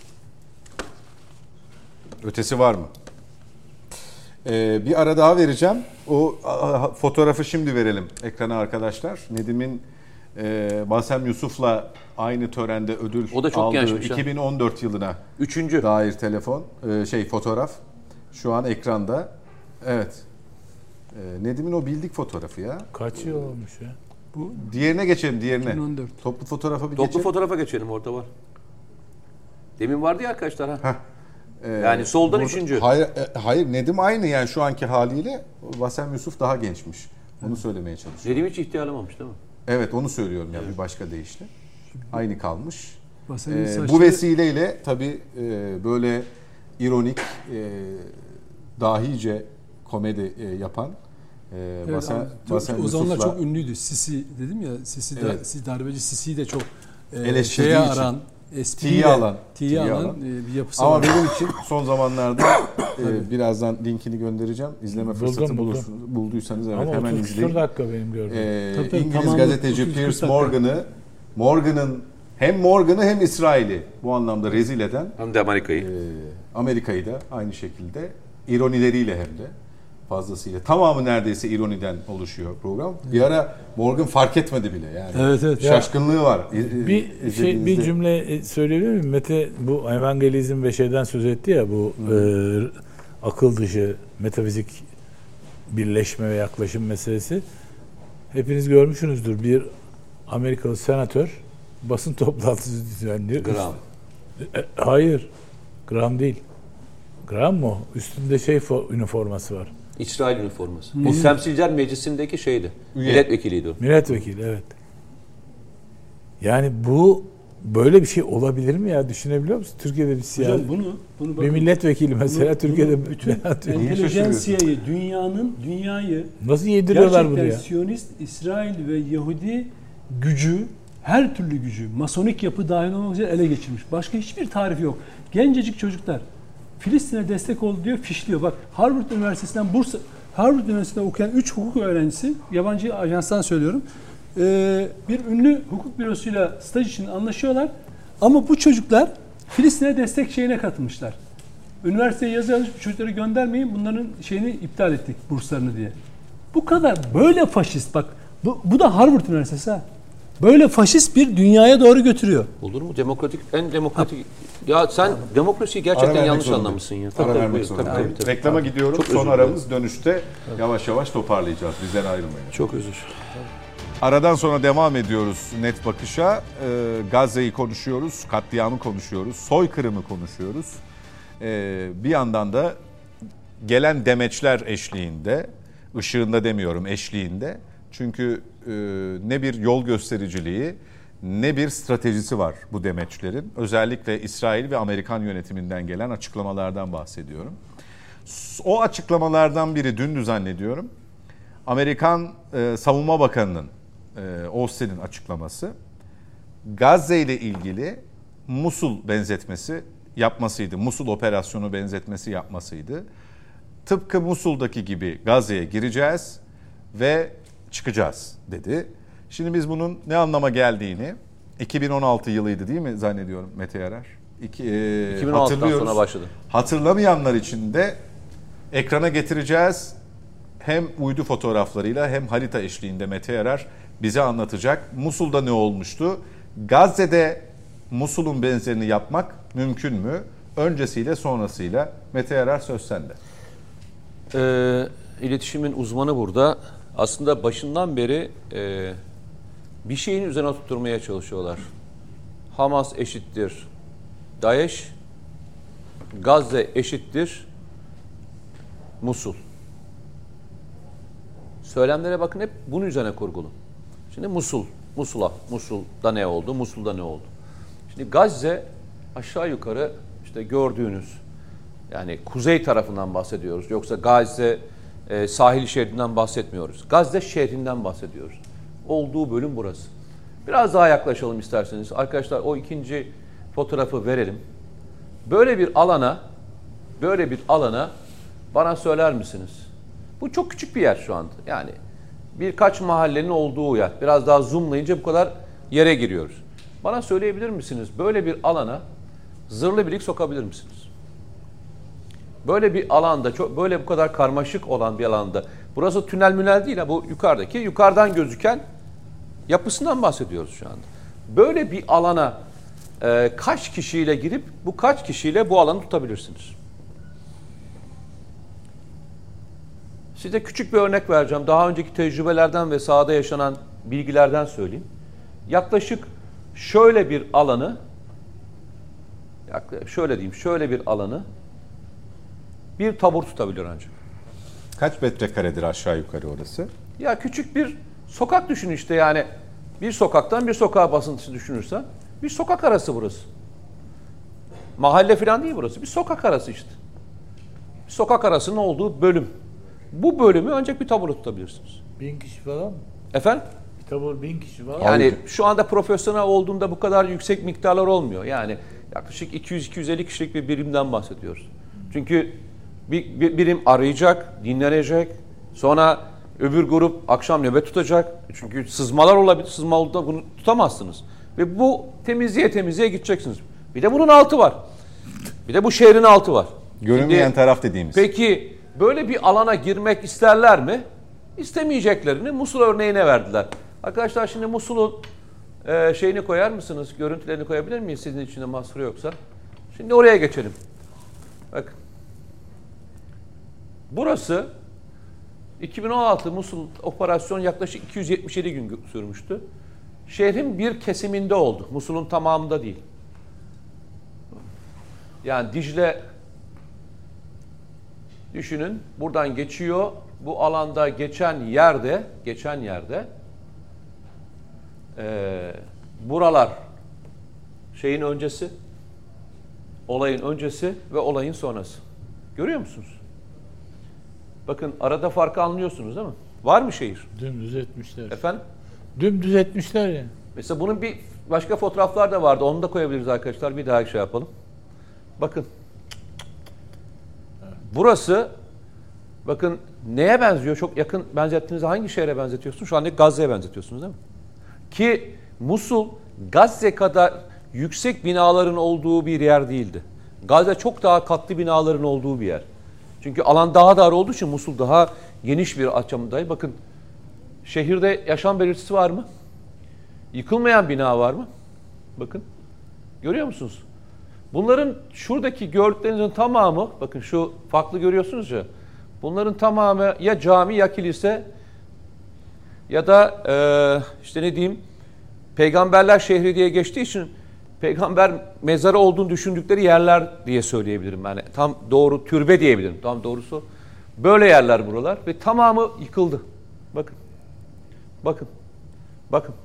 Ötesi var mı? Ee, bir ara daha vereceğim. O a, fotoğrafı şimdi verelim ekrana arkadaşlar. Nedim'in e, Basem Yusuf'la aynı törende ödül O da çok aldığı gençmiş ha. iki bin on dört yılına Üçüncü. dair telefon, e, şey fotoğraf şu an ekranda. Evet. E, Nedim'in o bildik fotoğrafı ya. Kaç yıl olmuş ya? Bu Diğerine geçelim, diğerine. iki bin on dört. Toplu fotoğrafa bir Toplu geçelim. fotoğrafa geçelim, orada var. Demin vardı ya arkadaşlar ha. Heh. Ee, Yani soldan burada- üçüncü. Hayır, e, hayır Nedim aynı yani şu anki haliyle. Vasem Yusuf daha gençmiş. Onu söylemeye çalışıyorum. Nedim hiç ihtiyarlamamış değil mi? Evet onu söylüyorum ya bir başka deyişle. Aynı kalmış. Basen'in Ee, saçları- bu vesileyle tabii e, böyle ironik, e, dahice komedi e, yapan e, Evet, Vasem, abi, çok- Vasem o zamanlar Yusuf'la çok ünlüydü. Sisi dedim ya, Sisi, Evet. da, Sisi darbeci Sisi'yi de çok e, Eleştirdiği şeye için. aran, espriyle Tiye alan, tiye tiye alan, alan. e, bir yapısı ama var. benim için son zamanlarda e, birazdan linkini göndereceğim. İzleme Buldum, fırsatı buldum. bulursunuz, bulduysanız evet Ama hemen otuz küsur izleyin. dakika benim gördüğüm. Ee, Tabii, tabii, İngiliz tamamı gazeteci otuz kırk Piers dakika. Morgan'ı Morgan'ın hem Morgan'ı hem İsrail'i bu anlamda rezil eden Hem de Amerika'yı. e, Amerika'yı da aynı şekilde ironileriyle hem de fazlasıyla tamamı neredeyse ironiden oluşuyor program. Bir ara Morgan fark etmedi bile yani. Evet, evet. Şaşkınlığı var. İ- Bir şey izlediğinizde. bir cümle söyleyebilir miyim? Mete bu evangelizm ve şeyden söz etti ya, bu e, akıl dışı metafizik birleşme ve yaklaşım meselesi. Hepiniz görmüşsünüzdür. Bir Amerikalı senatör basın toplantısı düzenliyor. Graham. E, hayır. Graham değil. Graham mı o? Üstünde şey fo- üniforması var. İsrail üniforması. O Temsilciler Meclisi'ndeki şeydi. Üye. Milletvekiliydi o. Milletvekili, evet. Yani bu böyle bir şey olabilir mi ya? Düşünebiliyor musun? Türkiye'de bir siyasi... Hocam bunu, bunu bir bakın, milletvekili mesela bunu, Türkiye'de... bunu bütün Bütün entelijensiyayı, dünyanın, dünyayı nasıl yediriyorlar bunu gerçekten ya? Siyonist, İsrail ve Yahudi gücü, her türlü gücü, masonik yapı dahil olmak üzere ele geçirmiş. Başka hiçbir tarif yok. Gencecik çocuklar Filistin'e destek oldu diyor, fişliyor. Bak Harvard Üniversitesi'nden Bursa, Harvard Üniversitesi'nde okuyan üç hukuk öğrencisi, yabancı ajanstan söylüyorum, bir ünlü hukuk bürosuyla staj için anlaşıyorlar. Ama bu çocuklar Filistin'e destek şeyine katılmışlar. Üniversiteye yazı yazmış, çocukları göndermeyin, bunların şeyini iptal ettik, burslarını diye. Bu kadar böyle faşist, bak bu, bu da Harvard Üniversitesi ha. Böyle faşist bir dünyaya doğru götürüyor. Olur mu? Demokratik, en demokratik... Ha. Ya sen demokrasiyi gerçekten yanlış anlamışsın ya. Ara vermek zorundayım. Reklama gidiyorum. Çok Son aramız dönüşte evet. yavaş yavaş toparlayacağız. Bizden ayrılmayın. Çok özür. Aradan sonra devam ediyoruz Net Bakış'a. Ee, Gazze'yi konuşuyoruz, katliamı konuşuyoruz, soykırımı konuşuyoruz. Ee, bir yandan da gelen demeçler eşliğinde, ışığında demiyorum eşliğinde. Çünkü e, ne bir yol göstericiliği ne bir stratejisi var bu demeçlerin. Özellikle İsrail ve Amerikan yönetiminden gelen açıklamalardan bahsediyorum. O açıklamalardan biri dündü zannediyorum. Amerikan e, Savunma Bakanı'nın, e, Austin'in açıklaması. Gazze ile ilgili Musul benzetmesi yapmasıydı. Musul operasyonu benzetmesi yapmasıydı. Tıpkı Musul'daki gibi Gazze'ye gireceğiz ve çıkacağız dedi. Şimdi biz bunun ne anlama geldiğini, iki bin on altı yılıydı değil mi zannediyorum Mete Yarar? İki, e, iki bin on altıdan sonra başladı. Hatırlamayanlar için de ekrana getireceğiz. Hem uydu fotoğraflarıyla hem harita eşliğinde Mete Yarar bize anlatacak. Musul'da ne olmuştu? Gazze'de Musul'un benzerini yapmak mümkün mü? Öncesiyle sonrasıyla Mete Yarar söz sende. Ee, iletişimin uzmanı burada. Aslında başından beri e, bir şeyin üzerine tutturmaya çalışıyorlar. Hamas eşittir DAEŞ, Gazze eşittir Musul. Söylemlere bakın hep bunun üzerine kurgulu. Şimdi Musul, Musul'a, Musul'da ne oldu, Musul'da ne oldu? Şimdi Gazze aşağı yukarı işte gördüğünüz, yani kuzey tarafından bahsediyoruz. Yoksa Gazze e, sahil şeridinden bahsetmiyoruz. Gazze şehrinden bahsediyoruz. Olduğu bölüm burası. Biraz daha yaklaşalım isterseniz. Arkadaşlar o ikinci fotoğrafı verelim. Böyle bir alana, böyle bir alana bana söyler misiniz? Bu çok küçük bir yer şu anda. Yani birkaç mahallenin olduğu yer. Biraz daha zoomlayınca bu kadar yere giriyoruz. Bana söyleyebilir misiniz? Böyle bir alana zırhlı birlik sokabilir misiniz? Böyle bir alanda, çok böyle bu kadar karmaşık olan bir alanda, burası tünel münel değil ha, bu yukarıdaki, yukarıdan gözüken yapısından bahsediyoruz şu anda. Böyle bir alana e, kaç kişiyle girip bu kaç kişiyle bu alanı tutabilirsiniz? Size küçük bir örnek vereceğim. Daha önceki tecrübelerden ve sahada yaşanan bilgilerden söyleyeyim. Yaklaşık şöyle bir alanı, şöyle diyeyim, şöyle bir alanı bir tabur tutabilir ancak. Kaç metrekaredir aşağı yukarı orası? Ya küçük bir sokak düşün işte, yani bir sokaktan bir sokağa basıntısı düşünürsen bir sokak arası burası. Mahalle falan değil burası. Bir sokak arası işte. Bir sokak arasının olduğu bölüm. Bu bölümü ancak bir tabura tutabilirsiniz. Bin kişi falan mı? Efendim? Bir tabur bin kişi falan. Yani Abi. Şu anda profesyonel olduğunda bu kadar yüksek miktarlar olmuyor. Yani yaklaşık iki yüz iki yüz elli kişilik bir birimden bahsediyoruz. Çünkü bir, bir birim arayacak, dinlenecek. Sonra öbür grup akşam nöbet tutacak. Çünkü sızmalar olabilir. Sızma olduğunda bunu tutamazsınız. Ve bu temizliğe temizliğe gideceksiniz. Bir de bunun altı var. Bir de bu şehrin altı var. Görünmeyen Şimdi, taraf dediğimiz. Peki böyle bir alana girmek isterler mi? İstemeyeceklerini Musul örneğine verdiler. Arkadaşlar şimdi Musul'un e, şeyini koyar mısınız? Görüntülerini koyabilir miyiz sizin içinde mahsuru yoksa? Şimdi oraya geçelim. Bakın. Burası iki bin on altı Musul operasyon yaklaşık iki yüz yetmiş yedi gün sürmüştü. Şehrin bir kesiminde oldu. Musul'un tamamında değil. Yani Dicle düşünün, buradan geçiyor. Bu alanda geçen yerde, geçen yerde e, buralar şeyin öncesi, olayın öncesi ve olayın sonrası. Görüyor musunuz? Bakın arada farkı anlıyorsunuz değil mi? Var mı şehir? Dümdüz etmişler. Efendim? Dümdüz etmişler ya. Mesela bunun bir başka fotoğraflar da vardı. Onu da koyabiliriz arkadaşlar. Bir daha şey yapalım. Bakın. Burası bakın neye benziyor? Çok yakın benzettiğinizde hangi şehre benzetiyorsunuz? Şu anda Gazze'ye benzetiyorsunuz değil mi? Ki Musul Gazze kadar yüksek binaların olduğu bir yer değildi. Gazze çok daha katlı binaların olduğu bir yer. Çünkü alan daha dar olduğu için Musul daha geniş bir açımdaydı. Bakın şehirde yaşam belirtisi var mı? Yıkılmayan bina var mı? Bakın. Görüyor musunuz? Bunların şuradaki gördüklerinizin tamamı, bakın şu farklı görüyorsunuz ya. Bunların tamamı ya cami ya kilise ya da e, işte ne diyeyim peygamberler şehri diye geçtiği için peygamber mezarı olduğunu düşündükleri yerler diye söyleyebilirim. Yani tam doğru türbe diyebilirim. Tam doğrusu böyle yerler buralar ve tamamı yıkıldı. Bakın. Bakın. Bakın.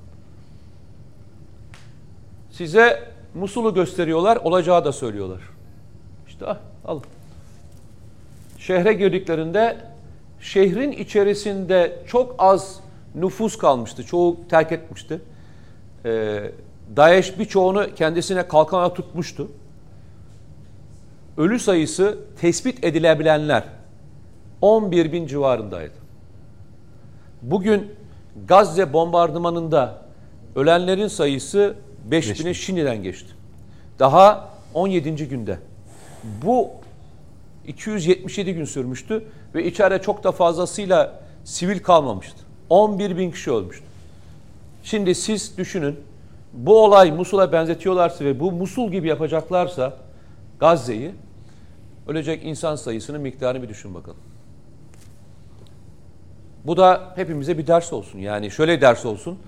Size Musul'u gösteriyorlar, olacağı da söylüyorlar. İşte ah, alın. Şehre girdiklerinde şehrin içerisinde çok az nüfus kalmıştı. Çoğu terk etmişti. Ee, DAEŞ birçoğunu kendisine kalkana tutmuştu. Ölü sayısı tespit edilebilenler on bir bin civarındaydı. Bugün Gazze bombardımanında ölenlerin sayısı beş bine şimdiden geçti. Daha on yedinci günde. Bu iki yüz yetmiş yedi gün sürmüştü ve içeride çok da fazlasıyla sivil kalmamıştı. on bir bin kişi ölmüştü. Şimdi siz düşünün, bu olay Musul'a benzetiyorlarsa ve bu Musul gibi yapacaklarsa Gazze'yi, ölecek insan sayısının miktarını bir düşün bakalım. Bu da hepimize bir ders olsun. Yani şöyle ders olsun.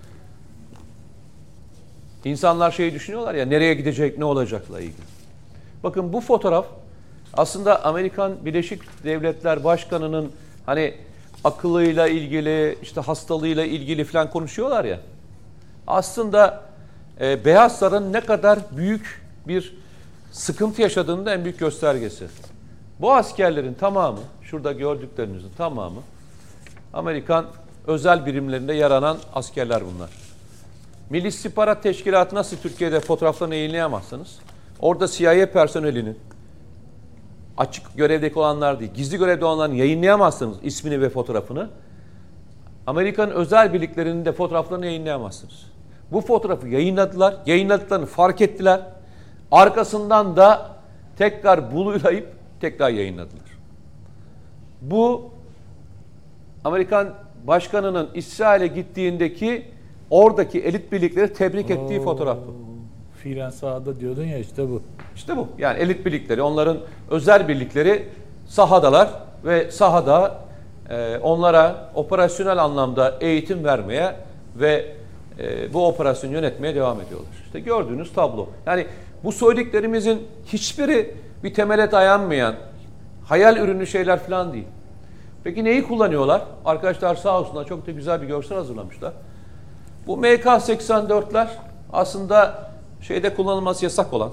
İnsanlar şeyi düşünüyorlar ya, nereye gidecek, ne olacakla ilgili. Bakın bu fotoğraf aslında Amerikan Birleşik Devletler Başkanı'nın hani akıllıyla ilgili, işte hastalığıyla ilgili falan konuşuyorlar ya. Aslında e, Beyaz Saray'ın ne kadar büyük bir sıkıntı yaşadığının da en büyük göstergesi. Bu askerlerin tamamı, şurada gördüklerinizin tamamı Amerikan özel birimlerinde yer alan askerler bunlar. Milli İstihbarat Teşkilatı nasıl Türkiye'de fotoğraflarını yayınlayamazsınız? Orada C I A personelinin açık görevdeki olanlar değil, gizli görevde olanların yayınlayamazsınız ismini ve fotoğrafını. Amerikan özel birliklerinin de fotoğraflarını yayınlayamazsınız. Bu fotoğrafı yayınladılar, yayınladıklarını fark ettiler. Arkasından da tekrar bululayıp tekrar yayınladılar. Bu Amerikan Başkanı'nın İsrail'e gittiğindeki oradaki elit birlikleri tebrik ettiği Oo, fotoğraf bu. Fiilen sahada diyordun ya, işte bu. İşte bu. Yani elit birlikleri, onların özel birlikleri sahadalar ve sahada e, onlara operasyonel anlamda eğitim vermeye ve e, bu operasyonu yönetmeye devam ediyorlar. İşte gördüğünüz tablo. Yani bu söylediklerimizin hiçbiri bir temele dayanmayan, hayal ürünü şeyler falan değil. Peki neyi kullanıyorlar? Arkadaşlar sağ olsunlar çok da güzel bir görsel hazırlamışlar. Bu M K seksen dörtler aslında şeyde kullanılması yasak olan,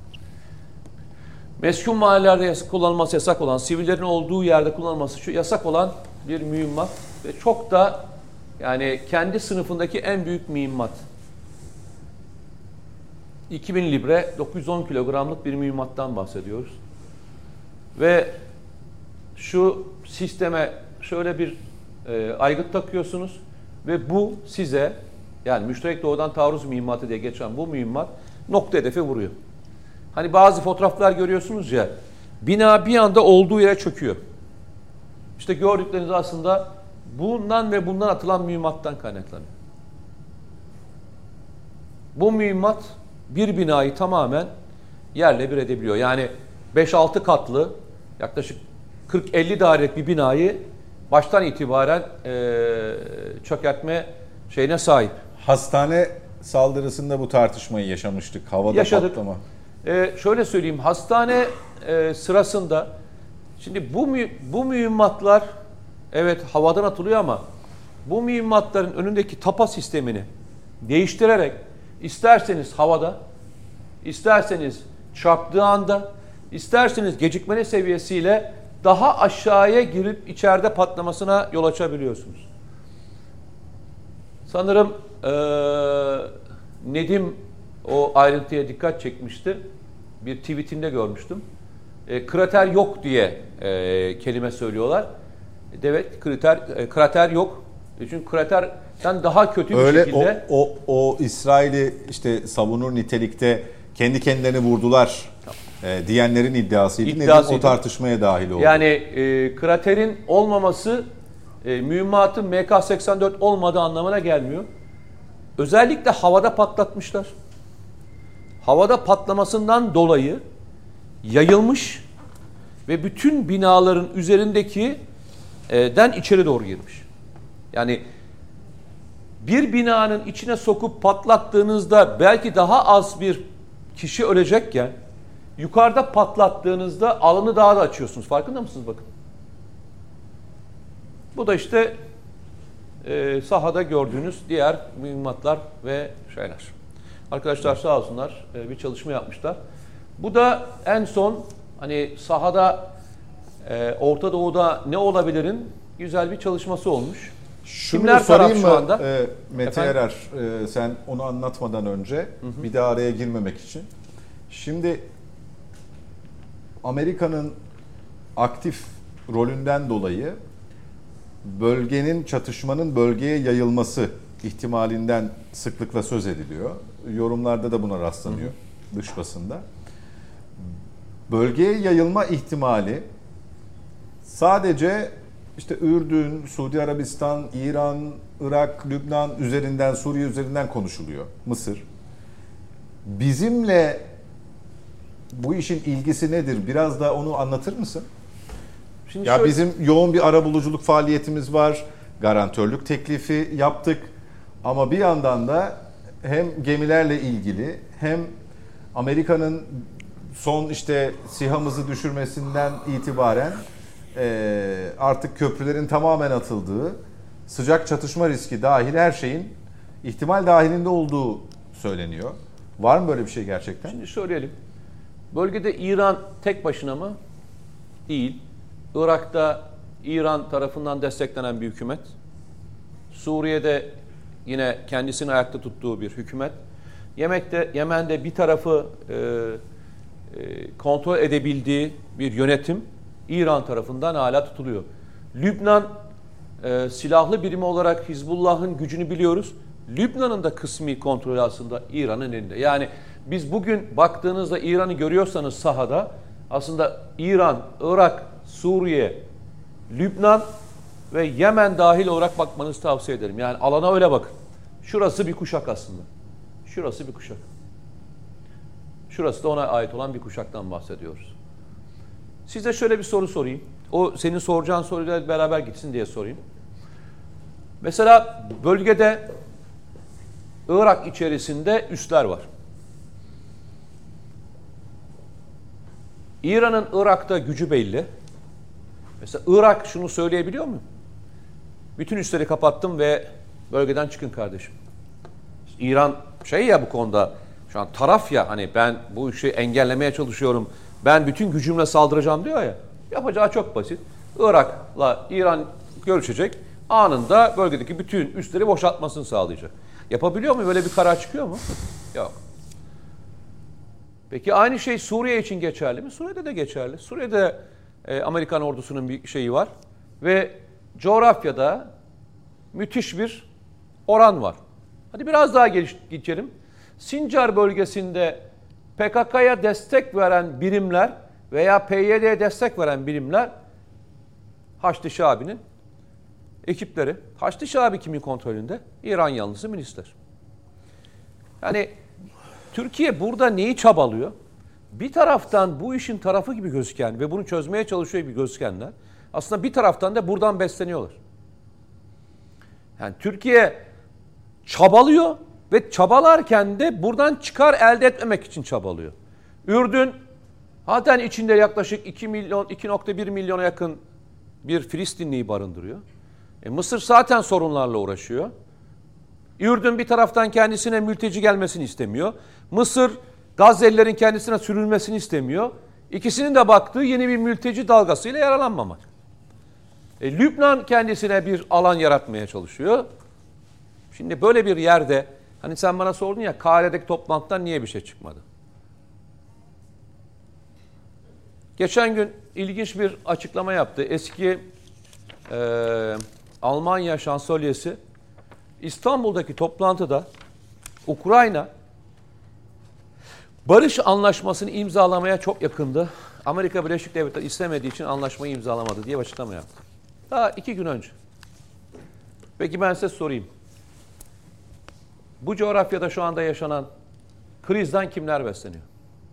meskun mahallelerde kullanılması yasak olan, sivillerin olduğu yerde kullanılması şu yasak olan bir mühimmat ve çok da yani kendi sınıfındaki en büyük mühimmat. iki bin libre, dokuz yüz on kilogramlık bir mühimmattan bahsediyoruz. Ve şu sisteme şöyle bir e, aygıt takıyorsunuz ve bu size, yani müşterek doğudan taarruz mühimmatı diye geçen bu mühimmat nokta hedefe vuruyor. Hani bazı fotoğraflar görüyorsunuz ya, bina bir anda olduğu yere çöküyor. İşte gördükleriniz aslında bundan ve bundan atılan mühimmattan kaynaklanıyor. Bu mühimmat bir binayı tamamen yerle bir edebiliyor. Yani beş altı katlı yaklaşık kırk elli dairelik bir binayı baştan itibaren e, çökertme şeyine sahip. Hastane saldırısında bu tartışmayı yaşamıştık. Havada Yaşadık. patlama. Ee, şöyle söyleyeyim, hastane e, sırasında şimdi bu bu mühimmatlar evet havadan atılıyor ama bu mühimmatların önündeki tapa sistemini değiştirerek isterseniz havada, isterseniz çarptığı anda, isterseniz gecikmeli seviyesiyle daha aşağıya girip içeride patlamasına yol açabiliyorsunuz. Sanırım ee, Nedim o ayrıntıya dikkat çekmişti. Bir tweetinde görmüştüm. E, krater yok diye e, kelime söylüyorlar. Evet, krater e, krater yok. E, çünkü kraterden daha kötü Öyle, bir şekilde. O, o, o İsrail'i işte savunur nitelikte kendi kendilerini vurdular e, diyenlerin iddiasıydı. İddiasıydı. Nedim o tartışmaya dahil oldu. Yani e, kraterin olmaması e, mühimmatın M K seksen dört olmadığı anlamına gelmiyor. Özellikle havada patlatmışlar. Havada patlamasından dolayı yayılmış ve bütün binaların üzerindeki e, den içeri doğru girmiş. Yani bir binanın içine sokup patlattığınızda belki daha az bir kişi ölecekken yukarıda patlattığınızda alanı daha da açıyorsunuz. Farkında mısınız bakın? Bu da işte e, sahada gördüğünüz diğer mühimmatlar ve şeyler. Arkadaşlar sağ olsunlar e, bir çalışma yapmışlar. Bu da en son hani sahada e, Orta Doğu'da ne olabilirin güzel bir çalışması olmuş. Şunu Kimler sorayım taraf mı şu anda? e, Mete Efendim? Erer, e, sen onu anlatmadan önce hı hı. bir daha araya girmemek için. Şimdi Amerika'nın aktif rolünden dolayı bölgenin, çatışmanın bölgeye yayılması ihtimalinden sıklıkla söz ediliyor. Yorumlarda da buna rastlanıyor, hı hı. dış basında. Bölgeye yayılma ihtimali sadece işte Ürdün, Suudi Arabistan, İran, Irak, Lübnan üzerinden, Suriye üzerinden konuşuluyor. Mısır. Bizimle bu işin ilgisi nedir? Biraz da onu anlatır mısın? Şimdi ya şöyle... bizim yoğun bir arabuluculuk faaliyetimiz var. Garantörlük teklifi yaptık. Ama bir yandan da hem gemilerle ilgili hem Amerika'nın son işte SİHA'mızı düşürmesinden itibaren e, artık köprülerin tamamen atıldığı, sıcak çatışma riski dahil her şeyin ihtimal dahilinde olduğu söyleniyor. Var mı böyle bir şey gerçekten? Şimdi söyleyelim. Bölgede İran tek başına mı? Değil. Irak'ta İran tarafından desteklenen bir hükümet. Suriye'de yine kendisini ayakta tuttuğu bir hükümet. Yemekte, Yemen'de bir tarafı e, e, kontrol edebildiği bir yönetim İran tarafından hala tutuluyor. Lübnan e, silahlı birimi olarak Hizbullah'ın gücünü biliyoruz. Lübnan'ın da kısmi kontrolü aslında İran'ın elinde. Yani biz bugün baktığınızda İran'ı görüyorsanız sahada aslında İran, Irak, Suriye, Lübnan ve Yemen dahil olarak bakmanızı tavsiye ederim. Yani alana öyle bakın. Şurası bir kuşak aslında. Şurası bir kuşak. Şurası da ona ait olan bir kuşaktan bahsediyoruz. Size şöyle bir soru sorayım. O senin soracağın soruyla beraber gitsin diye sorayım. Mesela bölgede Irak içerisinde üsler var. İran'ın Irak'ta gücü belli. Mesela Irak şunu söyleyebiliyor mu? Bütün üsleri kapattım ve bölgeden çıkın kardeşim. İran şey ya bu konuda şu an taraf ya hani ben bu işi engellemeye çalışıyorum. Ben bütün gücümle saldıracağım diyor ya. Yapacağı çok basit. Irak'la İran görüşecek. Anında bölgedeki bütün üsleri boşaltmasını sağlayacak. Yapabiliyor mu? Böyle bir karar çıkıyor mu? Yok. Peki aynı şey Suriye için geçerli mi? Suriye'de de geçerli. Suriye'de e, Amerikan ordusunun bir şeyi var. Ve coğrafyada müthiş bir oran var. Hadi biraz daha geliş, geçelim. Sincar bölgesinde P K K'ya destek veren birimler veya P Y D'ye destek veren birimler Haçlı Şabi'nin ekipleri. Haçlı Şabi kimin kontrolünde? İran yanlısı milisler. Yani Türkiye burada neyi çabalıyor? Bir taraftan bu işin tarafı gibi gözüken ve bunu çözmeye çalışıyor gibi gözükenler aslında bir taraftan da buradan besleniyorlar. Yani Türkiye çabalıyor ve çabalarken de buradan çıkar elde etmemek için çabalıyor. Ürdün zaten içinde yaklaşık iki milyon, iki nokta bir milyona yakın bir Filistinliyi barındırıyor. E Mısır zaten sorunlarla uğraşıyor. Ürdün bir taraftan kendisine mülteci gelmesini istemiyor. Mısır Gazze'lilerin kendisine sürülmesini istemiyor. İkisinin de baktığı yeni bir mülteci dalgasıyla yaralanmamak. E, Lübnan kendisine bir alan yaratmaya çalışıyor. Şimdi böyle bir yerde, hani sen bana sordun ya Kahire'deki toplantıdan niye bir şey çıkmadı? Geçen gün ilginç bir açıklama yaptı. Eski e, Almanya şansölyesi İstanbul'daki toplantıda Ukrayna barış anlaşmasını imzalamaya çok yakındı. Amerika Birleşik Devletleri istemediği için anlaşmayı imzalamadı diye açıklama yaptı. Daha iki gün önce. Peki ben size sorayım. Bu coğrafyada şu anda yaşanan krizden kimler besleniyor?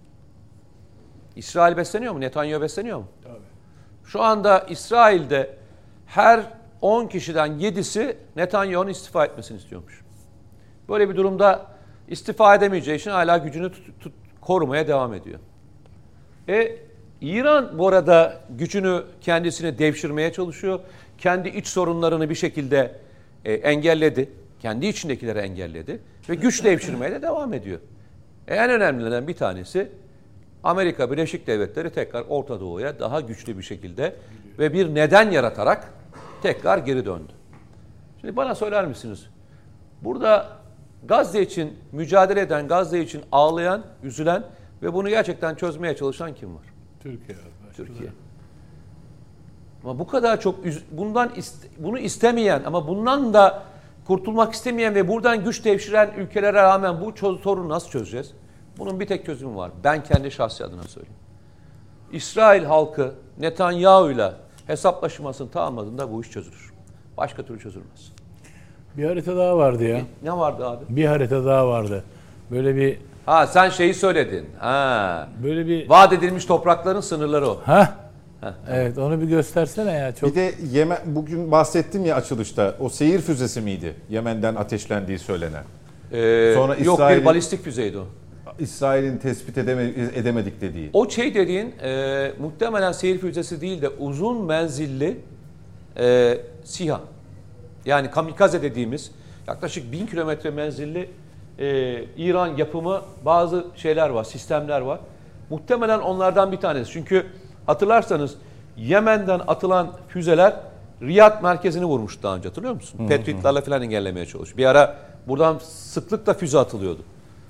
İsrail besleniyor mu? Netanyahu besleniyor mu? Tabii. Şu anda İsrail'de her on kişiden yedisi Netanyahu'nun istifa etmesini istiyormuş. Böyle bir durumda istifa edemeyeceği için hala gücünü tut, tut, korumaya devam ediyor. E İran bu arada gücünü kendisine devşirmeye çalışıyor. Kendi iç sorunlarını bir şekilde e, engelledi. Kendi içindekileri engelledi. Ve güç devşirmeye de devam ediyor. E, en önemlilerinden bir tanesi Amerika Birleşik Devletleri tekrar Orta Doğu'ya daha güçlü bir şekilde ve bir neden yaratarak tekrar geri döndü. Şimdi bana söyler misiniz? Burada Gazze için mücadele eden, Gazze için ağlayan, üzülen ve bunu gerçekten çözmeye çalışan kim var? Türkiye. Türkiye. Ama bu kadar çok bundan bunu istemeyen ama bundan da kurtulmak istemeyen ve buradan güç devşiren ülkelere rağmen bu sorunu nasıl çözeceğiz? Bunun bir tek çözümü var. Ben kendi şahsi adına söyleyeyim. İsrail halkı Netanyahu'yla hesaplaşmasını tamamladığında bu iş çözülür. Başka türlü çözülmez. Bir harita daha vardı ya. Ne vardı abi? Bir harita daha vardı. Böyle bir... Ha sen şeyi söyledin. Ha. Böyle bir... Vaat edilmiş toprakların sınırları o. Ha. Evet onu bir göstersene ya. Çok... Bir de Yemen, bugün bahsettim ya açılışta, o seyir füzesi miydi? Yemen'den ateşlendiği söylenen. Ee, Sonra yok bir balistik füzeydi o. İsrail'in tespit edeme, edemedik dediği. O şey dediğin e, muhtemelen seyir füzesi değil de uzun menzilli e, SİHA. Yani kamikaze dediğimiz yaklaşık bin kilometre menzilli e, İran yapımı bazı şeyler var, sistemler var. Muhtemelen onlardan bir tanesi. Çünkü hatırlarsanız Yemen'den atılan füzeler Riyad merkezini vurmuştu daha önce, hatırlıyor musun? Petritlerle falan engellemeye çalışıyor. Bir ara buradan sıklıkla füze atılıyordu.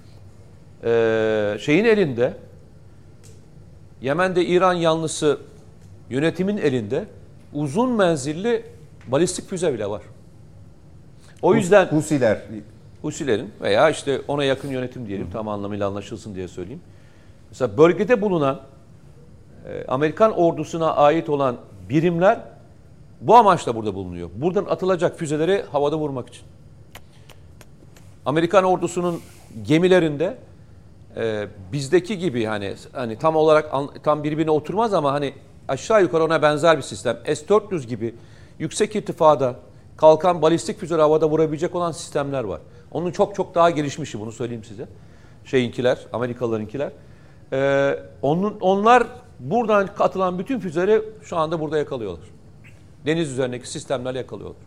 Ee, şeyin elinde, Yemen'de İran yanlısı yönetimin elinde uzun menzilli balistik füze bile var. O yüzden Husiler. Husilerin veya işte ona yakın yönetim diyelim, tam anlamıyla anlaşılsın diye söyleyeyim. Mesela bölgede bulunan Amerikan ordusuna ait olan birimler bu amaçla burada bulunuyor. Buradan atılacak füzeleri havada vurmak için. Amerikan ordusunun gemilerinde e, bizdeki gibi hani hani tam olarak tam birbirine oturmaz ama hani aşağı yukarı ona benzer bir sistem. S dört yüz gibi yüksek irtifada kalkan balistik füzeleri havada vurabilecek olan sistemler var. Onun çok çok daha gelişmişi, bunu söyleyeyim size. Şeyinkiler, Amerikalılarınkiler. Ee, onun, onlar buradan atılan bütün füzeleri şu anda burada yakalıyorlar. Deniz üzerindeki sistemlerle yakalıyorlar.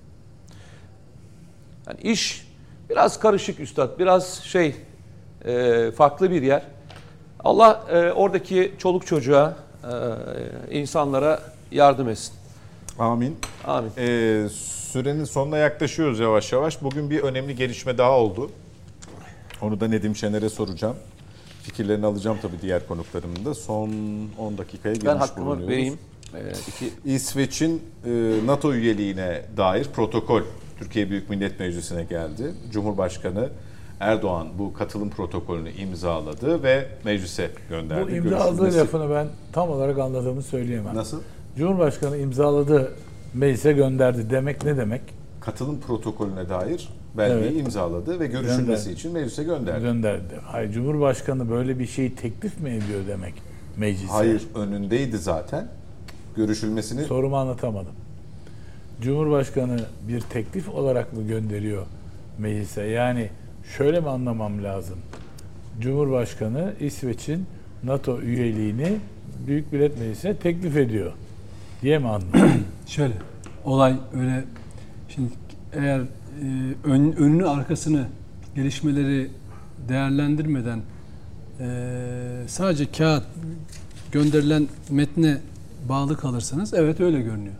Yani iş biraz karışık üstad, biraz şey e, farklı bir yer. Allah e, oradaki çoluk çocuğa, e, insanlara yardım etsin. Amin. Amin. Ee, sürenin sonuna yaklaşıyoruz yavaş yavaş. Bugün bir önemli gelişme daha oldu. Onu da Nedim Şener'e soracağım. Fikirlerini alacağım tabii diğer konuklarımın da. Son on dakikaya girmiş ben hakkımı bulunuyoruz. vereyim. Ee, iki... İsveç'in e, NATO üyeliğine dair protokol Türkiye Büyük Millet Meclisi'ne geldi. Cumhurbaşkanı Erdoğan bu katılım protokolünü imzaladı ve meclise gönderdi. Bu imzaladığı lafını ben tam olarak anladığımı söyleyemem. Nasıl? Cumhurbaşkanı imzaladı, meclise gönderdi demek ne demek? Katılım protokolüne dair belgeyi evet. imzaladı ve görüşülmesi Gönder. için meclise gönderdi. Gönderdi. Hayır, Cumhurbaşkanı böyle bir şeyi teklif mi ediyor demek meclise? Hayır, önündeydi zaten. Görüşülmesini... Sorumu anlatamadım. Cumhurbaşkanı bir teklif olarak mı gönderiyor meclise? Yani şöyle mi anlamam lazım? Cumhurbaşkanı İsveç'in NATO üyeliğini Büyük Millet Meclisi'ne teklif ediyor diye mi anlıyorum? Şöyle, olay öyle, şimdi eğer e, ön, önünü arkasını, gelişmeleri değerlendirmeden Ee, sadece kağıt gönderilen metne bağlı kalırsanız evet öyle görünüyor.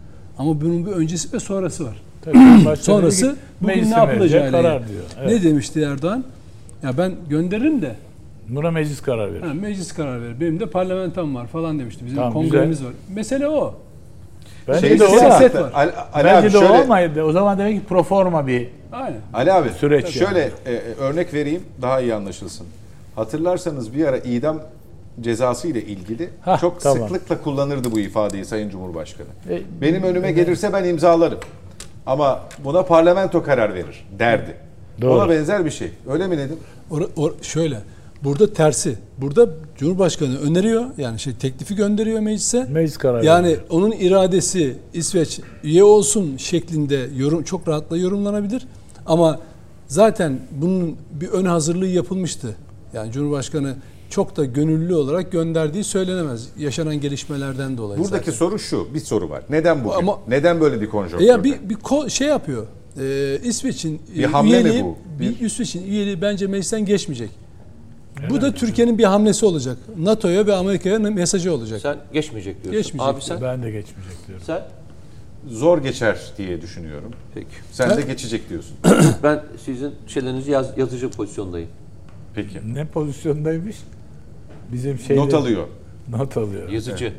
Ama bunun bir öncesi ve sonrası var. Tabii, sonrası bugün ne yapılacağıyla karar diyor. Evet. Ne demişti Erdoğan? Ya ben gönderirim de buna meclis karar verir. Ha, meclis karar verir. Benim de parlamentom var falan demişti. Bizim tamam, kongremiz güzel. var. Mesele o. Bence Şey, de o siyaset var. var. Ali, Ali Bence abi de şöyle, o olmaydı. O zaman demek ki proforma bir Aynen. Ali abi süreç şöyle yani. e, örnek vereyim daha iyi anlaşılsın. Hatırlarsanız bir ara idam cezası ile ilgili Hah, çok tamam. sıklıkla kullanırdı bu ifadeyi Sayın Cumhurbaşkanı. E, Benim önüme gelirse ben imzalarım. Ama buna parlamento karar verir derdi. Doğru. Ona benzer bir şey. Öyle mi Nedim? Or, or, şöyle. Burada tersi. Burada Cumhurbaşkanı öneriyor. Yani şey teklifi gönderiyor meclise. Meclis karar Yani verir. onun iradesi İsveç üye olsun şeklinde yorum çok rahatla yorumlanabilir. Ama zaten bunun bir ön hazırlığı yapılmıştı. Yani Cumhurbaşkanı çok da gönüllü olarak gönderdiği söylenemez. Yaşanan gelişmelerden dolayı. Buradaki zaten. soru şu. Bir soru var. Neden bugün? Ama- Neden böyle bir E konjonktürde? ya bir bir ko- şey yapıyor. Ee, İsveç'in Bir hamle mi üyeliği, bu? Bir İsveç'in üyeliği bence meclisten geçmeyecek. Bu da Türkiye'nin bir hamlesi olacak. NATO'ya ve Amerika'ya mesajı olacak. Sen geçmeyecek diyorsun. Geçmeyecek Abi sen? Ben de geçmeyecek diyorum. Sen? Zor geçer diye düşünüyorum. Peki. Sen Ha? de geçecek diyorsun. Ben sizin şeylerinizi yaz, yazıcı pozisyondayım. Peki. Ne pozisyondaymış? Bizim şeyde Not alıyor. Not alıyor. Yazıcı.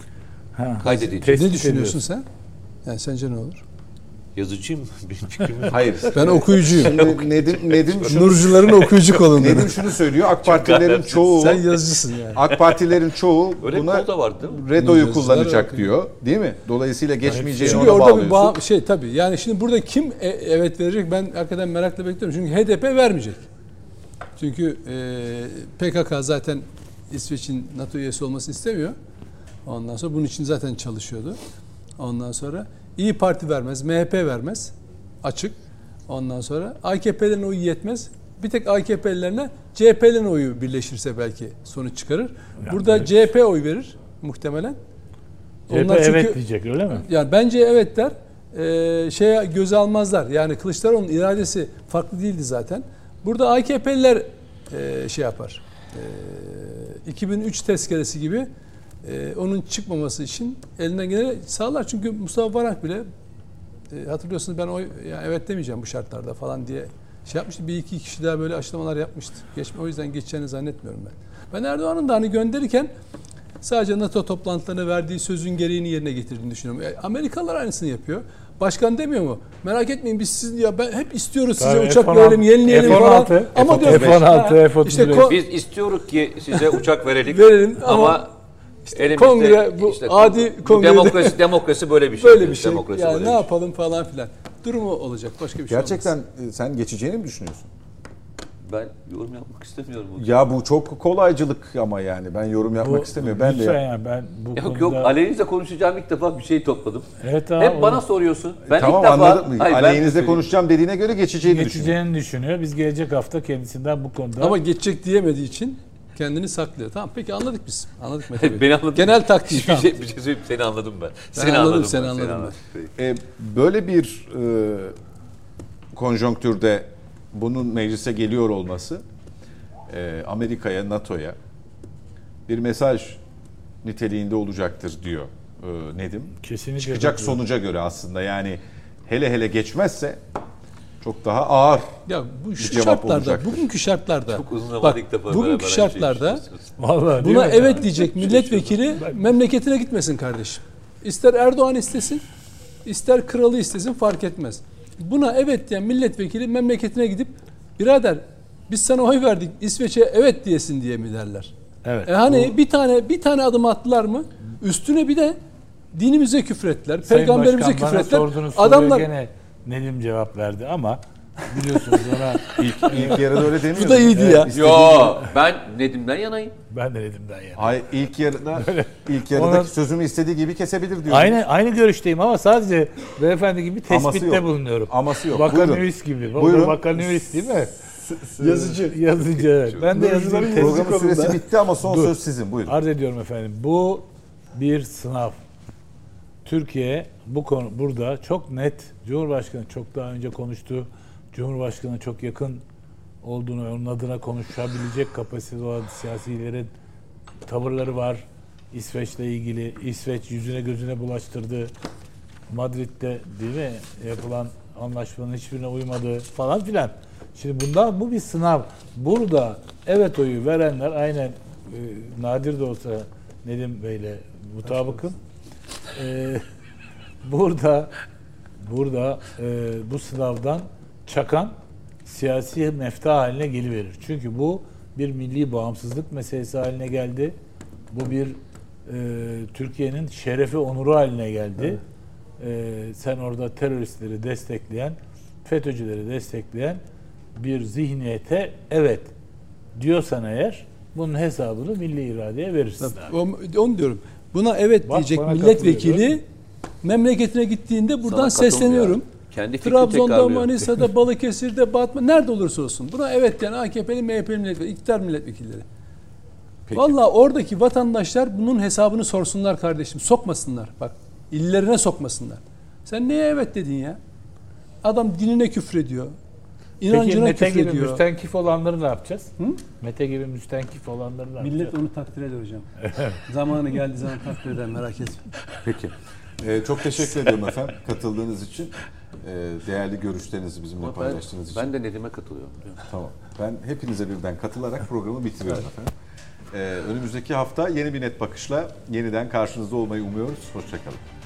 Ha. Kaydedici. Tespit Ne düşünüyorsun ediyorsun. sen? Yani sence ne olur? Yazıcıyım. Benim fikrim yok. Hayır. Ben okuyucuyum. Şimdi Nedim, Nedim şunu, Nurcuların okuyucu kolundan. Nedim şunu söylüyor. AK Partilerin çoğu Sen yazıcısın yani. AK Partilerin çoğu Öyle bir buna kol da vardı değil mi? redoyu Yazıcılar kullanacak okuyor. diyor. Değil mi? Dolayısıyla geçmeyeceğini Çünkü ona orada bir bağlıyorsun. bağ, şey tabii. Yani şimdi burada kim e- evet verecek ben hakikaten merakla bekliyorum. Çünkü H D P vermeyecek. Çünkü e, P K K zaten İsveç'in NATO üyesi olmasını istemiyor. Ondan sonra bunun için zaten çalışıyordu. Ondan sonra İyi Parti vermez, M H P vermez. Açık. Ondan sonra A K P'lerin oyu yetmez. Bir tek A K P'lilerine C H P'lerin oyu birleşirse belki sonuç çıkarır. Burada evet. C H P oy verir muhtemelen. C H P evet diyecek öyle mi? Yani bence evet der. Ee, şeye göze almazlar. Yani Kılıçdaroğlu'nun iradesi farklı değildi zaten. Burada A K P'liler e, şey yapar. E, iki bin üç tezkeresi gibi e, onun çıkmaması için elinden geleni sağlar. Çünkü Mustafa Varank bile e, hatırlıyorsunuz ben oy yani evet demeyeceğim bu şartlarda falan diye şey yapmıştı. Bir iki kişi daha böyle açıklamalar yapmıştı. Geçme, o yüzden geçeceğini zannetmiyorum ben. Ben Erdoğan'ın da hani gönderirken sadece NATO toplantılarına verdiği sözün gereğini yerine getirdiğini düşünüyorum. E, Amerikalılar aynısını yapıyor. Başkan demiyor mu? Merak etmeyin biz siz ya ben hep istiyoruz size Tabii, uçak F on altı, verelim, yenileyelim F on falan. altı, Ama F diyor on altı, ha, F otuz işte beş. ko- Biz istiyoruz ki size uçak verelim. verelim ama, ama işte elimizde kongre bu işte adi bu kongrede demokrasi demokrasi böyle bir şey. böyle bir şey. Demokrasi Yani böyle ne bir şey. yapalım falan filan. Durumu olacak. Başka bir şey Gerçekten olmaz. e, sen geçeceğini mi düşünüyorsun? Ben yorum yapmak istemiyorum. Ya bu çok kolaycılık ama yani ben yorum yapmak Bu- istemiyorum. Ben de lütfen ya- yani ben bu Yok konuda... yok aleyhinizle konuşacağım ilk defa bir şey topladım. Evet abi, Hep onu bana soruyorsun. Ben tamam ilk defa anladım. Hayır, ben Aleyhinizle söyleyeyim. konuşacağım dediğine göre geçeceğini düşünüyorum. geçeceğini düşünüyor. Biz gelecek hafta kendisinden bu konuda... Ama geçecek diyemediği için kendini saklıyor. Tamam peki anladık biz. Anladık Mete Bey. Beni anladın. Genel taktiği. Bir tamam. şey, bir şey söyleyeyim seni anladım ben. Seni anladım, anladım, seni ben, anladım ben. E, böyle bir e, konjonktürde bunun meclise geliyor olması e, Amerika'ya, NATO'ya bir mesaj niteliğinde olacaktır diyor e, Nedim. Kesinlikle Çıkacak katılıyorum. sonuca göre aslında yani hele hele geçmezse çok daha ağır. Ya bu şu cevap şartlarda, olacaktır. bugünkü şartlarda Çok uzun zamandır bak ilk defa bugünkü beraber şartlarda aynı şeyi düşünüyoruz. Vallahi değil buna mi? evet diyecek milletvekili memleketine gitmesin kardeşim. İster Erdoğan istesin, ister kralı istesin fark etmez. Buna evet diyen milletvekili memleketine gidip birader biz sana oy verdik İsveç'e evet diyesin diye mi derler? Evet. E hani bir tane bir tane adım attılar mı? Üstüne bir de dinimize küfrettiler, Sayın peygamberimize Başkan, bana küfrettiler. sorduğunuz soruya Adamlar gene Nedim cevap verdi ama biliyorsunuz ona İlk, ilk yarıda öyle demiyordu. bu da iyiydi ya. Yo ben Nedim'den yanayım. ben de Nedim'den yani. Hayır ilk yarıda ilk yarıdaki Ona- sözümü istediği gibi kesebilir diyor. Aynı aynı görüşteyim ama sadece beyefendi gibi Aması tespitte yok. bulunuyorum. Aması yok. Bakanüvis gibi. Buyurun. Bakanüvis değil mi? Yazıcı. Yazıcı evet. Ben de yazıların tezi Programın süresi konuda. bitti ama son Dur. söz sizin. Buyurun. Arz ediyorum efendim. Bu bir sınav. Türkiye bu konu burada çok net Cumhurbaşkanı çok daha önce konuştu. Cumhurbaşkanı çok yakın olduğunu, onun adına konuşabilecek kapasitesi olan siyasilerin tavırları var. İsveç'le ilgili, İsveç yüzüne gözüne bulaştırdı. Madrid'de değil mi yapılan anlaşmanın hiçbirine uymadı falan filan. Şimdi bundan bu bir sınav. Burada evet oyu verenler aynen e, nadir de olsa Nedim Bey'le mutabıkım. E, burada burada e, bu sınavdan çakan siyasi mefta haline geliverir. Çünkü bu bir milli bağımsızlık meselesi haline geldi. Bu bir e, Türkiye'nin şerefi, onuru haline geldi. Evet. E, sen orada teröristleri destekleyen, FETÖ'cüleri destekleyen bir zihniyete evet diyorsan eğer bunun hesabını milli iradeye verirsin. Tabii, onu diyorum. Buna evet Bak, diyecek milletvekili memleketine gittiğinde buradan sesleniyorum. Kendi Trabzon'da, Manisa'da, Balıkesir'de, Batman nerede olursa olsun. Buna evet yani A K P'li, M H P'li milletvekili, iktidar milletvekilleri. Vallahi oradaki vatandaşlar bunun hesabını sorsunlar kardeşim. Sokmasınlar. Bak illerine sokmasınlar. Sen neye evet dedin ya? Adam dinine küfrediyor. İnancına Peki Mete küfrediyor. gibi müstenkif olanları ne yapacağız? Hı? Mete gibi müstenkif olanları ne yapacağız? Millet onu takdir eder hocam. Zamanı geldiği zaman takdir eder, merak etme. Peki. Ee, çok teşekkür ediyorum efendim katıldığınız için. Ee, değerli görüşlerinizi bizimle ben, paylaştığınız için. Ben de Nedim'e katılıyorum. Tamam. Ben hepinize birden katılarak programı bitiriyorum evet. efendim. Ee, önümüzdeki hafta yeni bir net bakışla yeniden karşınızda olmayı umuyoruz. Hoşça kalın.